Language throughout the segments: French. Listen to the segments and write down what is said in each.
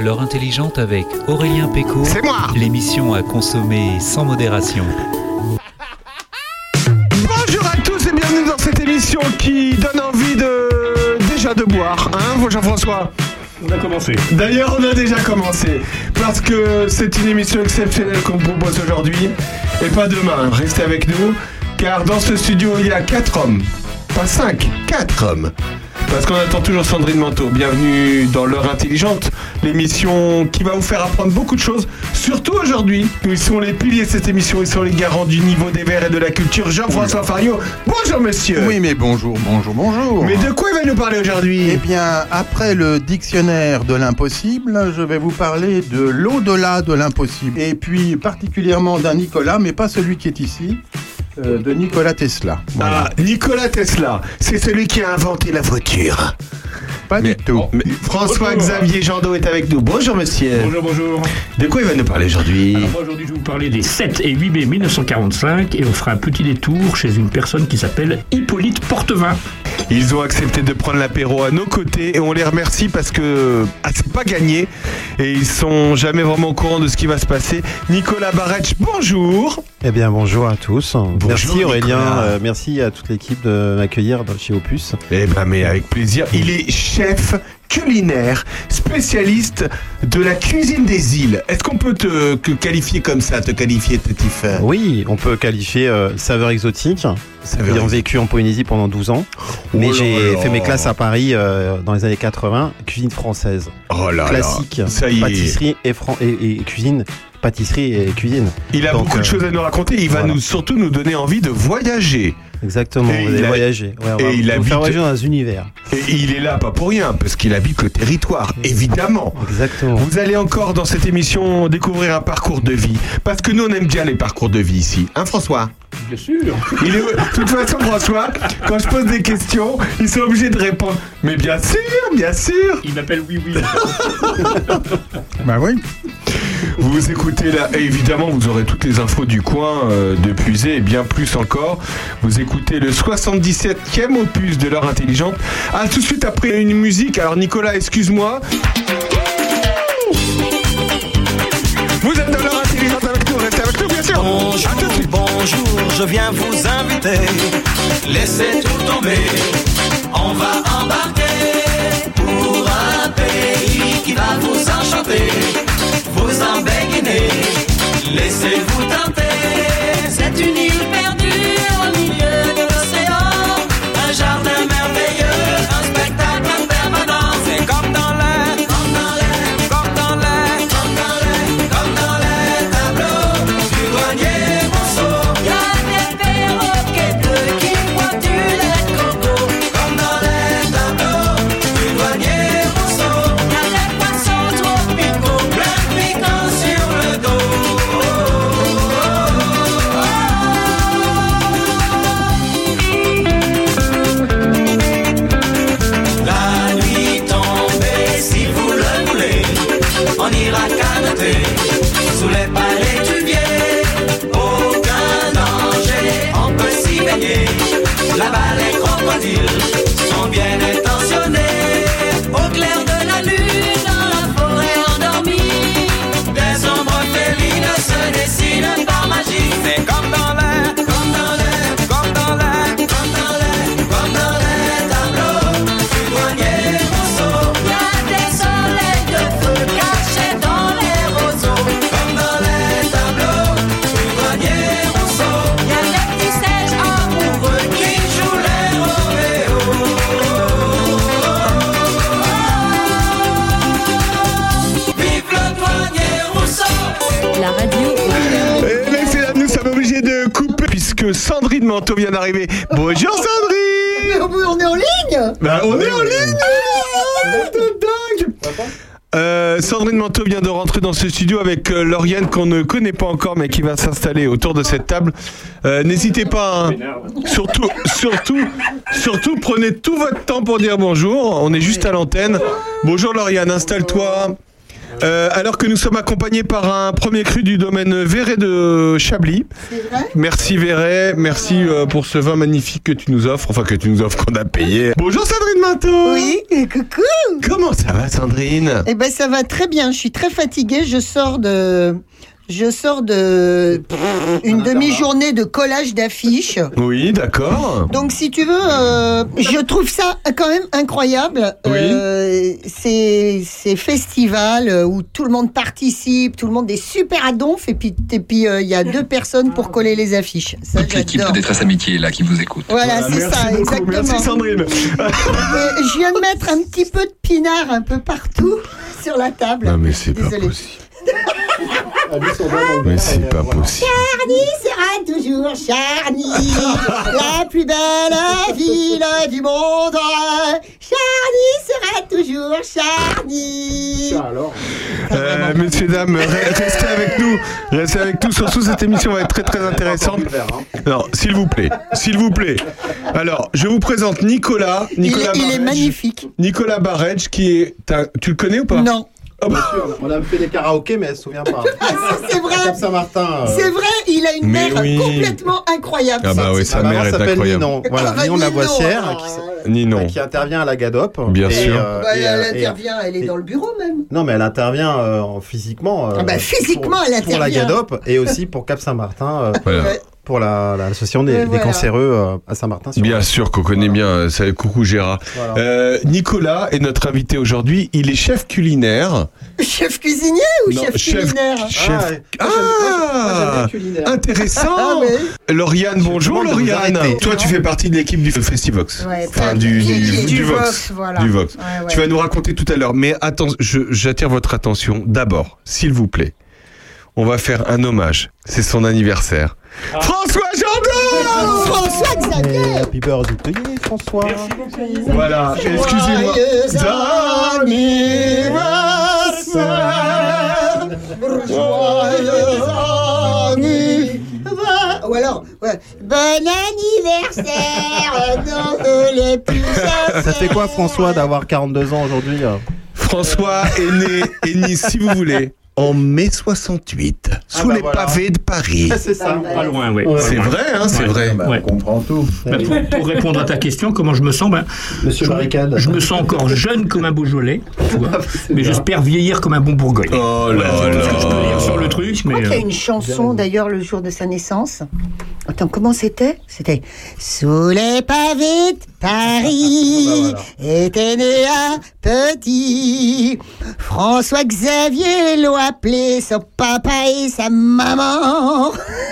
L'heure intelligente avec Aurélien Pécaud. C'est moi. L'émission à consommer sans modération. Bonjour à tous et bienvenue dans cette émission qui donne envie de boire, hein, Jean-François? On a commencé. D'ailleurs, on a déjà commencé, parce que c'est une émission exceptionnelle qu'on vous propose aujourd'hui, et pas demain. Restez avec nous, car dans ce studio, il y a 4 hommes. Pas 5, 4 hommes. Parce qu'on attend toujours Sandrine Manteau. Bienvenue dans l'heure intelligente, l'émission qui va vous faire apprendre beaucoup de choses, surtout aujourd'hui. Ils sont les piliers de cette émission, ils sont les garants du niveau des verts et de la culture. Jean-François Fario, bonjour monsieur. Oui, mais bonjour. Mais de quoi il va nous parler aujourd'hui? Eh bien, après le dictionnaire de l'impossible, je vais vous parler de l'au-delà de l'impossible. Et puis, particulièrement d'un Nicolas, mais pas celui qui est ici. De Nikola Tesla. Voilà. Ah, Nikola Tesla, c'est celui qui a inventé la voiture. Pas du tout. François-Xavier Jandot est avec nous. Bonjour monsieur. Bonjour. De quoi il va nous parler aujourd'hui? Alors moi aujourd'hui je vais vous parler des 7 et 8 mai 1945 et on fera un petit détour chez une personne qui s'appelle Hippolyte Portevin. Ils ont accepté de prendre l'apéro à nos côtés et on les remercie parce que c'est pas gagné et ils sont jamais vraiment au courant de ce qui va se passer. Nicolas Barretch, bonjour. Eh bien bonjour à tous. Bonjour, merci Aurélien, Nicolas. Merci à toute l'équipe de m'accueillir chez Opus. Eh ben mais avec plaisir. Il est chef culinaire, spécialiste de la cuisine des îles. Est-ce qu'on peut te qualifier comme ça, te qualifier Tatif? Oui, on peut qualifier saveur exotique. Ayant vécu en Polynésie pendant 12 ans. Mais j'ai fait mes classes à Paris dans les années 80, cuisine française. Oh là classique, là, ça y est. Pâtisserie et cuisine. Pâtisserie et cuisine. Il a beaucoup de choses à nous raconter. Il va surtout nous donner envie de voyager. Exactement, vous allez voyager. Ouais, on va vous faire voyager dans un univers. Et il est là pas pour rien, parce qu'il habite le territoire, évidemment. Exactement. Vous allez encore dans cette émission découvrir un parcours de vie, parce que nous on aime bien les parcours de vie ici. Hein François? Bien sûr. De toute façon François, quand je pose des questions, ils sont obligés de répondre. Mais bien sûr. Il m'appelle Oui. Bah oui. Vous écoutez là, et évidemment vous aurez toutes les infos du coin de puiser et bien plus encore. Vous écoutez le 77e opus de l'heure intelligente. Ah, tout de suite après une musique. Alors Nicolas, excuse-moi. Vous êtes dans l'heure intelligente avec nous, restez avec nous bien sûr. Bonjour, je viens vous inviter. Laissez tout tomber. On va embarquer pour un pays qui va vous enchanter. Vous embéguiner, laissez-vous tenter. C'est une île perdue au milieu de l'océan. Un jardin merveilleux, un spectacle permanent. C'est comme dans l'air, comme dans les tableaux du douanier Rousseau. Y a des perroquets bleus qui boivent du lait de coco. Comme dans les tableaux du douanier Rousseau. Y a des poissons tropicaux, plein de piquants sur le dos. La nuit tombée, si vous le voulez, on ira canoter sous les palétuviers. Aucun danger, on peut s'y baigner. Là-bas les crocodiles sont bien intentionnés. Au clair de la lune, dans la forêt endormie, des ombres félines se dessinent par magie. C'est comme dans l'air, comme dans les tableaux du douanier Rousseau. Y a des soleils de feu cachés dans les roseaux. Comme dans les tableaux du douanier Rousseau. Y a des petits singes amoureux qui jouent les rodéos. Vive le douanier Rousseau. La radio. Et messieurs, nous sommes obligés de couper puisque Sandrine Manteau vient d'arriver. Bonjour Sandrine. On est en ligne. Bah, on est en ligne. C'est dingue. Sandrine Manteau vient de rentrer dans ce studio avec Lauriane qu'on ne connaît pas encore mais qui va s'installer autour de cette table. N'hésitez pas, hein. Surtout prenez tout votre temps pour dire bonjour. On est juste à l'antenne. Bonjour Lauriane, installe-toi. Alors que nous sommes accompagnés par un premier cru du domaine Véret de Chablis. C'est vrai ? Merci Véret, merci pour ce vin magnifique que tu nous offres, qu'on a payé. Bonjour Sandrine Manteau. Oui, coucou. Comment ça va Sandrine ? Eh ben ça va très bien, je suis très fatiguée, je sors de une demi-journée de collage d'affiches. Oui, d'accord. Donc si tu veux, je trouve ça quand même incroyable. Oui. Ces festivals où tout le monde participe, tout le monde est super à donf et puis il y a 2 personnes pour coller les affiches. Ça, toute l'équipe j'adore. de Détresse Amitié là qui vous écoute. Voilà, c'est merci ça, beaucoup. exactement. Merci Sandrine. Je viens de mettre un petit peu de pinard un peu partout sur la table. Non mais c'est pas Désolée. possible. Mais c'est pas possible. Charny sera toujours Charny, la plus belle ville du monde. Charny sera toujours Charny. Messieurs, dames, restez avec nous. Restez avec nous. Surtout, cette émission va être très très intéressante. Non, s'il vous plaît. Alors, je vous présente Nicolas. Il est Barretsch. magnifique. Nicolas Barretsch, qui est. Tu le connais ou pas ? Non. Ah bah. On a fait des karaokés, mais elle se souvient pas. C'est vrai. Cap Saint-Martin. C'est vrai, il a une Mais mère oui. complètement incroyable. Ah bah oui, sa mère est s'appelle incroyable. Ninon. Voilà, Ah bah Ninon Ninon, Lavoisière, Ninon. qui intervient à la GADOP. Bien sûr. Elle intervient, elle est dans le bureau même. Non, mais elle intervient physiquement. Physiquement, elle pour la intervient. GADOP et aussi pour Cap Saint-Martin. Voilà. Ouais. Pour l'association des Voilà. cancéreux à Saint-Martin. Bien sûr qu'on connaît bien. Salut, coucou Gérard. Voilà. Nicolas est notre invité aujourd'hui. Il est chef culinaire. Chef cuisinier ou Non, chef culinaire? Intéressant. Ah, oui. Lauriane, bonjour demande de vous Lauriane. arrêter. Toi, tu fais partie de l'équipe du Festivox. Ouais, Enfin, du Vox. voilà. Du Vox. Ouais, ouais. Tu vas nous raconter tout à l'heure. Mais attends, j'attire votre attention d'abord, s'il vous plaît. On va faire un hommage. C'est son anniversaire. François Jardin. François Xavier. Happy birthday to you, François. Voilà, excusez-moi. Joyeux anniversaire. Ou alors, ouais. Bon anniversaire dans les plus Ça fait quoi, François, d'avoir 42 ans aujourd'hui? François est né, si vous voulez, en mai 68, sous les pavés de Paris. C'est ça. Pas loin, oui. C'est vrai, hein, c'est vrai. Ouais. On comprend tout. Pour répondre à ta question, comment je me sens, Monsieur Barricade. je me sens encore jeune comme un Beaujolais, tu vois, mais j'espère vieillir comme un bon Bourgogne. Oh là Voilà, c'est tout ce que je peux là. dire sur le truc, Je crois mais qu'il y a une chanson d'ailleurs le jour de sa naissance. Attends, comment c'était? C'était sous les pavés de Paris était né un petit François Xavier l'ont appelé son papa et sa maman.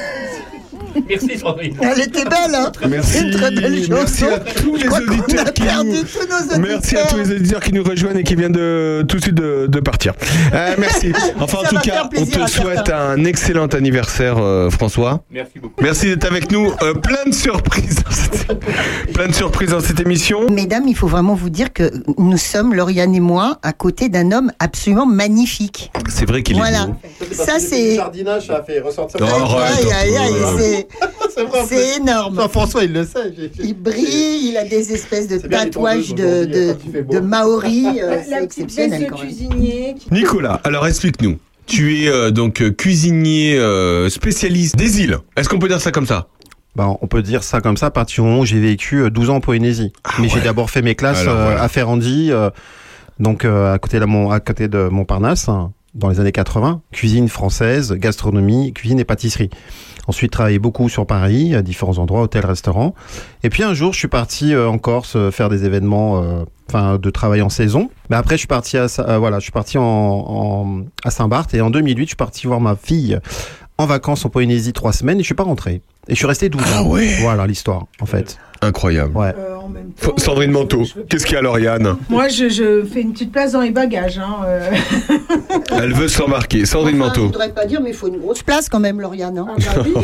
merci Sandrine. Elle était belle, hein? Merci, C'est une très belle chanson. merci à tous les Je crois qu'on auditeurs a qui perdu nous... tous nos auditeurs. Merci à tous les auditeurs qui nous rejoignent et qui viennent tout de suite de partir. Merci. Enfin, en Ça tout va cas, faire on plaisir te à souhaite certains. un excellent anniversaire, François. Merci beaucoup. Merci d'être avec nous. Plein de surprises. Plein de surprises dans cette émission. Mesdames, il faut vraiment vous dire que nous sommes, Lauriane et moi, à côté d'un homme absolument magnifique. C'est vrai qu'il est Voilà. beau. Ça, c'est... Le jardinage, ça a fait ressortir. Oh, arrête, Aïe, aïe, aïe, C'est vrai, en plus. c'est énorme. Enfin, François, il le sait. Il brille, il a des espèces de C'est bien les tatouages tondeuses aujourd'hui, quand il fait beau. de Maori. C'est La petite exceptionnel veste quand même. cuisinier. Nicolas, alors explique-nous. Tu es donc cuisinier spécialiste des îles. Est-ce qu'on peut dire ça comme ça? Bah, on peut dire ça comme ça à partir du moment où j'ai vécu 12 ans en Polynésie. Mais j'ai d'abord fait mes classes Alors, voilà. à Ferrandi, donc à côté de Montparnasse, hein, dans les années 80. Cuisine française, gastronomie, cuisine et pâtisserie. Ensuite, travaillé beaucoup sur Paris, à différents endroits, hôtels, restaurants. Et puis un jour, je suis parti en Corse faire des événements, de travail en saison. Mais après, je suis parti à Saint-Barth et en 2008, je suis parti voir ma fille en vacances en Polynésie 3 semaines et je suis pas rentré. Et je suis resté 12 ans. Ah ouais. Voilà l'histoire, en fait. Incroyable. Ouais. En même temps, Sandrine Manteau, qu'est-ce qu'il y a, Lauriane? Moi, je fais une petite place dans les bagages. Hein, Elle veut s'embarquer. Sandrine Je Manteau. voudrais pas dire, mais il faut une grosse place quand même, Lauriane. Hein. Ah bah oui.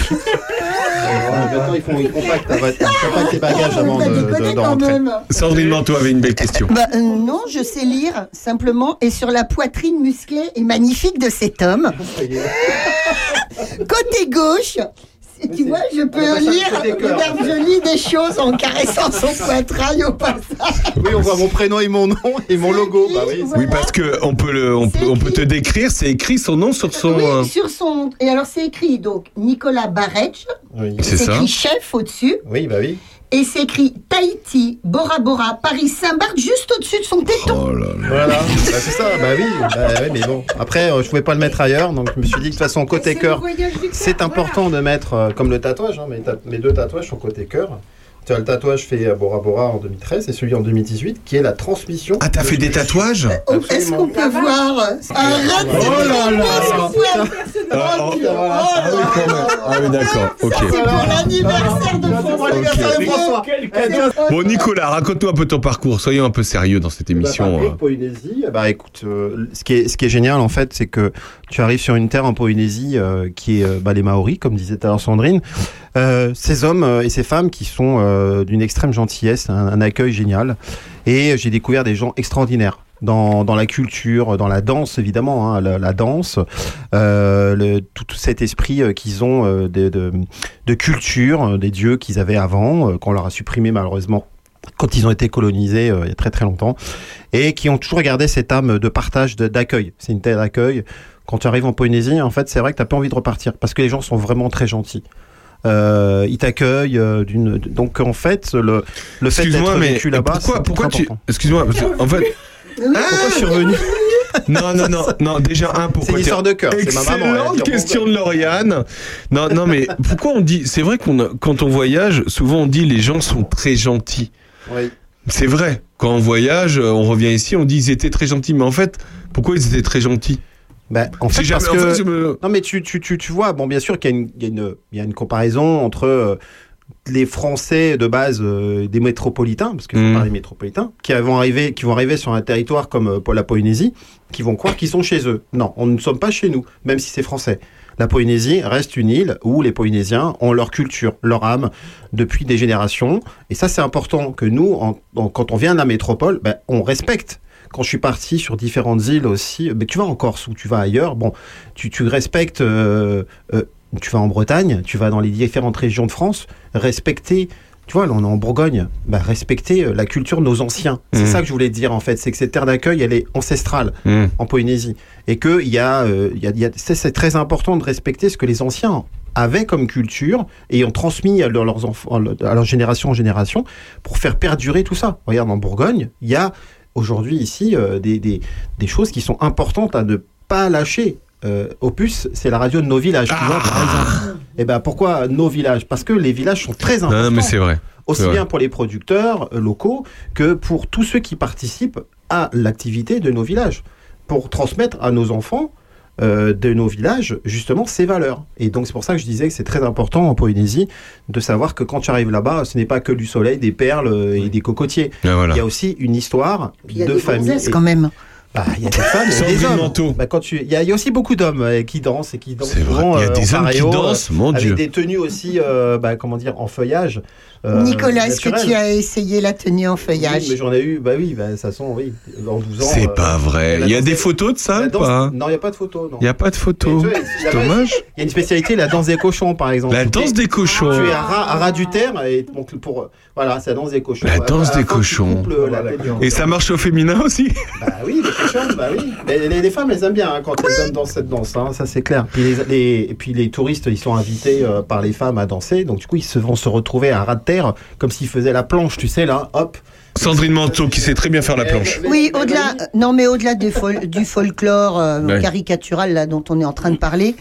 Maintenant, ils compactent tes bagages avant Vous de déconnez quand rentrer. même. Sandrine Manteau avait une belle question. Non, je sais lire, simplement, et sur la poitrine musclée et magnifique de cet homme. Côté gauche, Tu vois, je peux regarde, je lis des choses en caressant son poitrail au passage. Oui, on voit mon prénom et mon nom et mon logo. Bah oui, Oui, parce que on peut te décrire, c'est écrit son nom sur son... Oui, sur son... Et alors, c'est écrit, donc, Nicolas Barretch. oui. C'est ça. écrit chef au-dessus. Oui, bah oui. Et c'est écrit Tahiti, Bora Bora, Paris, Saint-Barth, juste au-dessus de son téton. Oh là là. Voilà, bah, c'est ça, bah oui, mais bon. Après, je pouvais pas le mettre ailleurs, donc je me suis dit que de toute façon, côté cœur, c'est important de mettre, comme le tatouage, hein, mes 2 tatouages sont côté cœur. Tu as le tatouage fait Bora Bora en 2013 et celui en 2018, qui est la transmission. Ah, t'as fait des tatouages? Est-ce qu'on peut voir un Oh là là. Oh Dieu, Ah oui, d'accord, ok. c'est pour l'anniversaire de François. Bon, Nicolas, raconte-nous un peu ton parcours. Soyons un peu sérieux dans cette émission. Polynésie, bah écoute, ce qui est génial en fait, c'est que tu arrives sur une terre en Polynésie qui est les Maoris, comme disait tout à l'heure Sandrine. Ces hommes et ces femmes qui sont d'une extrême gentillesse, un accueil génial. Et j'ai découvert des gens extraordinaires. Dans la culture, dans la danse évidemment, hein, la danse, tout cet esprit qu'ils ont de culture, des dieux qu'ils avaient avant, qu'on leur a supprimé malheureusement quand ils ont été colonisés il y a très très longtemps, et qui ont toujours gardé cette âme de partage, d'accueil. C'est une terre d'accueil. Quand tu arrives en Polynésie, en fait, c'est vrai que tu n'as pas envie de repartir, parce que les gens sont vraiment très gentils. Ils t'accueillent donc en fait le fait d'être vécu là-bas, pourquoi tu... Excuse-moi, parce que, en fait... Pourquoi je suis revenu? Non, déjà pourquoi... C'est une histoire de cœur, c'est ma maman. Excellente question de Lauriane. Non, mais pourquoi on dit... C'est vrai quand on voyage, souvent on dit les gens sont très gentils. Oui. C'est vrai. Quand on voyage, on revient ici, on dit ils étaient très gentils. Mais en fait, pourquoi ils étaient très gentils? Bah, en fait, parce que... Non, mais tu vois, bon, bien sûr qu'il y a une comparaison entre les Français de base des métropolitains, parce qu'il faut parler métropolitains, qui vont arriver sur un territoire comme la Polynésie, qui vont croire qu'ils sont chez eux. Non, on ne sommes pas chez nous, même si c'est français. La Polynésie reste une île où les Polynésiens ont leur culture, leur âme, depuis des générations. Et ça, c'est important que nous, quand on vient de la métropole, on respecte. Quand je suis parti sur différentes îles aussi, tu vas en Corse ou tu vas ailleurs, bon, tu respectes, tu vas en Bretagne, tu vas dans les différentes régions de France, respecter, tu vois, là on est en Bourgogne, respecter la culture de nos anciens. C'est ça que je voulais te dire en fait, c'est que cette terre d'accueil, elle est ancestrale en Polynésie. Et que c'est très important de respecter ce que les anciens avaient comme culture et ont transmis à leurs enfants, à leur génération en génération, pour faire perdurer tout ça. Regarde, en Bourgogne, il y a aujourd'hui ici des choses qui sont importantes à ne pas lâcher. Opus, c'est la radio de nos villages, tu vois, par exemple. Et pourquoi nos villages? Parce que les villages sont très importants. Non, mais c'est vrai. Aussi bien pour les producteurs locaux que pour tous ceux qui participent à l'activité de nos villages, pour transmettre à nos enfants de nos villages, justement, ces valeurs. Et donc, c'est pour ça que je disais que c'est très important en Polynésie de savoir que quand tu arrives là-bas, ce n'est pas que du soleil, des perles et des cocotiers. Voilà. Il y a aussi une histoire de famille. Quand même. Il y a des femmes et des hommes. Il y a aussi beaucoup d'hommes qui dansent et qui dansent. C'est vrai. Il y a des hommes qui dansent, mon Dieu. Avec des tenues aussi, en feuillage. Nicolas, est-ce que tu as essayé la tenue en feuillage? Oui, mais j'en ai eu, ça sent, en 12 ans. C'est pas vrai. Il y a des photos de ça ou pas? Non, il n'y a pas de photos. Il n'y a pas de photos. C'est dommage. Il y a une spécialité, la danse des cochons, par exemple. La danse des cochons. Tu es à ras du terre, et donc voilà, c'est la danse des cochons. La danse des cochons. Et ça marche au féminin aussi? Oui, les cochons, oui. Mais les femmes, elles aiment bien quand les hommes dansent cette danse, ça c'est clair. Et puis les touristes, ils sont invités par les femmes à danser, donc du coup, ils vont se retrouver à ras de terre, comme s'ils faisaient la planche, tu sais, là, hop. Sandrine Manteau, qui sait très bien faire la planche. Oui, au-delà du folklore caricatural là, dont on est en train de parler,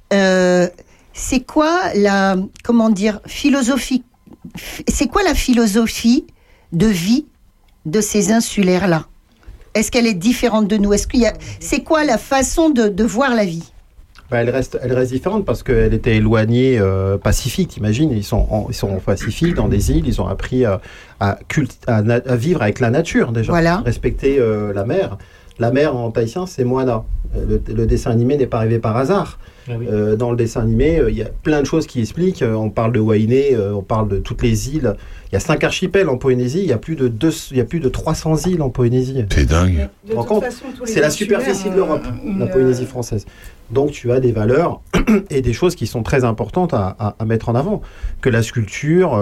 c'est quoi la philosophie? C'est quoi la philosophie de vie de ces insulaires-là? Est-ce qu'elle est différente de nous? C'est quoi la façon de voir la vie? Elle reste différente parce qu'elle était éloignée Pacifique, t'imagines. Ils sont en Pacifique, dans des îles. Ils ont appris à vivre avec la nature déjà. Voilà. Respecter la mer. La mer en tahitien, c'est Moana. Le dessin animé n'est pas arrivé par hasard. Dans le dessin animé, il y a plein de choses qui expliquent. On parle de Wainé, on parle de toutes les îles. Il y a 5 archipels en Polynésie, il y a plus de 300 îles en Polynésie. C'est dingue. De toute Compte, façon, tous les c'est la insulaires, superficie de l'Europe, la Polynésie française. Donc tu as des valeurs et des choses qui sont très importantes à mettre en avant, que la sculpture,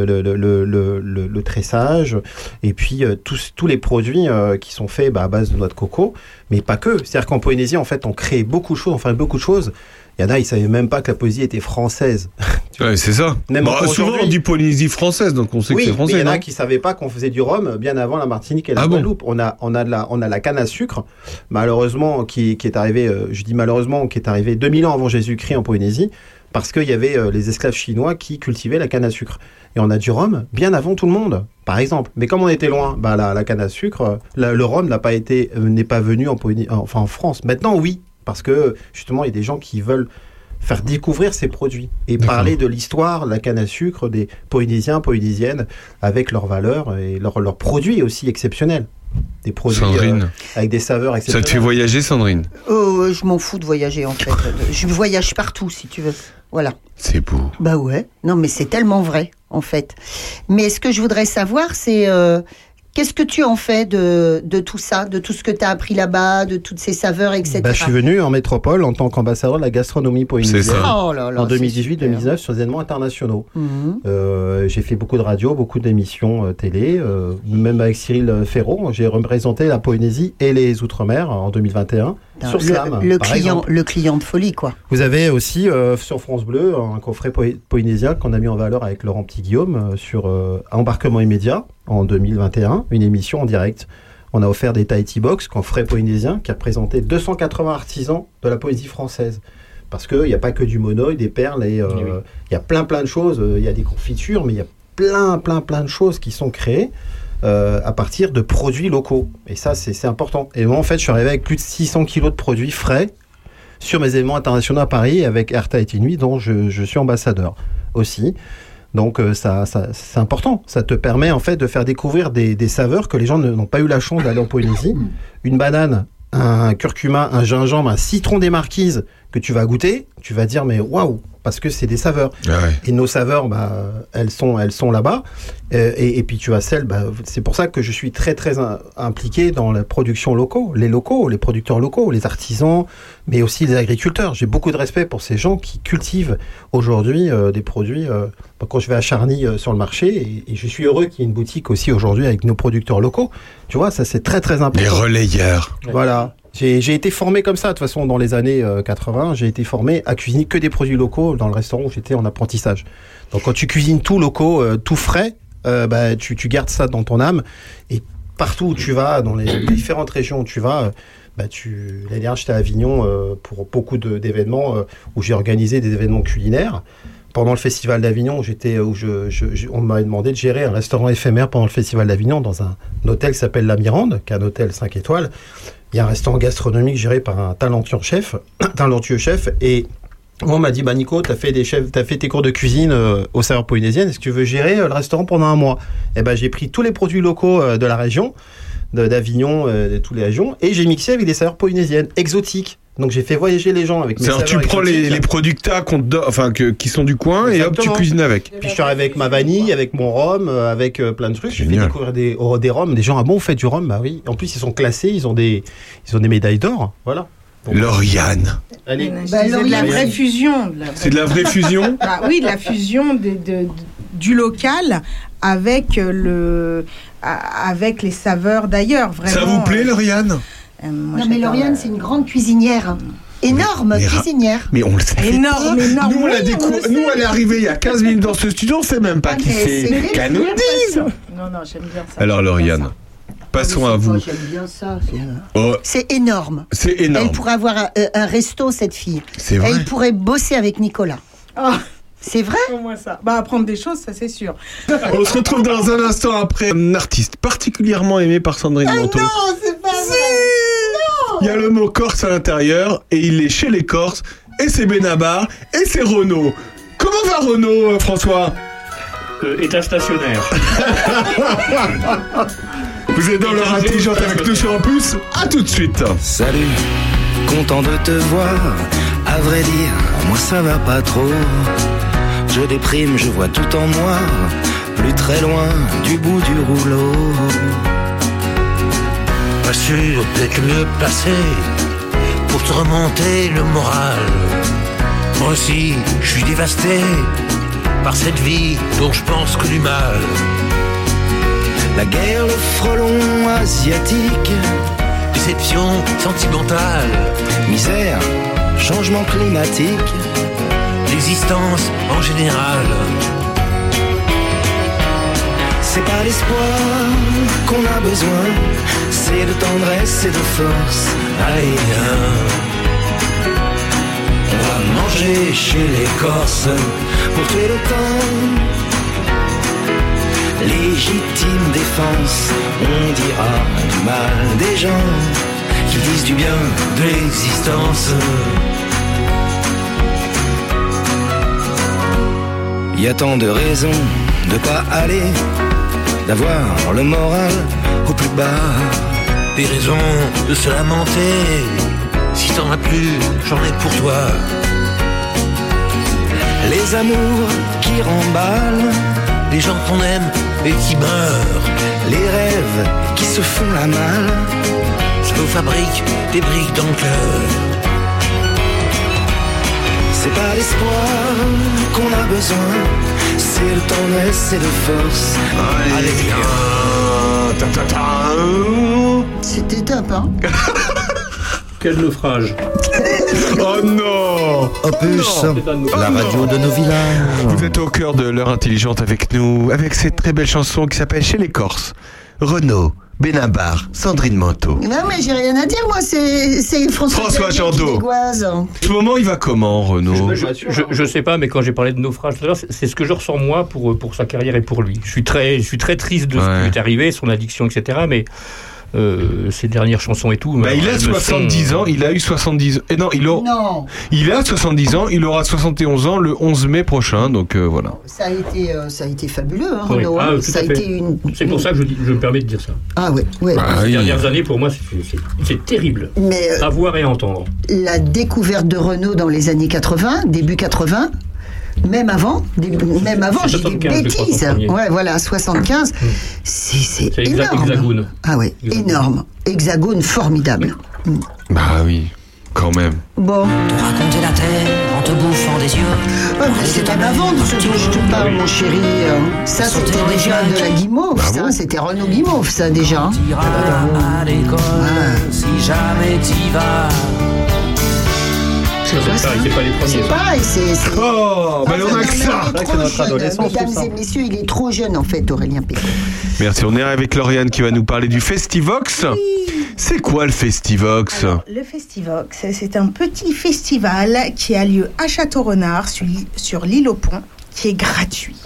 le tressage, et puis tous les produits qui sont faits à base de noix de coco, mais pas que. C'est-à-dire qu'en Polynésie, en fait, on crée beaucoup de choses, on fait beaucoup de choses. Il y en a, ils ne savaient même pas que la poésie était française. Ouais, c'est ça. Même Souvent, on dit Polynésie française, donc on sait que c'est français. Oui, il y en a non qui ne savaient pas qu'on faisait du rhum bien avant la Martinique et la Guadeloupe. On a la canne à sucre, malheureusement, qui est arrivée, je dis malheureusement, qui est arrivée 2000 ans avant Jésus-Christ en Polynésie, parce qu'il y avait les esclaves chinois qui cultivaient la canne à sucre. Et on a du rhum bien avant tout le monde, par exemple. Mais comme on était loin, la canne à sucre, le rhum n'est pas venu en France. Maintenant, oui. Parce que, justement, il y a des gens qui veulent faire découvrir ces produits et parler de l'histoire, la canne à sucre des Polynésiens, Polynésiennes, avec leurs valeurs et leurs produits aussi exceptionnels. Des produits avec des saveurs exceptionnelles. Ça te fait voyager, Sandrine? Oh, je m'en fous de voyager, en fait. Je voyage partout, si tu veux. Voilà. C'est beau. Bah ouais. Non, mais c'est tellement vrai, en fait. Mais ce que je voudrais savoir, c'est... qu'est-ce que tu en fais de tout ça, de tout ce que tu as appris là-bas, de toutes ces saveurs, etc. Je suis venu en métropole en tant qu'ambassadeur de la gastronomie polynésienne. C'est ça. Oh là là, en 2018-2019 sur des événements internationaux. J'ai fait beaucoup de radio, beaucoup d'émissions télé, même avec Cyril Ferraud. J'ai représenté la Polynésie et les Outre-mer en 2021 sur Slam. Le client de folie, quoi. Vous avez aussi sur France Bleu un coffret polynésien qu'on a mis en valeur avec Laurent Petit-Guillaume sur Embarquement immédiat en 2021, une émission en direct. On a offert des Tahiti Box, coffret polynésien, qui a présenté 280 artisans de la Polynésie française. Parce qu'il n'y a pas que du monoï, des perles, et il y a plein de choses. Il y a des confitures, mais il y a plein de choses qui sont créées à partir de produits locaux. Et ça, c'est important. Et moi, en fait, je suis arrivé avec plus de 600 kilos de produits frais sur mes événements internationaux à Paris, avec Air Tahiti Nuit, dont je suis ambassadeur aussi. Donc c'est important. Ça te permet en fait de faire découvrir des saveurs que les gens n'ont pas eu la chance d'aller en Polynésie. Une banane, un curcuma, un gingembre, un citron des Marquises que tu vas goûter, tu vas dire mais waouh, parce que c'est des saveurs. Ah ouais. Et nos saveurs, elles sont là-bas. Et puis tu as celles, c'est pour ça que je suis très impliqué dans la production locale, les producteurs locaux, les artisans, mais aussi les agriculteurs. J'ai beaucoup de respect pour ces gens qui cultivent aujourd'hui des produits. Quand je vais à Charny sur le marché, et je suis heureux qu'il y ait une boutique aussi aujourd'hui avec nos producteurs locaux. Tu vois, ça c'est très important. Les relayeurs. Voilà. J'ai été formé comme ça, de toute façon, dans les années 80. J'ai été formé à cuisiner que des produits locaux dans le restaurant où j'étais en apprentissage. Donc quand tu cuisines tout locaux, tout frais, tu gardes ça dans ton âme. Et partout où tu vas, dans les différentes régions où tu vas, l'année dernière, j'étais à Avignon pour beaucoup d'événements où j'ai organisé des événements culinaires. Pendant le festival d'Avignon, on m'a demandé de gérer un restaurant éphémère pendant le festival d'Avignon dans un hôtel qui s'appelle La Mirande, qui est un hôtel 5 étoiles. Il y a un restaurant gastronomique géré par un talentueux chef, et on m'a dit, Nico, t'as fait tes cours de cuisine au Saveurs Polynésiennes, est-ce que tu veux gérer le restaurant pendant un mois? Et j'ai pris tous les produits locaux de la région, d'Avignon, de toutes les régions, et j'ai mixé avec des saveurs polynésiennes, exotiques. Donc j'ai fait voyager les gens avec mes saveurs tu prends les produits que t'as, qui sont du coin. Exactement. Et hop, tu cuisines avec. Puis je suis avec ma vanille, avec mon rhum, avec plein de trucs. Je fais découvrir des rhums. Des gens, vous faites du rhum? Bah oui. En plus, ils sont classés, ils ont des médailles d'or. Voilà. Lauriane. Allez. C'est de la vraie fusion. C'est de la vraie fusion? Oui, de la fusion du local avec les saveurs d'ailleurs. Vraiment. Ça vous plaît, Lauriane? Non, mais Lauriane, c'est une grande cuisinière. Énorme cuisinière. Mais on le sait. Énorme. Nous, on l'a découvert. Nous, elle est arrivée il y a 15 minutes dans ce studio, on ne sait même pas qui c'est. Qu'elle nous dise. Non, j'aime bien ça. Alors, Lauriane, passons à vous. J'aime bien ça. C'est énorme. C'est énorme. Elle pourrait avoir un resto, cette fille. C'est vrai. Elle pourrait bosser avec Nicolas. C'est vrai? Au moins ça. Apprendre des choses, ça c'est sûr. On se retrouve dans un instant après un artiste particulièrement aimé par Sandrine Manteau. Non, c'est pas vrai. Il y a le mot Corse à l'intérieur et il est chez les Corses et c'est Benabar et c'est Renaud. Comment va Renaud, François? État stationnaire. Vous êtes dans le intelligente avec nous sur En Plus. À tout de suite. Salut, content de te voir À vrai dire, moi ça va pas trop. Je déprime, je vois tout en noir, plus très loin du bout du rouleau. Pas sûr d'être le mieux placé pour te remonter le moral. Moi aussi, je suis dévasté par cette vie dont je pense que du mal. La guerre, le frelon asiatique, déception sentimentale, misère, changement climatique, l'existence en général. C'est pas l'espoir qu'on a besoin, c'est de tendresse et de force. Allez, viens, on va manger chez les Corses pour tuer le temps. Légitime défense, on dira du mal des gens qui disent du bien de l'existence. Il y a tant de raisons de pas aller, d'avoir le moral au plus bas. Des raisons de se lamenter, si t'en as plus, j'en ai pour toi. Les amours qui remballent, les gens qu'on aime et qui meurent, les rêves qui se font la malle, ça nous fabrique des briques dans le cœur. C'est pas l'espoir qu'on a besoin, c'est de tendresse et de force. Allez, viens. C'était top, hein. Quel naufrage. Oh non. Opus, la radio de nos villages. Vous êtes au cœur de l'heure intelligente avec nous, avec cette très belle chanson qui s'appelle Chez les Corses. Renaud, Benabar, Sandrine Manteau. Non, mais j'ai rien à dire, moi, c'est François Jandot. En ce moment, il va comment, Renaud? Je sais pas, mais quand j'ai parlé de naufrage tout à l'heure, c'est ce que je ressens moi pour sa carrière et pour lui. Je suis très triste de ce qui lui est arrivé, son addiction, etc. Mais ses dernières chansons et tout. Il a 70 ans, il a eu 70 ans. Non, il a 70 ans, il aura 71 ans le 11 mai prochain, donc voilà. Ça a été fabuleux, hein, Renaud. Oui. Ça a été c'est pour ça que je me permets de dire ça. Ah oui. Les dernières années, pour moi, c'est terrible. Mais à voir et à entendre. La découverte de Renaud dans les années 80, début 80. Même avant, j'ai des bêtises. Ouais, voilà, 75. C'est énorme. Hexagone. Ah ouais, énorme. Hexagone formidable. Bah oui, quand même. Bon. Te raconter la terre en te bouffant des yeux. Ouais, mais c'est même avant de ce dont je te parle, mon chéri. Ça, c'était déjà de la guimauve. Ça, c'était Renaud Guimauve, ça, déjà. T'iras à l'école si jamais t'y vas. C'est pas les premiers. C'est pareil, Oh, on a que ça. C'est notre adolescence. Mesdames et messieurs, il est trop jeune en fait, Aurélien Péco. Merci, on est avec Lauriane qui va nous parler du Festivox. Oui. C'est quoi le Festivox? Alors, le Festivox, c'est un petit festival qui a lieu à Château-Renard, sur l'île au Pont, qui est gratuit.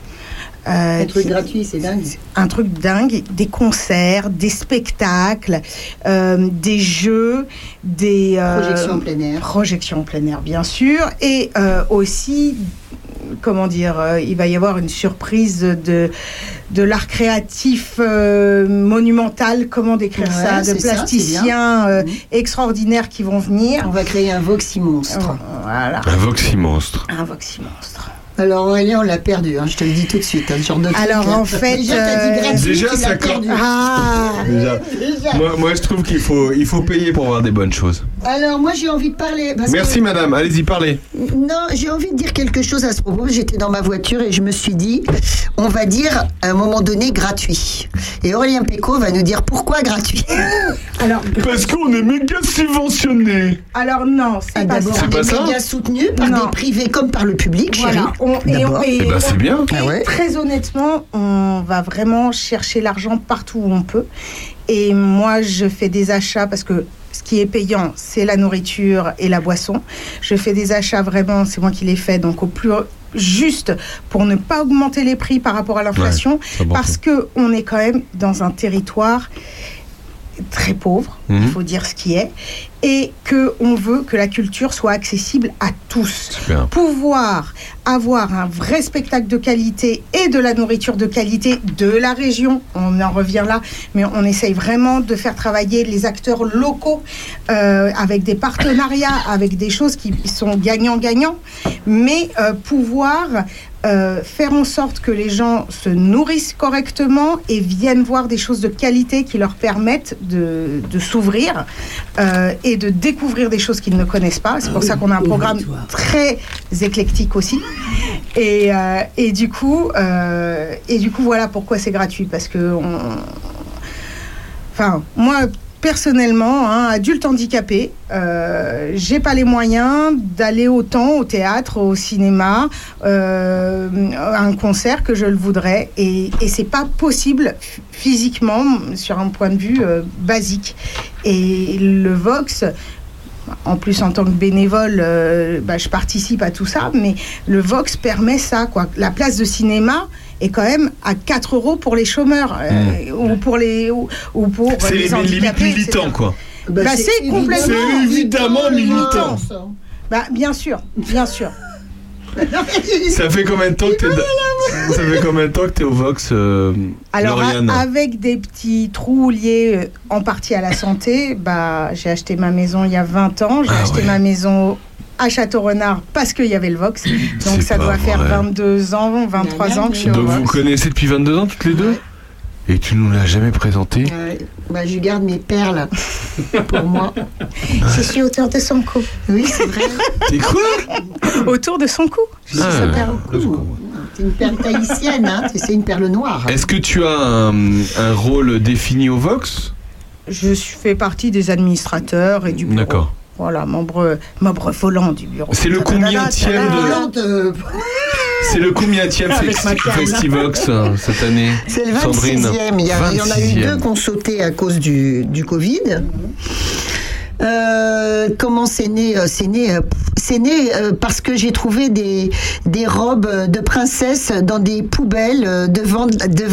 Un truc gratuit, c'est dingue. Un truc dingue, des concerts, des spectacles, des jeux, des... projections en plein air. Projections en plein air, bien sûr. Et aussi, comment dire, il va y avoir une surprise de l'art créatif monumental, comment décrire ça, de plasticiens extraordinaires qui vont venir. On va créer un Voxy-monstre. Voilà. Un Voxy-monstre. Un Voxy-monstre. Alors Aurélien, on l'a perdu, je te le dis tout de suite, ce genre de truc. Alors en fait, déjà ça perdu. Déjà. Moi je trouve qu'il faut payer pour avoir des bonnes choses. Alors moi j'ai envie de parler. Merci madame, allez-y parlez. Non, j'ai envie de dire quelque chose à ce propos. J'étais dans ma voiture et je me suis dit, on va dire à un moment donné gratuit. Et Aurélien Péco va nous dire pourquoi gratuit. Alors parce qu'on est méga subventionné. Alors non, c'est pas ça. On est méga soutenu par des privés comme par le public, chérie. C'est bien. Très honnêtement, on va vraiment chercher l'argent partout où on peut. Et moi, je fais des achats parce que ce qui est payant, c'est la nourriture et la boisson. Je fais des achats vraiment, c'est moi qui les fais, donc au plus juste pour ne pas augmenter les prix par rapport à l'inflation, parce qu'on est quand même dans un territoire très pauvre, il faut dire ce qui est, et qu'on veut que la culture soit accessible à tous. Super. Pouvoir avoir un vrai spectacle de qualité et de la nourriture de qualité de la région, on en revient là, mais on essaye vraiment de faire travailler les acteurs locaux avec des partenariats, avec des choses qui sont gagnant-gagnant, mais pouvoir faire en sorte que les gens se nourrissent correctement et viennent voir des choses de qualité qui leur permettent de s'ouvrir et de découvrir des choses qu'ils ne connaissent pas. C'est pour ça qu'on a un programme très éclectique aussi. Et du coup, voilà pourquoi c'est gratuit. Parce que moi, personnellement, adulte handicapé, j'ai pas les moyens d'aller autant au théâtre, au cinéma, à un concert que je le voudrais, et c'est pas possible physiquement sur un point de vue basique. Et le Vox, en plus en tant que bénévole, je participe à tout ça, mais le Vox permet ça, quoi. La place de cinéma est quand même à 4 € pour les chômeurs ou pour les handicapés, militants, quoi. C'est complètement. C'est évidemment militant. Bien sûr. Ça fait combien de temps que t'es au Vox, Alors, Lauriane ? avec des petits trous liés en partie à la santé, j'ai acheté ma maison il y a 20 ans. J'ai acheté ma maison à Château-Renard parce qu'il y avait le Vox. Donc ça doit faire 22 ans, 23 ans que je suis au Donc Vox. vous vous connaissez depuis 22 ans toutes les deux ? Et tu nous l'as jamais présenté ? Je garde mes perles pour moi. Je suis auteur de son cou. Oui, c'est vrai. T'es quoi ? Autour de son cou. Je suis sa perle au cou. C'est une perle tahitienne, c'est une perle noire. Est-ce que tu as un rôle défini au Vox ? Je fais partie des administrateurs et du bureau. D'accord. Voilà, membre volant du bureau. C'est le combienième C'est le combienième Festivox cette année, C'est le 26e. Sandrine. Il y en a eu 2 qui ont sauté à cause du Covid. Comment c'est né C'est né parce que j'ai trouvé des robes de princesse dans des poubelles devant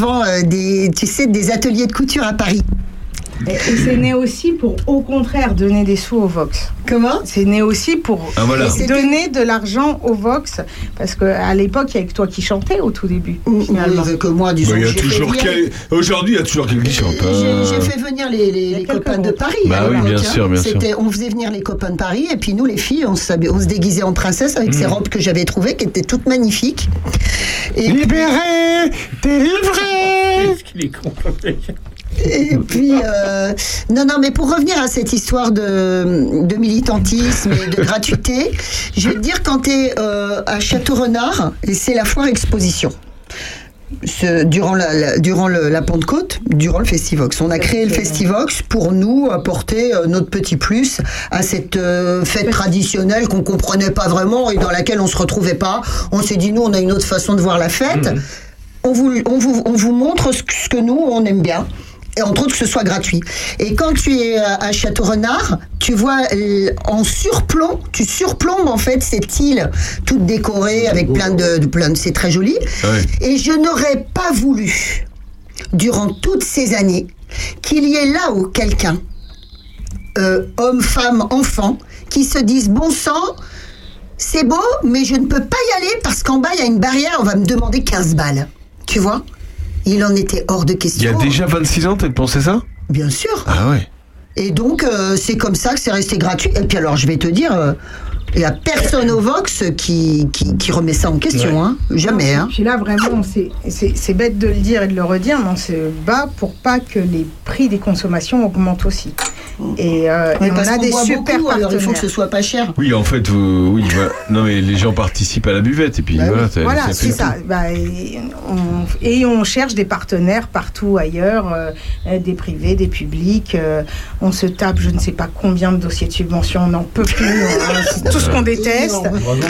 des ateliers de couture à Paris. Et c'est né aussi pour, au contraire, donner des sous au Vox. Comment ? C'est né aussi pour donner de l'argent au Vox, parce qu'à l'époque, il n'y avait que toi qui chantais au tout début, finalement. Que moi, disons. Aujourd'hui, il y a toujours quelqu'un qui chante. J'ai fait venir les copains de Paris. Bien sûr. On faisait venir les copains de Paris, et puis nous, les filles, on se déguisait en princesse avec ces robes que j'avais trouvées, qui étaient toutes magnifiques. Libéré, délivré. Qu'est-ce qu'il est con. Et puis, non, mais pour revenir à cette histoire de militantisme et de gratuité, je vais te dire, quand tu es à Château-Renard, et c'est la foire exposition. Durant la Pentecôte, durant le Festivox. On a créé le Festivox pour nous apporter notre petit plus à cette fête traditionnelle qu'on comprenait pas vraiment et dans laquelle on se retrouvait pas. On s'est dit, nous, on a une autre façon de voir la fête. On vous montre ce que nous, on aime bien. Et entre autres que ce soit gratuit. Et quand tu es à Château-Renard, tu vois en surplomb, tu surplombes en fait cette île toute décorée avec plein de c'est très joli. Ouais. Et je n'aurais pas voulu, durant toutes ces années, qu'il y ait là-haut quelqu'un, homme, femme, enfant, qui se dise bon sang, c'est beau, mais je ne peux pas y aller parce qu'en bas il y a une barrière, on va me demander 15 balles. Tu vois ? Il en était hors de question. Il y a déjà 26 ans, t'as pensé ça ? Bien sûr. Ah ouais. Et donc, c'est comme ça que c'est resté gratuit. Et puis alors, je vais te dire, il n'y a personne au Vox qui remet ça en question. Hein. Jamais. Hein. Puis là, vraiment, c'est bête de le dire et de le redire, mais on se bat pour pas que les prix des consommations augmentent aussi. Et on a des super partenaires. Alors il faut que ce soit pas cher. Oui, en fait, non mais les gens participent à la buvette et puis voilà, c'est ça. Et on cherche des partenaires partout ailleurs, des privés, des publics. On se tape, je ne sais pas combien de dossiers de subvention, on n'en peut plus. C'est tout ce qu'on déteste.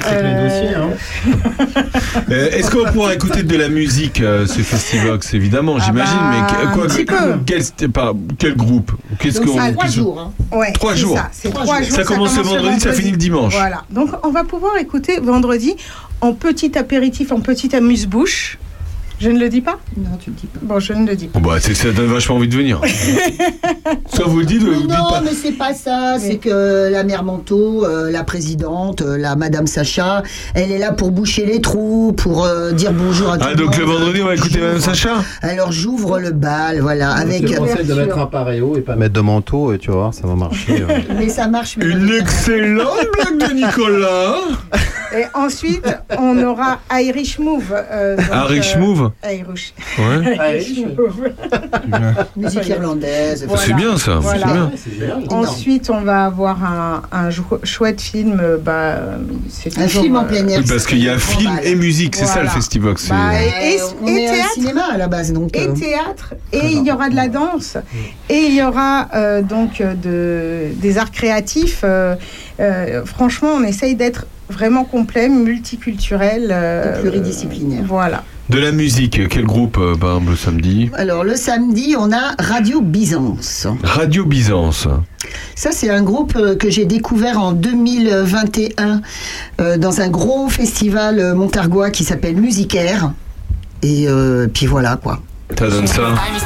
Est-ce qu'on pourra écouter de la musique, ce Festivox, évidemment, j'imagine, mais quel groupe? Qu'est-ce qu'on 3 jours. Hein. Ouais, 3 jours. C'est 3 jours. Ça commence le vendredi, ça finit le dimanche. Voilà. Donc on va pouvoir écouter vendredi en petit apéritif, en petit amuse-bouche. Je ne le dis pas ? Non, tu le dis pas. Bon, je ne le dis pas. Bon, bah, ça donne vachement envie de venir. Soit vous le dites, vous le dites pas. Non, mais c'est pas ça. C'est que la mère Manteau, la présidente, la Madame Sacha, elle est là pour boucher les trous, pour dire bonjour à tout le monde. Ah, donc le vendredi, on va écouter Madame Sacha ? Alors j'ouvre le bal, voilà, avec. Je conseille de mettre un paréo et pas mettre de manteau, et tu vas voir, ça va marcher. Mais ça marche. Une excellente blague de Nicolas. Et ensuite, on aura Irish Move. Irish Move ? Irish. Ouais. Irish Move. Musique irlandaise. Voilà. C'est bien ça. Voilà. C'est bien. Ensuite, on va avoir un chouette film. C'est un film en plein air. Oui, parce qu'il y a film et musique, c'est ça le Festivox. On est un cinéma à la base, donc. Et théâtre, et il y aura de la danse, et il y aura donc des arts créatifs. Franchement, on essaye d'être vraiment complet, multiculturel. Pluridisciplinaire. Voilà. De la musique, quel groupe, par exemple, le samedi ? Alors, le samedi, on a Radio Byzance. Radio Byzance. Ça, c'est un groupe que j'ai découvert en 2021 dans un gros festival montargois qui s'appelle Musicaire. Et puis voilà, quoi. Ça donne ça.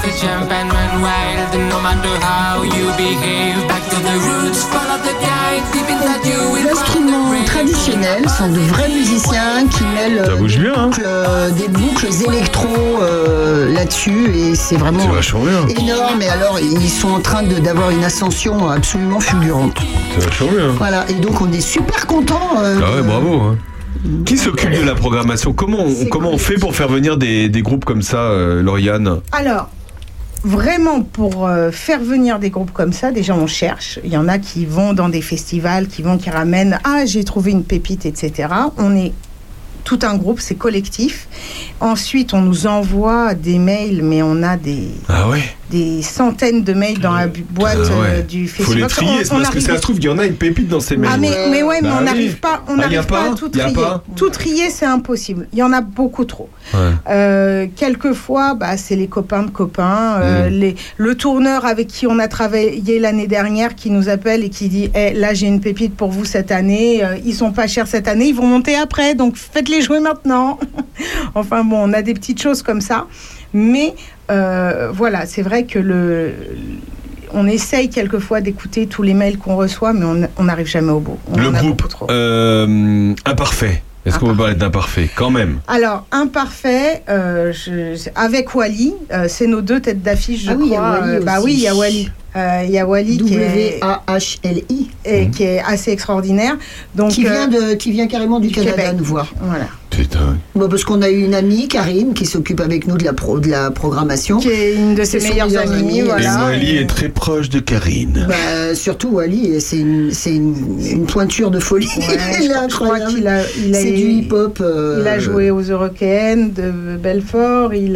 L'instrument traditionnel sont de vrais musiciens qui mêlent des boucles électro là-dessus, et c'est vraiment énorme. Et alors, ils sont en train d'avoir une ascension absolument fulgurante. C'est vachement bien. Voilà, et donc on est super contents. Ah ouais, bravo. Hein. Qui s'occupe de la programmation ? Comment on fait pour faire venir des groupes comme ça, Lauriane ? Alors, vraiment, pour faire venir des groupes comme ça, déjà on cherche. Il y en a qui vont dans des festivals, qui ramènent « Ah, j'ai trouvé une pépite », etc. On est tout un groupe, c'est collectif. Ensuite, on nous envoie des mails, mais on a des centaines de mails dans la boîte du festival. Il faut les trier, parce que ça se trouve, il y en a une pépite dans ces mails. Ah, mais on n'arrive pas, à tout trier. Tout trier, c'est impossible. Il y en a beaucoup trop. Ouais. Quelquefois, c'est les copains de copains. Le tourneur avec qui on a travaillé l'année dernière qui nous appelle et qui dit là, j'ai une pépite pour vous cette année. Ils sont pas chers cette année, ils vont monter après, donc faites-les jouer maintenant. Enfin bon, on a des petites choses comme ça. Mais voilà, c'est vrai que on essaye quelquefois d'écouter tous les mails qu'on reçoit, mais on n'arrive jamais au bout. Le groupe Imparfait. Est-ce qu'on peut parler d'Imparfait quand même ? Alors, Imparfait, avec Wally, c'est nos deux têtes d'affiche, je crois. Il y a Wally. Il y a Wally qui est W-A-H-L-I et qui est assez extraordinaire. Donc, qui vient carrément du Canada Québec. Nous voir. Voilà. Putain. Bon, parce qu'on a eu une amie, Karine, qui s'occupe avec nous de la programmation. Qui est une de ses meilleures amies. Voilà. Et Wally est très proche de Karine. Surtout Wally, c'est une pointure de folie. Ouais, je crois qu'il a c'est du hip-hop. Il a joué aux Eurocaines de Belfort. Il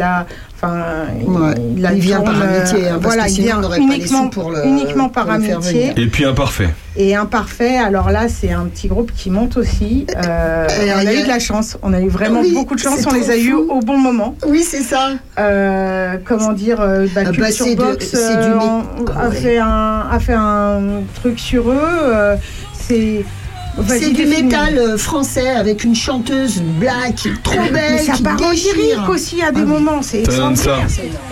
vient par amitié. Voilà, il vient uniquement par amitié. Et puis Imparfait. Et Imparfait, alors là, c'est un petit groupe qui monte aussi. On a eu de la chance. On a eu vraiment beaucoup de chance. On les a eus au bon moment. Oui, c'est ça. Comment dire Culture Box a fait un truc sur eux. C'est du métal français avec une chanteuse black trop belle. Mais ça part en lyrique aussi à des moments. C'est extraordinaire.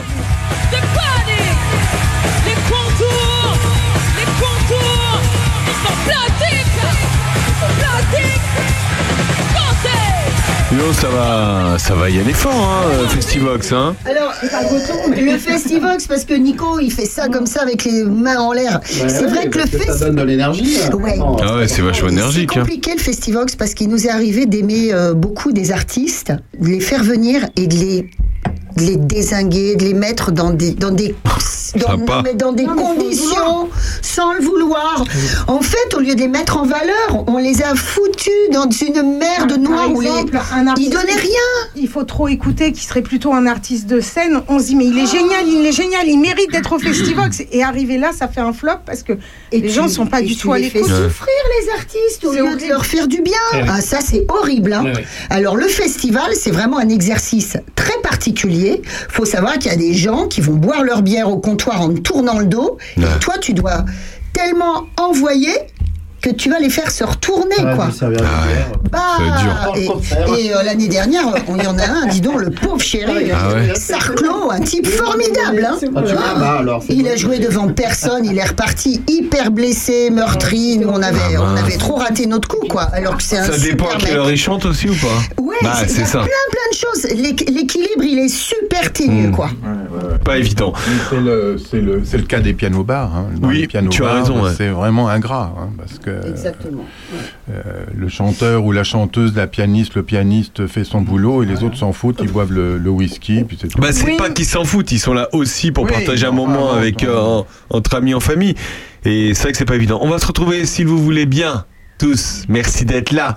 Yo, ça va y aller fort, Festivox, hein. Alors, le Festivox, parce que Nico, il fait ça comme ça avec les mains en l'air. C'est vrai que le Festivox. Ça donne de l'énergie. Ah ouais, c'est vachement énergique. C'est compliqué le Festivox parce qu'il nous est arrivé d'aimer beaucoup des artistes, de les faire venir et de les dézinguer, de les mettre dans des conditions sans le vouloir. En fait, au lieu de les mettre en valeur, on les a foutus dans une merde noire où ils donnaient rien. Il faut trop écouter, qui serait plutôt un artiste de scène. On se dit, mais il est génial, il mérite d'être au Festivox. Et arrivé là, ça fait un flop parce que les gens ne sont pas du tout à l'écoute. Il faut souffrir les artistes au lieu de leur faire du bien. Ah, ça, c'est horrible. Hein. Alors, le festival, c'est vraiment un exercice très particulier. Il faut savoir qu'il y a des gens qui vont boire leur bière au comptoir en tournant le dos. Et toi, tu dois tellement envoyer que tu vas les faire se retourner, quoi. C'est dur. Et l'année dernière, il y en a un, dis donc, le pauvre chéri, Sarclo, un type formidable. Hein. Il a joué devant personne, il est reparti hyper blessé, meurtri. Nous, on avait trop raté notre coup, quoi. Alors que c'est un ça dépend à quelle heure il chante aussi ou pas? Ouais, c'est ça. Plein de choses. L'équilibre, il est super ténu, quoi. Pas évident. C'est le cas des pianos-bars. Hein. Oui, tu as raison. C'est vraiment ingrat, hein, parce que exactement. Le chanteur ou la chanteuse, le pianiste fait son boulot et les autres s'en foutent, ils boivent le whisky. Puis c'est tout. C'est pas qu'ils s'en foutent, ils sont là aussi pour partager un moment entre amis, en famille. Et c'est vrai que c'est pas évident. On va se retrouver, si vous voulez bien, tous. Merci d'être là.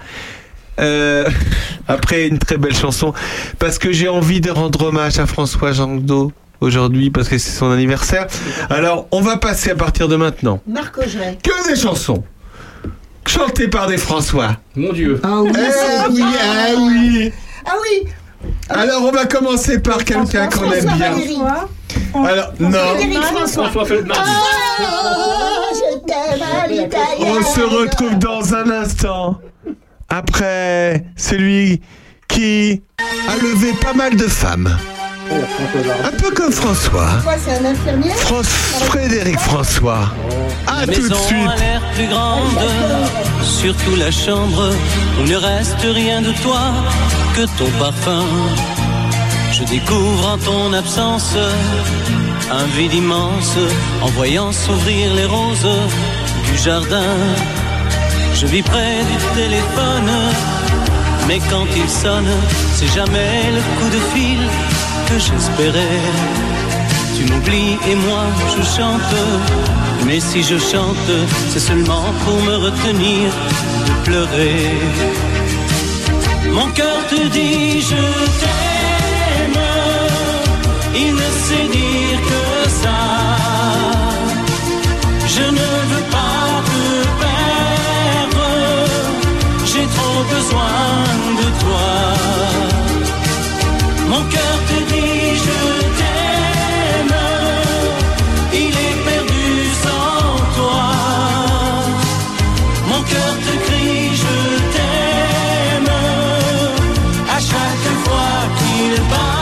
Après une très belle chanson, parce que j'ai envie de rendre hommage à François Jangdot aujourd'hui, parce que c'est son anniversaire. Alors, on va passer à partir de maintenant. Marc Augeret. Que des chansons chantées par des François. Mon Dieu. Ah oui, Ah oui. Alors, on va commencer par quelqu'un qu'on aime bien. Alors, non. François Feldman. Je t'aime à l'italienne. On se retrouve dans un instant. Après, celui qui a levé pas mal de femmes. Un peu comme François. C'est un infirmier. Frédéric François. À tout de suite. A l'air plus grande, surtout la chambre où ne reste rien de toi que ton parfum. Je découvre en ton absence un vide immense en voyant s'ouvrir les roses du jardin. Je vis près du téléphone, mais quand il sonne, c'est jamais le coup de fil que j'espérais. Tu m'oublies et moi je chante, mais si je chante, c'est seulement pour me retenir de pleurer. Mon cœur te dit je t'aime, il ne sait dire que ça. Je ne veux pas te perdre, j'ai trop besoin de toi. Mon cœur te dit je t'aime, il est perdu sans toi. Mon cœur te crie je t'aime à chaque fois qu'il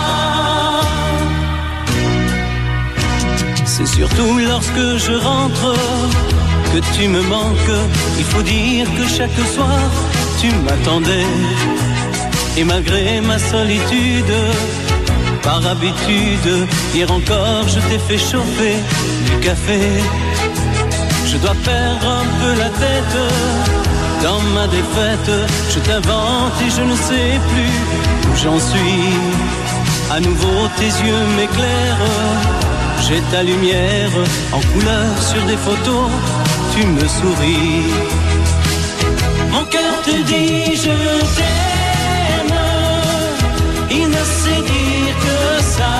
bat. C'est surtout lorsque je rentre que tu me manques. Il faut dire que chaque soir tu m'attendais. Et malgré ma solitude, par habitude, hier encore je t'ai fait chauffer du café. Je dois perdre un peu la tête dans ma défaite. Je t'invente et je ne sais plus où j'en suis. À nouveau tes yeux m'éclairent, j'ai ta lumière en couleur sur des photos, tu me souris. Mon cœur te dit je t'aime, il ne sait dire que ça.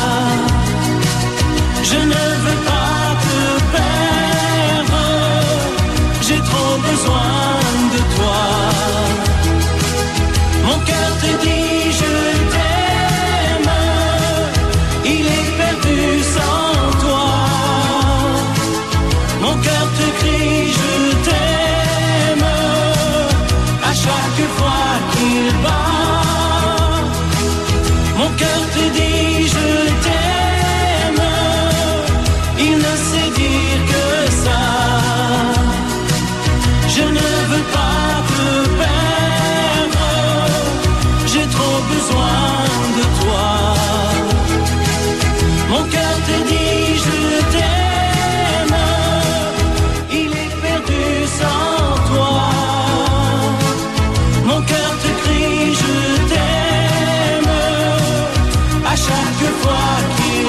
Je ne veux pas te perdre, j'ai trop besoin de toi. Mon cœur te dit je t'aime, il est perdu sans toi. Mon cœur te crie je t'aime à chaque fois qu'il bat. Mon cœur te dit je t'aime, il ne sait dire que ça. Je ne veux pas te perdre, j'ai trop besoin de toi. Mon cœur te dit je t'aime, il est perdu sans toi. Mon cœur te crie je t'aime à chaque fois qu'il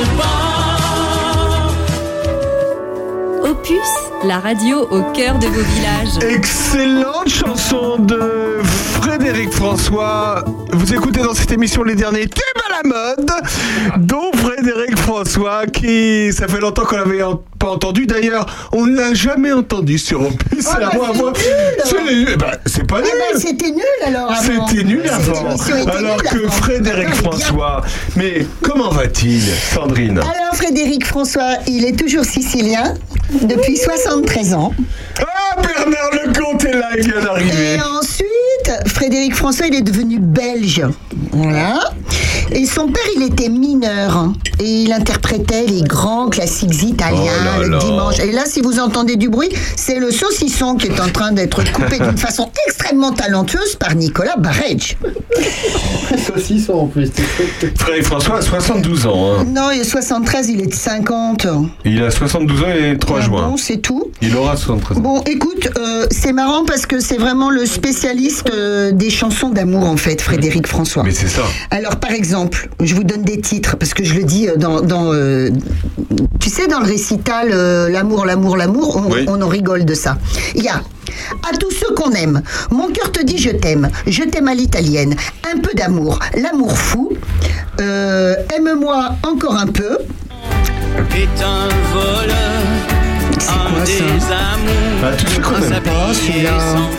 bat. Opus, la radio au cœur de vos villages. Excellente chanson de Frédéric François. Vous écoutez dans cette émission les derniers tubes à la mode, dont Frédéric François, qui ça fait longtemps qu'on l'avait pas entendu. D'ailleurs, on ne l'a jamais entendu sur Opus. C'est nul. C'est pas nul. C'était nul alors avant. C'était nul avant. Alors que Frédéric François, mais comment va-t-il, Sandrine? Alors Frédéric François, il est toujours sicilien depuis 73 ans. Ah, Bernard Lecomte est là, il vient d'arriver. Et ensuite, Frédéric François, il est devenu belge. Voilà. Et son père, il était mineur. Et il interprétait les grands classiques italiens le dimanche. Et là, si vous entendez du bruit, c'est le saucisson qui est en train d'être coupé d'une façon extrêmement talentueuse par Nicolas Barège. Saucisson en plus. Frédéric François a 72 ans. Hein. Non, il est 73, il est de 50. Il a 72 ans et 3 juin. Bon, c'est tout. Il aura 73 ans. Bon, écoute, c'est marrant parce que c'est vraiment le spécialiste des chansons d'amour, en fait, Frédéric François. Mais c'est ça. Alors, par exemple, je vous donne des titres, parce que je le dis tu sais, dans le récital L'amour, l'amour, l'amour, on en rigole de ça. Il y a à tous ceux qu'on aime, mon cœur te dit je t'aime à l'italienne, un peu d'amour, l'amour fou, aime-moi encore un peu. Est un voleur, un désamour, tous ceux qu'on aime pas, celui-là.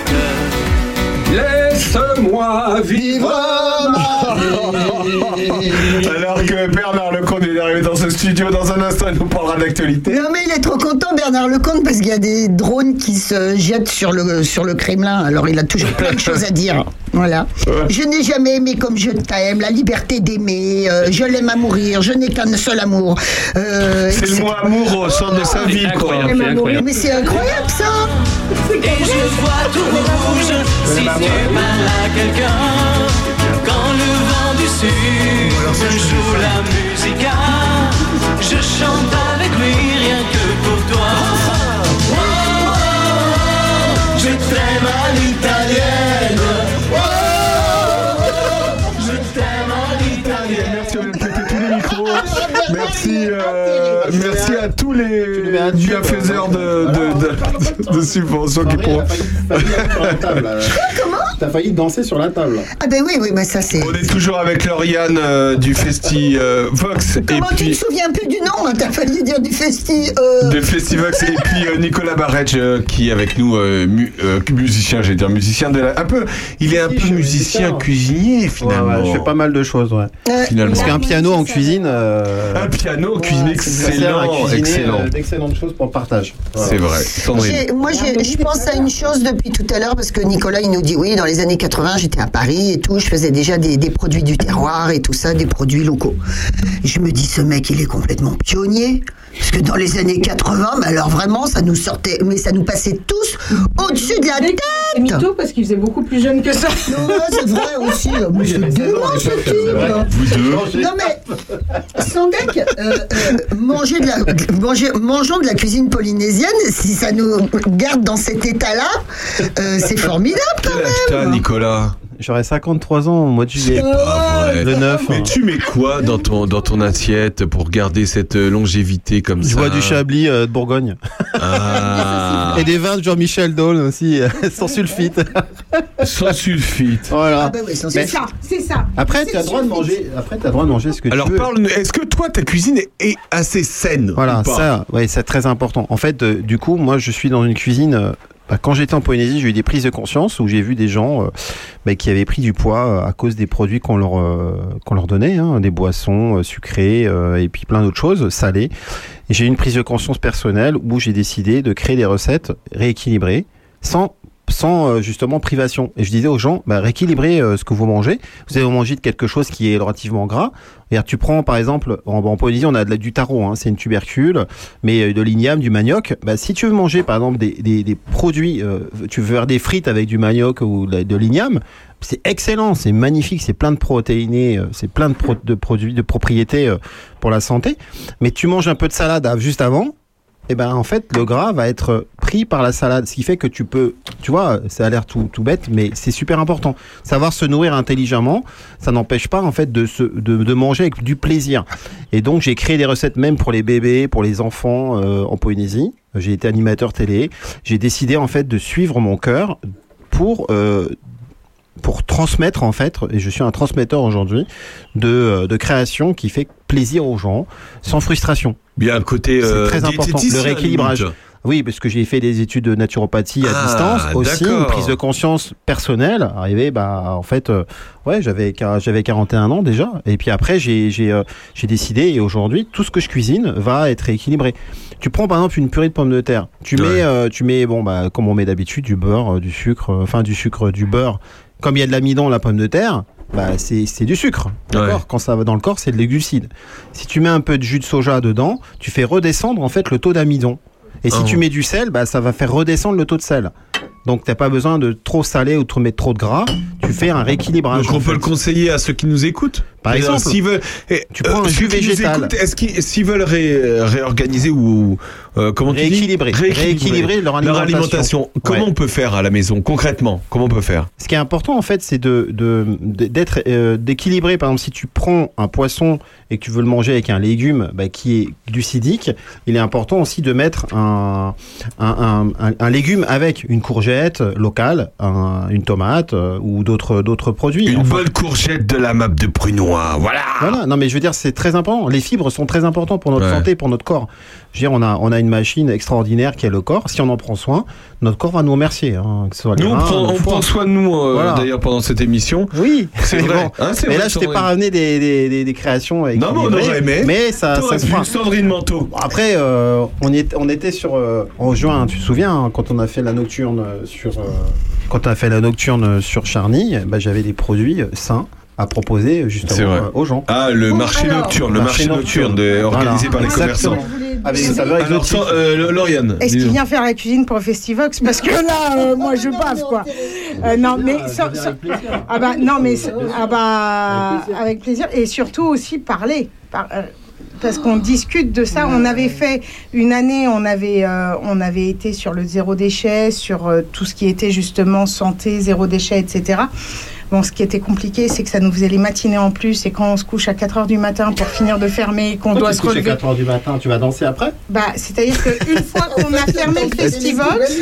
Laisse-moi vivre ma vie. Alors que Bernard Lecomte est arrivé dans ce studio, dans un instant, il nous parlera d'actualité. Non mais il est trop content Bernard Lecomte parce qu'il y a des drones qui se jettent sur le Kremlin. Alors il a toujours plein de choses à dire. Voilà. Ouais. Je n'ai jamais aimé comme je t'aime, la liberté d'aimer, je l'aime à mourir, je n'ai qu'un seul amour. C'est le mot amour au centre de sa vie, quoi. Mais c'est incroyable ça. Et je vois tout rouge si tu parles à quelqu'un. Quand le vent du sud me joue la musique, je chante avec lui rien que pour toi. Oh, oh, oh, je t'aime à l'italienne. Oh, oh, oh, je t'aime à l'italienne. Merci, on a pété tous les micros. Merci à tous les bienfaiseurs de subventions qui pourront. Comment? T'as failli danser sur la table. Ah ben oui, mais ça c'est... On est toujours avec Lauriane du Festi Vox. Comment tu te souviens plus du nom hein? T'as failli dire du Festi... De Festi Vox et puis Nicolas Barège qui est avec nous, musicien, j'allais dire musicien de la... Il est un peu musicien cuisinier finalement. Ouais, je fais pas mal de choses, finalement. Parce qu'un piano en cuisine... Un piano en cuisine excellent. D'excellentes choses pour le partage. Voilà. C'est vrai. Moi, je pense à une chose depuis tout à l'heure, parce que Nicolas, il nous dit, oui, dans les années 80, j'étais à Paris et tout, je faisais déjà des produits du terroir et tout ça, des produits locaux. Je me dis, ce mec, il est complètement pionnier. Parce que dans les années 80, mais alors vraiment, ça nous sortait, mais ça nous passait tous au-dessus de la tête. C'est mytho parce qu'il faisait beaucoup plus jeune que ça. Non, c'est vrai aussi. Mais c'est dément ce type. Non mais, Sandek, mangeons de la cuisine polynésienne. Si ça nous garde dans cet état-là, c'est formidable quand même. Quel âge t'as, Nicolas? J'aurai 53 ans au mois de juillet. Le 9. Mais tu mets quoi dans ton assiette pour garder cette longévité comme ça? Je bois du Chablis de Bourgogne. Ah. Et des vins de Jean-Michel Dole aussi, sans sulfite. Sans sulfite. Voilà. Ah bah oui, c'est ça. Après, tu as le droit de manger. Après, tu as le droit de manger ce que tu veux. Alors, est-ce que toi, ta cuisine est assez saine? Voilà, ça, ouais, c'est très important. En fait, du coup, moi, je suis dans une cuisine. Quand j'étais en Polynésie, j'ai eu des prises de conscience où j'ai vu des gens qui avaient pris du poids à cause des produits qu'on leur donnait, hein, des boissons sucrées et puis plein d'autres choses, salées. Et j'ai eu une prise de conscience personnelle où j'ai décidé de créer des recettes rééquilibrées sans justement privation. Et je disais aux gens, rééquilibrez ce que vous mangez. Vous allez manger de quelque chose qui est relativement gras. C'est-à-dire, tu prends par exemple, en Polynésie, on a du taro, hein, c'est une tubercule, mais de l'igname, du manioc. Si tu veux manger par exemple des produits, tu veux faire des frites avec du manioc ou de l'igname, c'est excellent, c'est magnifique, c'est plein de protéinés, c'est plein de produits, de propriétés pour la santé. Mais tu manges un peu de salade juste avant. Et en fait, le gras va être pris par la salade, ce qui fait que tu peux, tu vois, ça a l'air tout bête, mais c'est super important. Savoir se nourrir intelligemment, ça n'empêche pas en fait de manger avec du plaisir. Et donc j'ai créé des recettes même pour les bébés, pour les enfants en Polynésie. J'ai été animateur télé. J'ai décidé en fait de suivre mon cœur pour pour transmettre en fait, et je suis un transmetteur aujourd'hui de création qui fait plaisir aux gens sans frustration. Bien, côté c'est très important, le rééquilibrage. Oui, parce que j'ai fait des études de naturopathie à distance aussi, une prise de conscience personnelle. Arrivé, en fait, j'avais 41 ans déjà. Et puis après, j'ai décidé, et aujourd'hui, tout ce que je cuisine va être rééquilibré. Tu prends par exemple une purée de pommes de terre. Tu mets, comme on met d'habitude, du beurre, du sucre, du beurre. Comme il y a de l'amidon, la pomme de terre, c'est du sucre. D'accord. Ouais. Quand ça va dans le corps, c'est de l'glucide. Si tu mets un peu de jus de soja dedans, tu fais redescendre en fait le taux d'amidon. Et si tu mets du sel, ça va faire redescendre le taux de sel. Donc, t'as pas besoin de trop saler ou de mettre trop de gras. Tu fais un rééquilibrage. Donc, on peut le conseiller à ceux qui nous écoutent. Par exemple, s'ils veulent, tu prends un jus végétal. S'ils veulent réorganiser ou rééquilibrer leur alimentation. Comment on peut faire à la maison concrètement? Comment on peut faire? Ce qui est important en fait, c'est d'équilibrer. Par exemple, si tu prends un poisson et que tu veux le manger avec un légume qui est glucidique, il est important aussi de mettre un légume avec une courgette locale, une tomate ou d'autres produits. Une bonne courgette de la map de prunois. Voilà. Non, mais je veux dire, c'est très important. Les fibres sont très importantes pour notre santé, pour notre corps. Je veux dire, on a une machine extraordinaire qui est le corps. Si on en prend soin, notre corps va nous remercier. Que ce soit nous, on prend soin de nous, d'ailleurs, pendant cette émission. Oui, c'est vrai. Mais là, je t'ai pas ramené des créations. Non, mais on aurait aimé. Mais ça se fera. Sandrine Manteau. Après, on était en juin, tu te souviens, quand on a fait la nocturne sur Charny, j'avais des produits sains à proposer justement aux gens. Ah, le marché nocturne organisé par les commerçants. Avec des saveurs exotiques. Lauriane. Est-ce qu'il vient faire la cuisine pour Festivox? Parce que là, moi, je bave, quoi. Non, mais avec plaisir. Et surtout aussi parler. Parce qu'on discute de ça. On avait fait une année, on avait été sur le zéro déchet, sur tout ce qui était justement santé, zéro déchet, etc. Bon, ce qui était compliqué, c'est que ça nous faisait les matinées en plus, et quand on se couche à 4h du matin pour finir de fermer, qu'on doit se relever... à 4h du matin, tu vas danser après? C'est-à-dire qu'une fois qu'on a fermé le Festivox,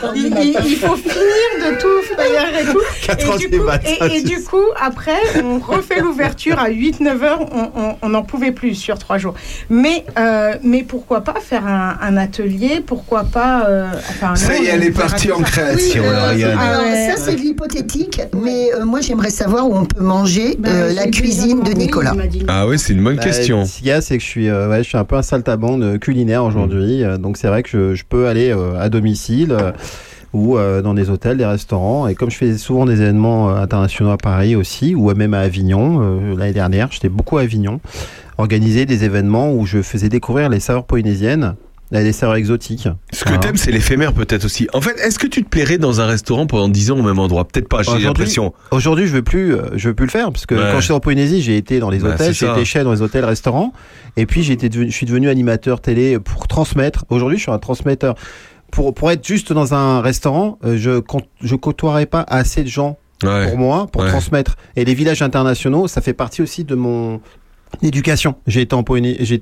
il faut finir de tout faire et tout. 4h du matin. Et du coup, après, on refait l'ouverture à 8-9h, on n'en pouvait plus sur 3 jours. Mais pourquoi pas faire un atelier, pourquoi pas... ça y est, elle est partie en création, Lauriane. Alors, ça, c'est de l'hypothétique, mais moi, j'aimerais savoir où on peut manger la cuisine de Nicolas. Ah oui, c'est une bonne question. Ce qu'il y a, c'est que je suis un peu un saltimbanque culinaire aujourd'hui. Donc, c'est vrai que je peux aller à domicile ou dans des hôtels, des restaurants. Et comme je fais souvent des événements internationaux à Paris aussi, ou même à Avignon, l'année dernière, j'étais beaucoup à Avignon, organiser des événements où je faisais découvrir les saveurs polynésiennes. Les saveurs exotiques. Ce que t'aimes, c'est l'éphémère peut-être aussi. En fait, est-ce que tu te plairais dans un restaurant pendant 10 ans au même endroit? Peut-être pas, j'ai l'impression. Aujourd'hui, je veux plus le faire, parce que quand j'étais en Polynésie, j'ai été dans les hôtels, j'ai été chef dans les hôtels-restaurants, et puis je suis devenu animateur télé pour transmettre. Aujourd'hui, je suis un transmetteur. Pour être juste dans un restaurant, je côtoierai pas assez de gens pour moi, pour transmettre. Et les villages internationaux, ça fait partie aussi de mon éducation. J'étais en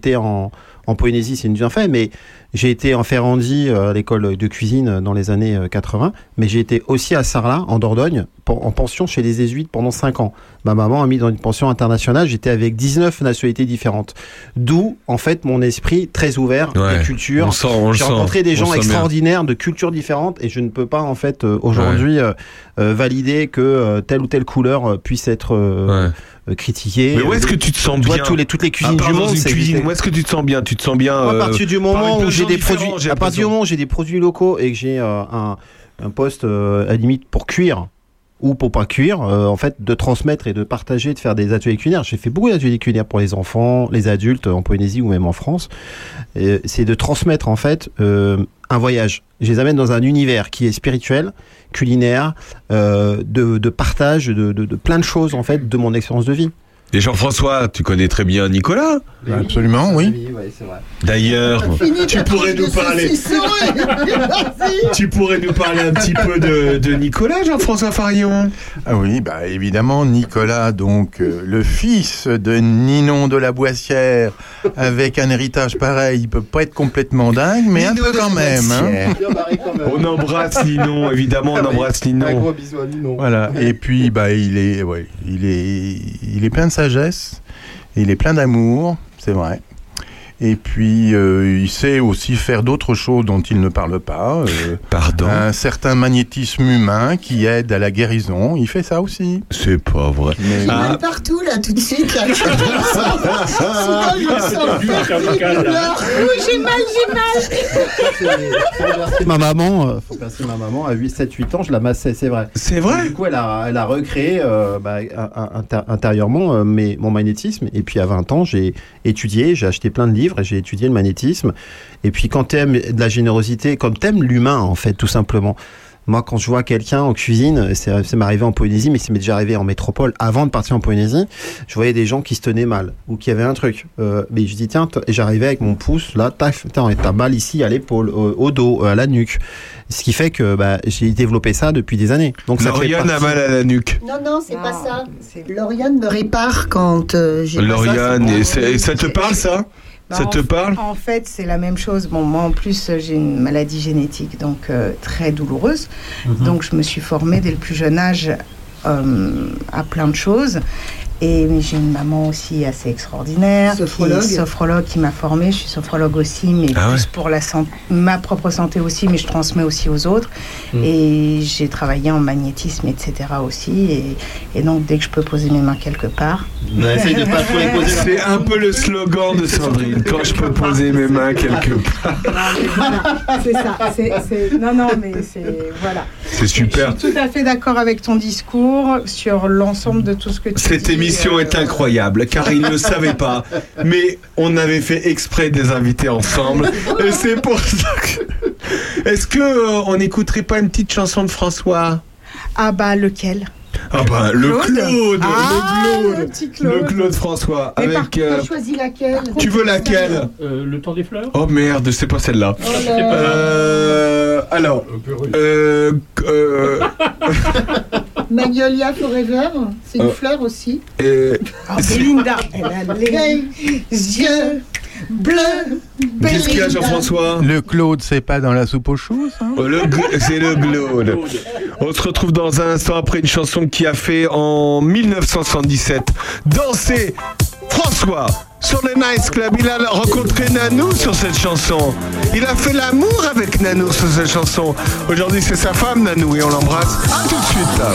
Polynésie, c'est une bien fait, mais j'ai été en Ferrandi à l'école de cuisine dans les années 80, mais j'ai été aussi à Sarlat, en Dordogne, en pension chez les Jésuites pendant 5 ans. Ma maman a mis dans une pension internationale, j'étais avec 19 nationalités différentes. D'où, en fait, mon esprit très ouvert des cultures. J'ai rencontré des gens extraordinaires de cultures différentes, et je ne peux pas, en fait, aujourd'hui valider que telle ou telle couleur puisse être critiquée. Mais où est-ce que tu te sens bien? Toutes les cuisines du monde. Où est-ce que tu te sens bien? Tu te sens bien à partir du moment où j'ai des produits, à partir du moment où j'ai des produits locaux et que j'ai un poste à la limite pour cuire ou pour pas cuire, en fait, de transmettre et de partager, de faire des ateliers culinaires. J'ai fait beaucoup d'ateliers culinaires pour les enfants, les adultes en Polynésie ou même en France. C'est de transmettre en fait un voyage. Je les amène dans un univers qui est spirituel, culinaire, de partage de plein de choses en fait de mon expérience de vie. Et Jean-François, tu connais très bien Nicolas ? Absolument, oui. C'est vrai. D'ailleurs, tu pourrais nous parler. Tu pourrais nous parler un petit peu de Nicolas, Jean-François Farillon ? Ah oui, bah évidemment, Nicolas, donc le fils de Ninon de la Boissière, avec un héritage pareil, il peut pas être complètement dingue, mais un peu quand même. Hein. On embrasse Ninon, évidemment, on embrasse Ninon. Un gros bisou à Ninon. Voilà. Et puis, bah il est plein de sagesse, il est plein d'amour, c'est vrai. Et puis, il sait aussi faire d'autres choses dont il ne parle pas. Pardon ? Un certain magnétisme humain qui aide à la guérison. Il fait ça aussi. C'est pas vrai. Il est partout, là, tout de suite. Là. J'ai mal. Faut passer ma maman à 7-8 ans, je la massais, c'est vrai. C'est vrai ? Du coup, elle a recréé intérieurement mon magnétisme. Et puis, à 20 ans, j'ai étudié, j'ai acheté plein de livres et j'ai étudié le magnétisme. Et puis quand t'aimes de la générosité, comme t'aimes l'humain en fait, tout simplement. Moi, quand je vois quelqu'un en cuisine, c'est m'arrivé en Polynésie, mais c'est m'est déjà arrivé en métropole, avant de partir en Polynésie, je voyais des gens qui se tenaient mal, ou qui avaient un truc. Mais je dis, tiens, et j'arrivais avec mon pouce, là, t'as mal ici, à l'épaule, au dos, à la nuque. Ce qui fait que j'ai développé ça depuis des années. Donc, Lauriane a mal à la nuque. Non, c'est pas ça. Lauriane me répare quand j'ai Lauriane, et ça te parle, ça ? Ça te parle ? En fait, c'est la même chose. Bon, moi, en plus, j'ai une maladie génétique, donc très douloureuse. Donc, je me suis formée dès le plus jeune âge à plein de choses. Et j'ai une maman aussi assez extraordinaire, sophrologue qui m'a formée. Je suis sophrologue aussi, mais plus pour ma propre santé aussi, mais je transmets aussi aux autres. Et j'ai travaillé en magnétisme, etc. aussi. Et donc, dès que je peux poser mes mains quelque part... Essaye de pas trop les poser. C'est un peu le slogan de Sandrine, quand je peux poser mes mains quelque part. C'est ça. Non, mais c'est... Voilà. C'est super. Je suis tout à fait d'accord avec ton discours sur l'ensemble de tout ce que tu dis. Cette émission est incroyable, car ils ne savaient pas, mais on avait fait exprès de les inviter ensemble, et c'est pour ça que... Est-ce que on n'écouterait pas une petite chanson de François ? Ah bah, lequel ? Ah bah, le Claude. Le Claude François. Mais avec. T'as choisi laquelle ? Tu veux laquelle ? Le temps des fleurs. Oh merde, c'est pas celle-là. Alors. Magnolia Forever, c'est une fleur aussi. Linda, elle a les yeux bleus. Qu'est-ce qu'il y a, Jean-François ? Le Claude, c'est pas dans la soupe aux choux, ça ? C'est le Claude. On se retrouve dans un instant après une chanson qui a fait en 1977 danser François sur le Nice Club. Il a rencontré Nanou sur cette chanson. Il a fait l'amour avec Nanou sur cette chanson. Aujourd'hui, c'est sa femme, Nanou, et on l'embrasse tout de suite. Là.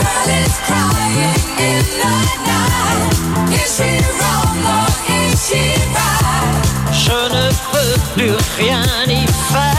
Je ne peux plus rien y faire.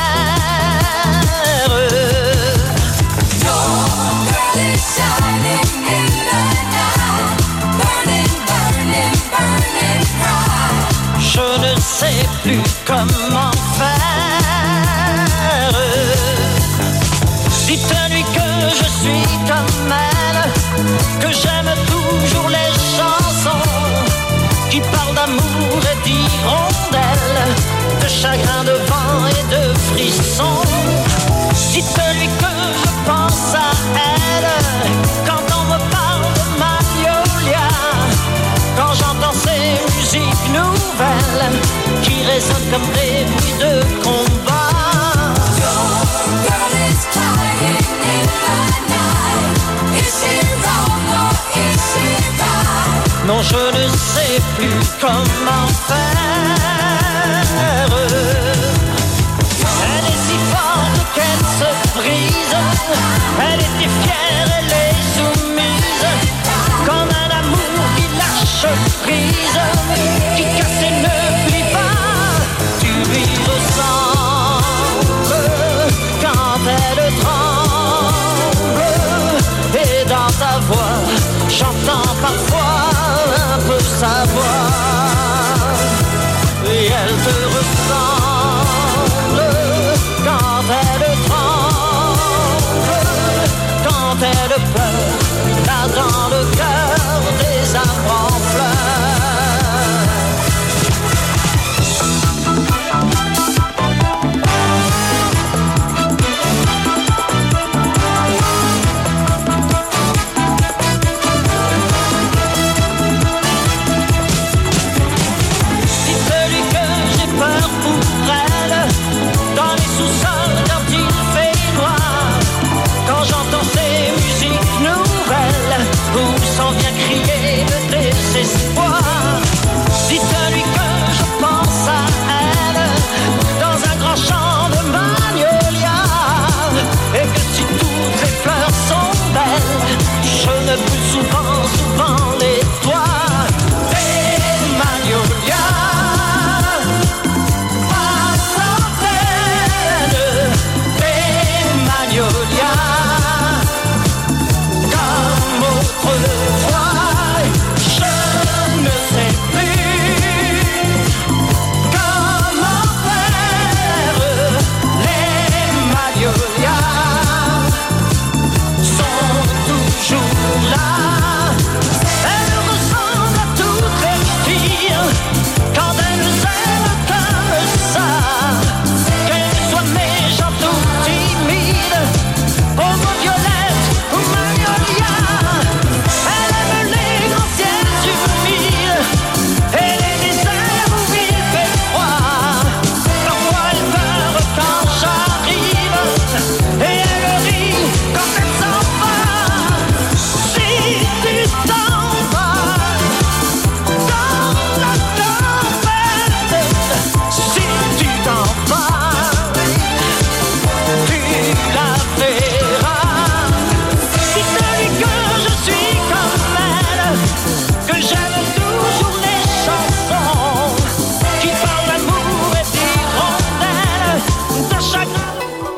Je ne sais plus comment faire. Dites-lui que je suis comme elle, que j'aime toujours les chansons qui parlent d'amour et d'hirondelles, de chagrin, de vent et de frissons. Dites-lui que je pense à elle quand on me parle de Magnolia, quand j'entends ces musiques nouvelles qui résonnent comme des bruits de combat. Your girl is crying in the night. Is she wrong or is she right? Non, je ne sais plus comment faire. Elle est si forte qu'elle se brise. Elle était fière, elle est soumise, comme un amour qui lâche prise, qui casse et ne plie pas. Tu lui ressembles quand elle tremble, et dans ta voix j'entends parfois un peu sa voix, et elle te ressemble quand elle tremble, quand elle pleure, là dans le cœur des arbres en fleurs.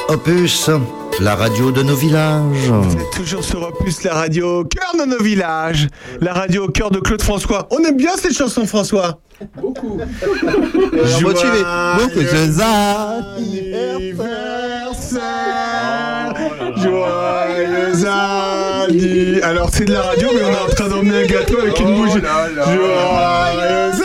Opus, la radio de nos villages. C'est toujours sur Opus, la radio au cœur de nos villages. La radio au cœur de Claude François. On aime bien cette chanson, François. Beaucoup. Joyeux anniversaire. Joyeux anniversaire. Alors c'est de la radio, mais on est en train d'emmener un gâteau avec une bougie. Joyeux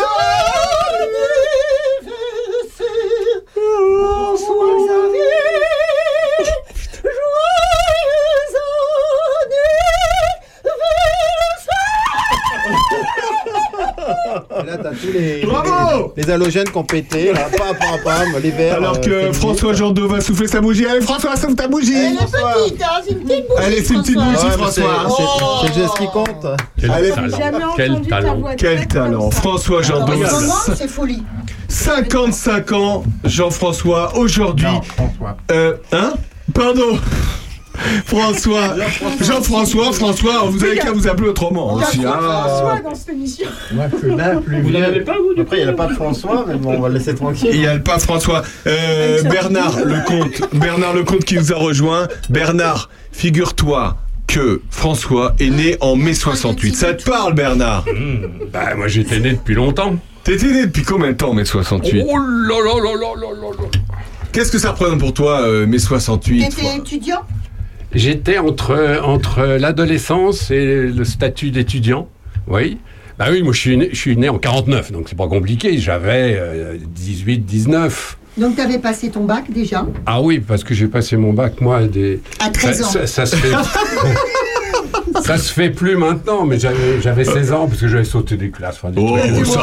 Là, t'as tous les, Bravo les halogènes qui ont pété, là, pam, les verres. Alors que François Jandot va souffler sa bougie. Allez, François, souffle ta bougie. Elle est petite, hein, c'est une petite bougie. Allez, c'est une petite bougie, François. C'est le geste qui compte. Allez, Quel talent. quel talent. François Jandot. En ce moment, c'est folie. 55 ans, Jean-François, aujourd'hui. Hein? Pardon. François. Jean-François, vous avez qu'à vous appeler autrement aussi. François dans cette émission. Vous n'en avez pas, vous? Après, il y a le pape François, mais bon, on va le laisser tranquille. Il y a le pape François. Bernard Lecomte qui nous a rejoint. Bernard, figure-toi que François est né en mai 68. Ça te parle, Bernard? Bah, moi, j'étais né depuis longtemps. T'étais né depuis combien de temps, mai 68? Oh là là là là là là là. Qu'est-ce que ça représente pour toi, mai 68? T'étais étudiant? J'étais entre l'adolescence et le statut d'étudiant, oui. Bah oui, moi je suis né en 49, donc c'est pas compliqué, j'avais 18, 19. Donc t'avais passé ton bac déjà? Ah oui, parce que j'ai passé mon bac, moi, à 13 ans. Ça se fait... Ça se fait plus maintenant, mais j'avais 16 ans parce que j'avais sauté des classes. Enfin, ça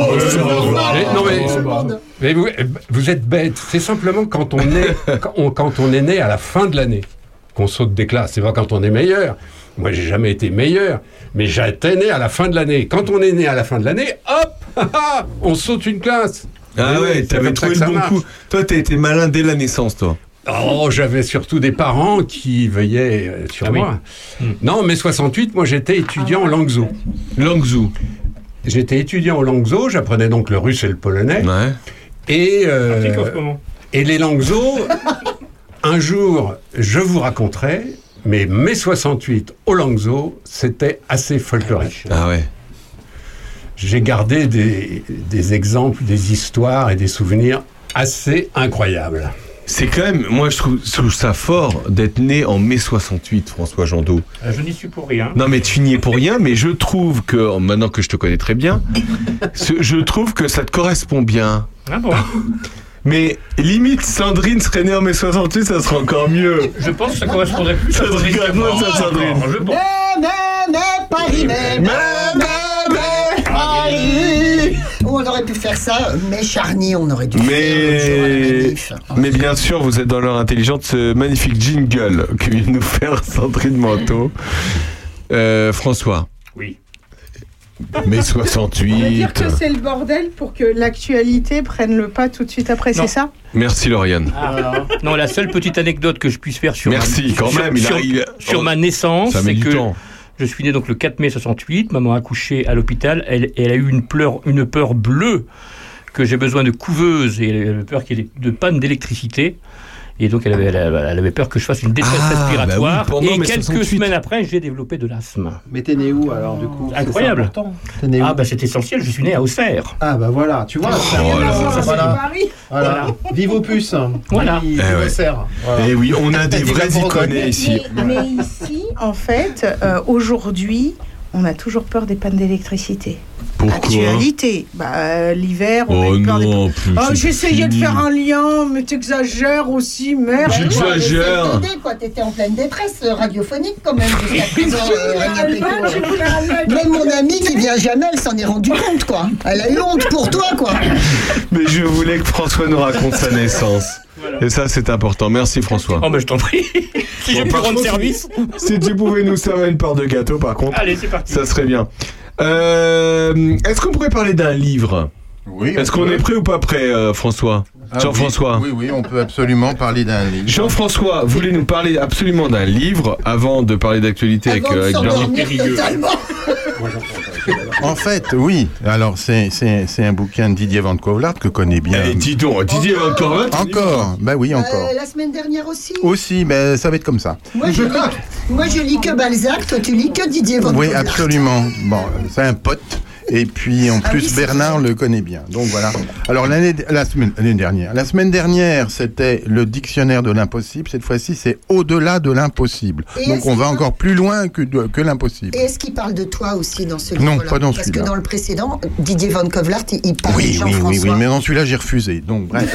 va. Mais vous êtes bête. C'est simplement quand on est né à la fin de l'année qu'on saute des classes. C'est pas quand on est meilleur. Moi, j'ai jamais été meilleur, mais j'étais né à la fin de l'année. Quand on est né à la fin de l'année, hop, on saute une classe. Ah ouais, t'avais trouvé le bon coup. Toi, t'as été malin dès la naissance, toi. Oh, j'avais surtout des parents qui veillaient sur moi. Non, mais 68, moi j'étais étudiant en Langzhou. Langzhou. J'étais étudiant en Langzhou, j'apprenais donc le russe et le polonais. Ouais. Et les Langzhou, un jour, je vous raconterai, mais mai 68 au Langzhou, c'était assez folklorique. Ah ouais. J'ai gardé des exemples, des histoires et des souvenirs assez incroyables. C'est quand même, moi je trouve ça fort d'être né en mai 68, François Jandot. Je n'y suis pour rien. Non mais tu n'y es pour rien, mais je trouve que, maintenant que je te connais très bien, je trouve que ça te correspond bien. Ah bon? Mais limite, Sandrine serait née en mai 68, ça serait encore mieux. Je pense que ça correspondrait plus. Ça serait moins ça, Sandrine. Paris, Paris. On aurait pu faire ça, mais Charny, on aurait dû faire. Mais bien sûr, vous êtes dans l'heure intelligente, ce magnifique jingle que vient nous faire Sandrine Manteau. François. Oui. Mai Ça veut 68. dire que c'est le bordel pour que l'actualité prenne le pas tout de suite après, c'est ça? Merci Lauriane. Non, la seule petite anecdote que je puisse faire sur sur ma naissance, c'est que je suis né donc le 4 mai 68, maman a accouché à l'hôpital, elle a eu une peur bleue, que j'ai besoin de couveuse, et elle avait peur qu'il y ait de panne d'électricité. Et donc elle avait peur que je fasse une détresse respiratoire. Bah oui, et quelques semaines après, j'ai développé de l'asthme. Mais t'es né où alors du coup? Incroyable. T'es né où? Ah bah c'est essentiel, je suis né à Auxerre. Ah bah voilà, tu vois. Voilà. Vive Opus. Voilà. Vive Auxerre. Et oui, on a des vrais iconés ici. Mais ici, en fait, aujourd'hui, on a toujours peur des pannes d'électricité. Pourquoi? Actualité. L'hiver, on a eu peur des pannes. J'essayais de faire un lien, mais t'exagères aussi, merde. J'exagère. T'étais en pleine détresse radiophonique quand même jusqu'à présent. Même mon amie qui vient jamais, elle s'en est rendue compte, quoi. Elle a eu honte pour toi, quoi. Mais je voulais que François nous raconte sa naissance. Voilà. Et ça, c'est important. Merci, François. Oh, mais je t'en prie. Si j'ai pu rendre service. Si tu pouvais nous servir une part de gâteau, par contre. Allez, c'est parti. Ça serait bien. Est-ce qu'on pourrait parler d'un livre? Oui. Est-ce qu'on est prêt ou pas prêt, François? Jean-François? Oui, on peut absolument parler d'un livre. Jean-François, voulez nous parler absolument d'un livre avant de parler d'actualité avec Bernard Périgueux? Moi, j'entends pas. En fait, oui. Alors, c'est un bouquin de Didier Van Kovlart que connaît bien. Dis donc, Didier Van Kovlart. Encore. Ben oui, encore. La semaine dernière aussi. Aussi, ben ça va être comme ça. Moi, je lis que Balzac, toi, tu lis que Didier Van Kovlart. Oui, absolument. Bon, c'est un pote. Et puis en plus Bernard le connaît bien. Donc voilà. Alors la semaine dernière, c'était le dictionnaire de l'impossible. Cette fois-ci, c'est au-delà de l'impossible. Donc on va encore plus loin que l'impossible. Et est-ce qu'il parle de toi aussi dans ce livre-là? Non, pas dans celui-là. Parce que dans le précédent, Didier Van Kovlart, il parle de Jean-François. Oui, mais dans celui-là, j'ai refusé. Donc bref.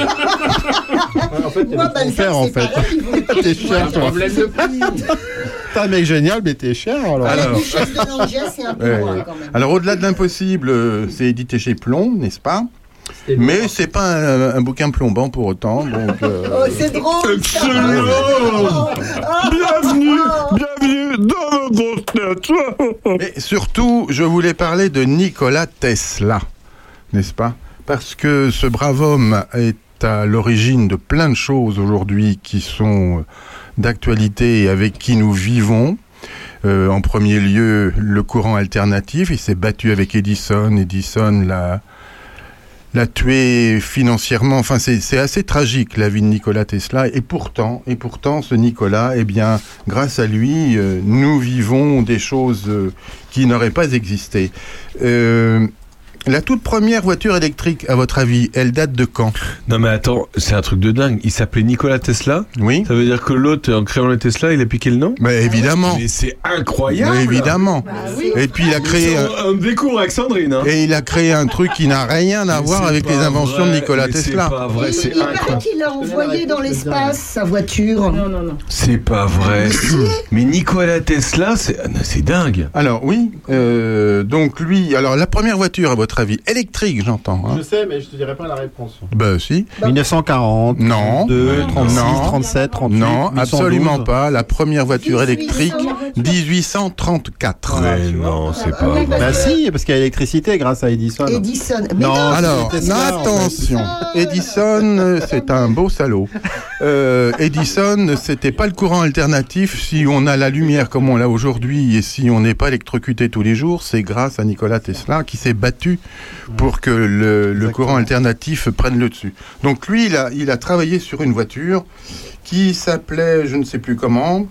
En fait, moi, Balzac, c'est pareil. T'es cher, problème de prix. T'es un mec génial, mais t'es cher. Alors, c'est un peu loin quand même. Alors, au-delà de l'impossible, c'est édité chez Plomb, n'est-ce pas? Mais c'est pas un bouquin plombant pour autant. Donc, Oh, c'est drôle! Excellent! Bienvenue dans nos grosses têtes! Mais surtout, je voulais parler de Nikola Tesla, n'est-ce pas? Parce que ce brave homme est à l'origine de plein de choses aujourd'hui qui sont d'actualité et avec qui nous vivons. En premier lieu, le courant alternatif. Il s'est battu avec Edison. Edison l'a tué financièrement. Enfin, c'est assez tragique, la vie de Nikola Tesla. Et pourtant, ce Nicolas, eh bien, grâce à lui, nous vivons des choses qui n'auraient pas existé. La toute première voiture électrique, à votre avis, elle date de quand? Non mais attends, c'est un truc de dingue. Il s'appelait Nikola Tesla. Oui. Ça veut dire que l'autre, en créant le Tesla, il a piqué le nom? Bah évidemment. Mais c'est incroyable. Mais évidemment. Bah, oui. Et puis il a créé un découvre avec Sandrine. Hein. Et il a créé un truc qui n'a rien à voir avec les inventions de Nikola Tesla. C'est pas vrai, c'est incroyable. Il paraît qu'il a envoyé dans l'espace sa voiture. Non. C'est pas vrai. Mais Nikola Tesla, c'est dingue. Alors oui, donc lui, alors la première voiture, à votre avis, électrique, j'entends. Hein. Je sais, mais je te dirai pas la réponse. Ben si. 1940, non, 32, 36, non, 37, 38, non, 812. absolument pas. La première voiture électrique, 1834. Mais non, c'est pas vrai. Bah si, parce qu'il y a l'électricité grâce à Edison. Mais non, alors, attention. Edison, c'est un beau salaud. Edison, c'était pas le courant alternatif. Si on a la lumière comme on l'a aujourd'hui et si on n'est pas électrocuté tous les jours, c'est grâce à Nikola Tesla qui s'est battu pour que le courant alternatif prenne le dessus. Donc lui, il a travaillé sur une voiture qui s'appelait, je ne sais plus comment,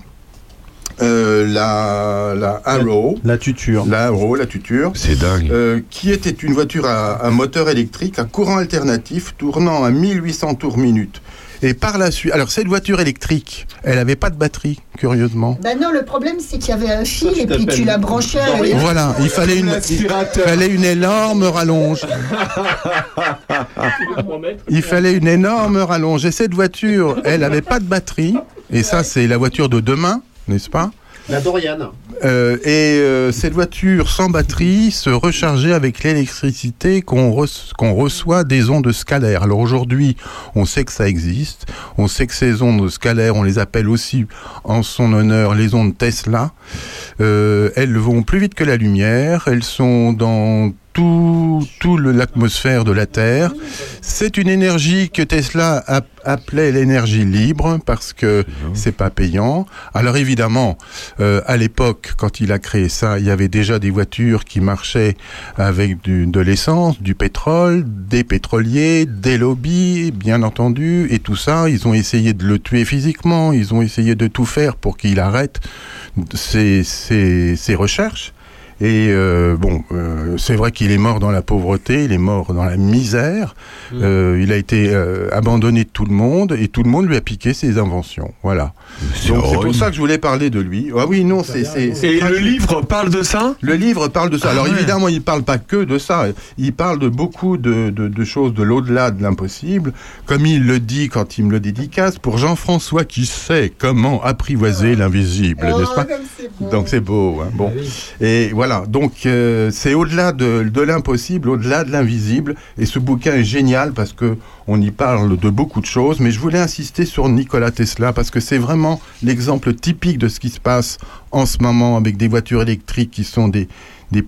la Arrow. La tuture. La Arrow, la tuture. C'est dingue. Qui était une voiture à moteur électrique, à courant alternatif, tournant à 1800 tours minute. Et par la suite, alors cette voiture électrique, elle n'avait pas de batterie, curieusement. Ben non, le problème c'est qu'il y avait un fil et puis tu la branchais. Voilà, il fallait une énorme rallonge. Il fallait une énorme rallonge. Et cette voiture, elle n'avait pas de batterie. Et ça, c'est la voiture de demain, n'est-ce pas? La Dorian. Cette voiture sans batterie se rechargeait avec l'électricité qu'on reçoit des ondes scalaires. Alors aujourd'hui, on sait que ça existe. On sait que ces ondes scalaires, on les appelle aussi en son honneur les ondes Tesla. Elles vont plus vite que la lumière. Elles sont dans l'atmosphère de la Terre. C'est une énergie que Tesla appelait l'énergie libre parce que c'est pas payant. Alors évidemment, à l'époque, quand il a créé ça, il y avait déjà des voitures qui marchaient avec de l'essence, du pétrole, des pétroliers, des lobbies, bien entendu, et tout ça, ils ont essayé de le tuer physiquement, ils ont essayé de tout faire pour qu'il arrête ses recherches. Et c'est vrai qu'il est mort dans la pauvreté, il est mort dans la misère, il a été abandonné de tout le monde, et tout le monde lui a piqué ses inventions. Voilà. Donc c'est pour ça que je voulais parler de lui. Ah oui, non, c'est Et le livre parle de ça? Le livre parle de ça. Alors évidemment, il parle pas que de ça, il parle de beaucoup de choses de l'au-delà de l'impossible, comme il le dit quand il me le dédicace, pour Jean-François qui sait comment apprivoiser l'invisible, n'est-ce pas? Donc c'est beau, hein. Bon. Et voilà. Donc c'est au-delà de l'impossible, au-delà de l'invisible, et ce bouquin est génial parce que on y parle de beaucoup de choses, mais je voulais insister sur Nikola Tesla parce que c'est vraiment l'exemple typique de ce qui se passe en ce moment avec des voitures électriques qui sont des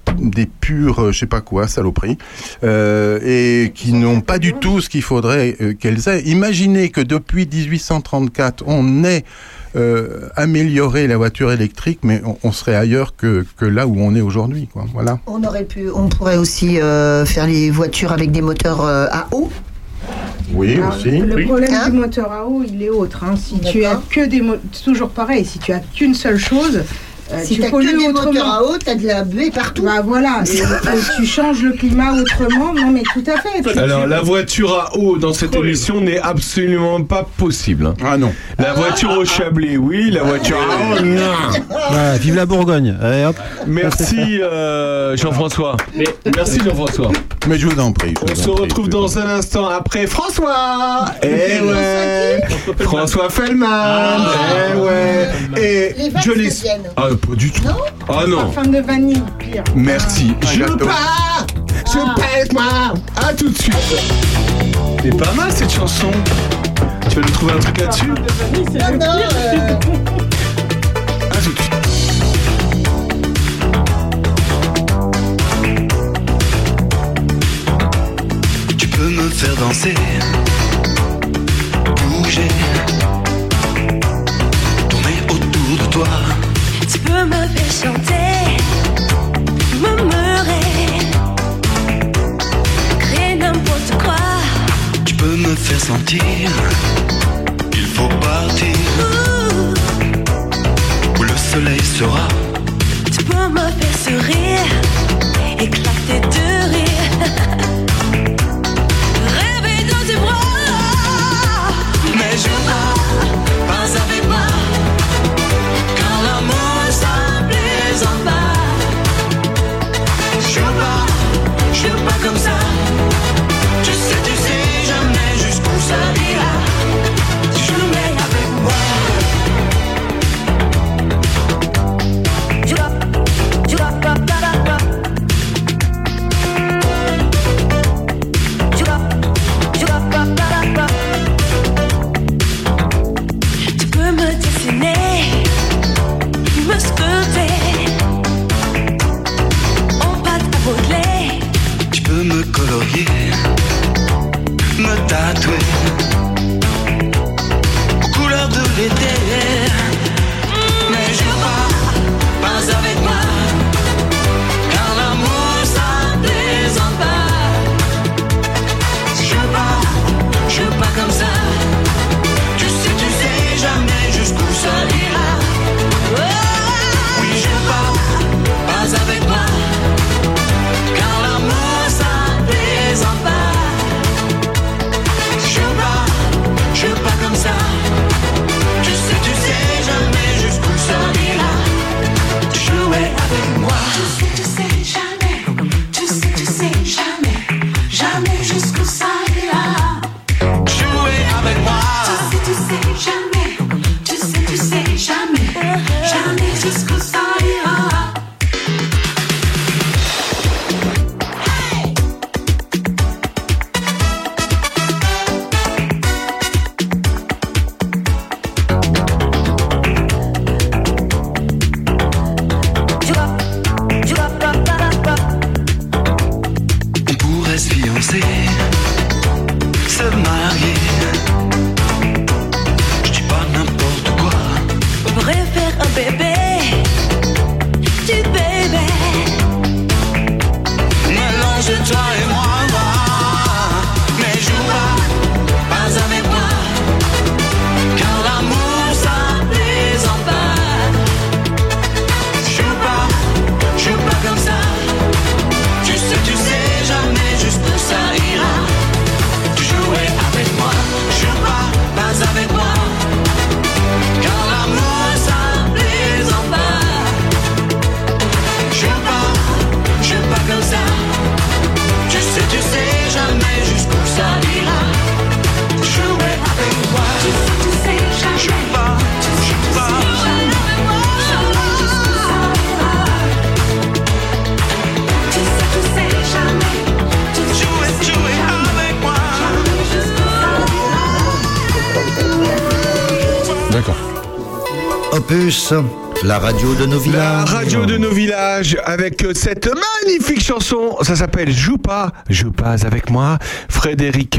pures, je sais pas quoi, saloperies, et qui n'ont pas du tout ce qu'il faudrait qu'elles aient. Imaginez que depuis 1834, on ait amélioré la voiture électrique, mais on serait ailleurs que là où on est aujourd'hui, quoi. Voilà. On pourrait aussi faire les voitures avec des moteurs à eau. Oui, aussi. Le problème du moteur à eau, il est autre. Si tu as que des toujours pareil, si tu as qu'une seule chose, si tu as que des moteurs à eau, tu as de la buée partout. Bah voilà, tu changes le climat autrement. Non mais tout à fait. Alors la voiture à eau dans cette émission n'est absolument pas possible. Hein. Ah non. La voiture au Chablais, oui. La voiture à eau, non. Ouais, vive la Bourgogne. Allez, hop. Merci Jean-François. Merci Jean-François. Mais je vous en prie. On se retrouve dans un instant après François. François Fellman. Et je les. Ah, pas du tout. Ah non. Parfum de vanille, pire. Merci. Je pars. moi. À tout de suite. C'est pas mal cette chanson. Tu vas nous trouver un truc là-dessus? Non. À tout de suite. Tu peux me faire danser, bouger, tourner autour de toi. Tu peux me faire chanter, murmurer, créer n'importe quoi. Tu peux me faire sentir qu'il faut partir, où le soleil sera. Tu peux me faire sourire, éclater de rire, rêver dans tes bras. Mais je pas avec moi, quand l'amour ça plaisante pas. Je veux pas comme ça. Tu sais jamais jusqu'où ça ira. Tu mets avec moi. Tu peux me dessiner, me sculpter, en pâte à modeler. Tu peux me colorier, me tatouer aux couleurs de l'été. Mais je pas avec moi, car l'amour ça plaisante pas. Je veux pas comme ça. Tu sais jamais jusqu'où ça ira. Oui, je pas avec moi, car l'amour ça plaisante pas. Je veux pas comme ça. Tu sais jamais jusqu'où ça ira. Jouer avec moi. Tu sais jamais, jamais jusqu'où ça ira. Jouer avec moi. Tu sais jamais, jamais jusqu'où ça ira. On pourrait se fiancer, se marier. Je dis pas n'importe quoi. On pourrait faire un bébé, du bébé. Mélange toi et moi. Mais joue pas avec moi, car l'amour ça plaisante pas. Joue pas comme ça. Tu sais jamais jusqu'où ça ira. Tu jouais avec moi, joue pas avec moi, car l'amour ça plaisante pas. Joue pas comme ça. Tu sais jamais jusqu'où ça ira. Jouer avec moi. Tu sais jamais. Joue pas. Jouer avec moi. D'accord. Opus, La radio de nos villages. La radio de nos villages avec cette magnifique chanson. Ça s'appelle Joue pas avec moi. Frédéric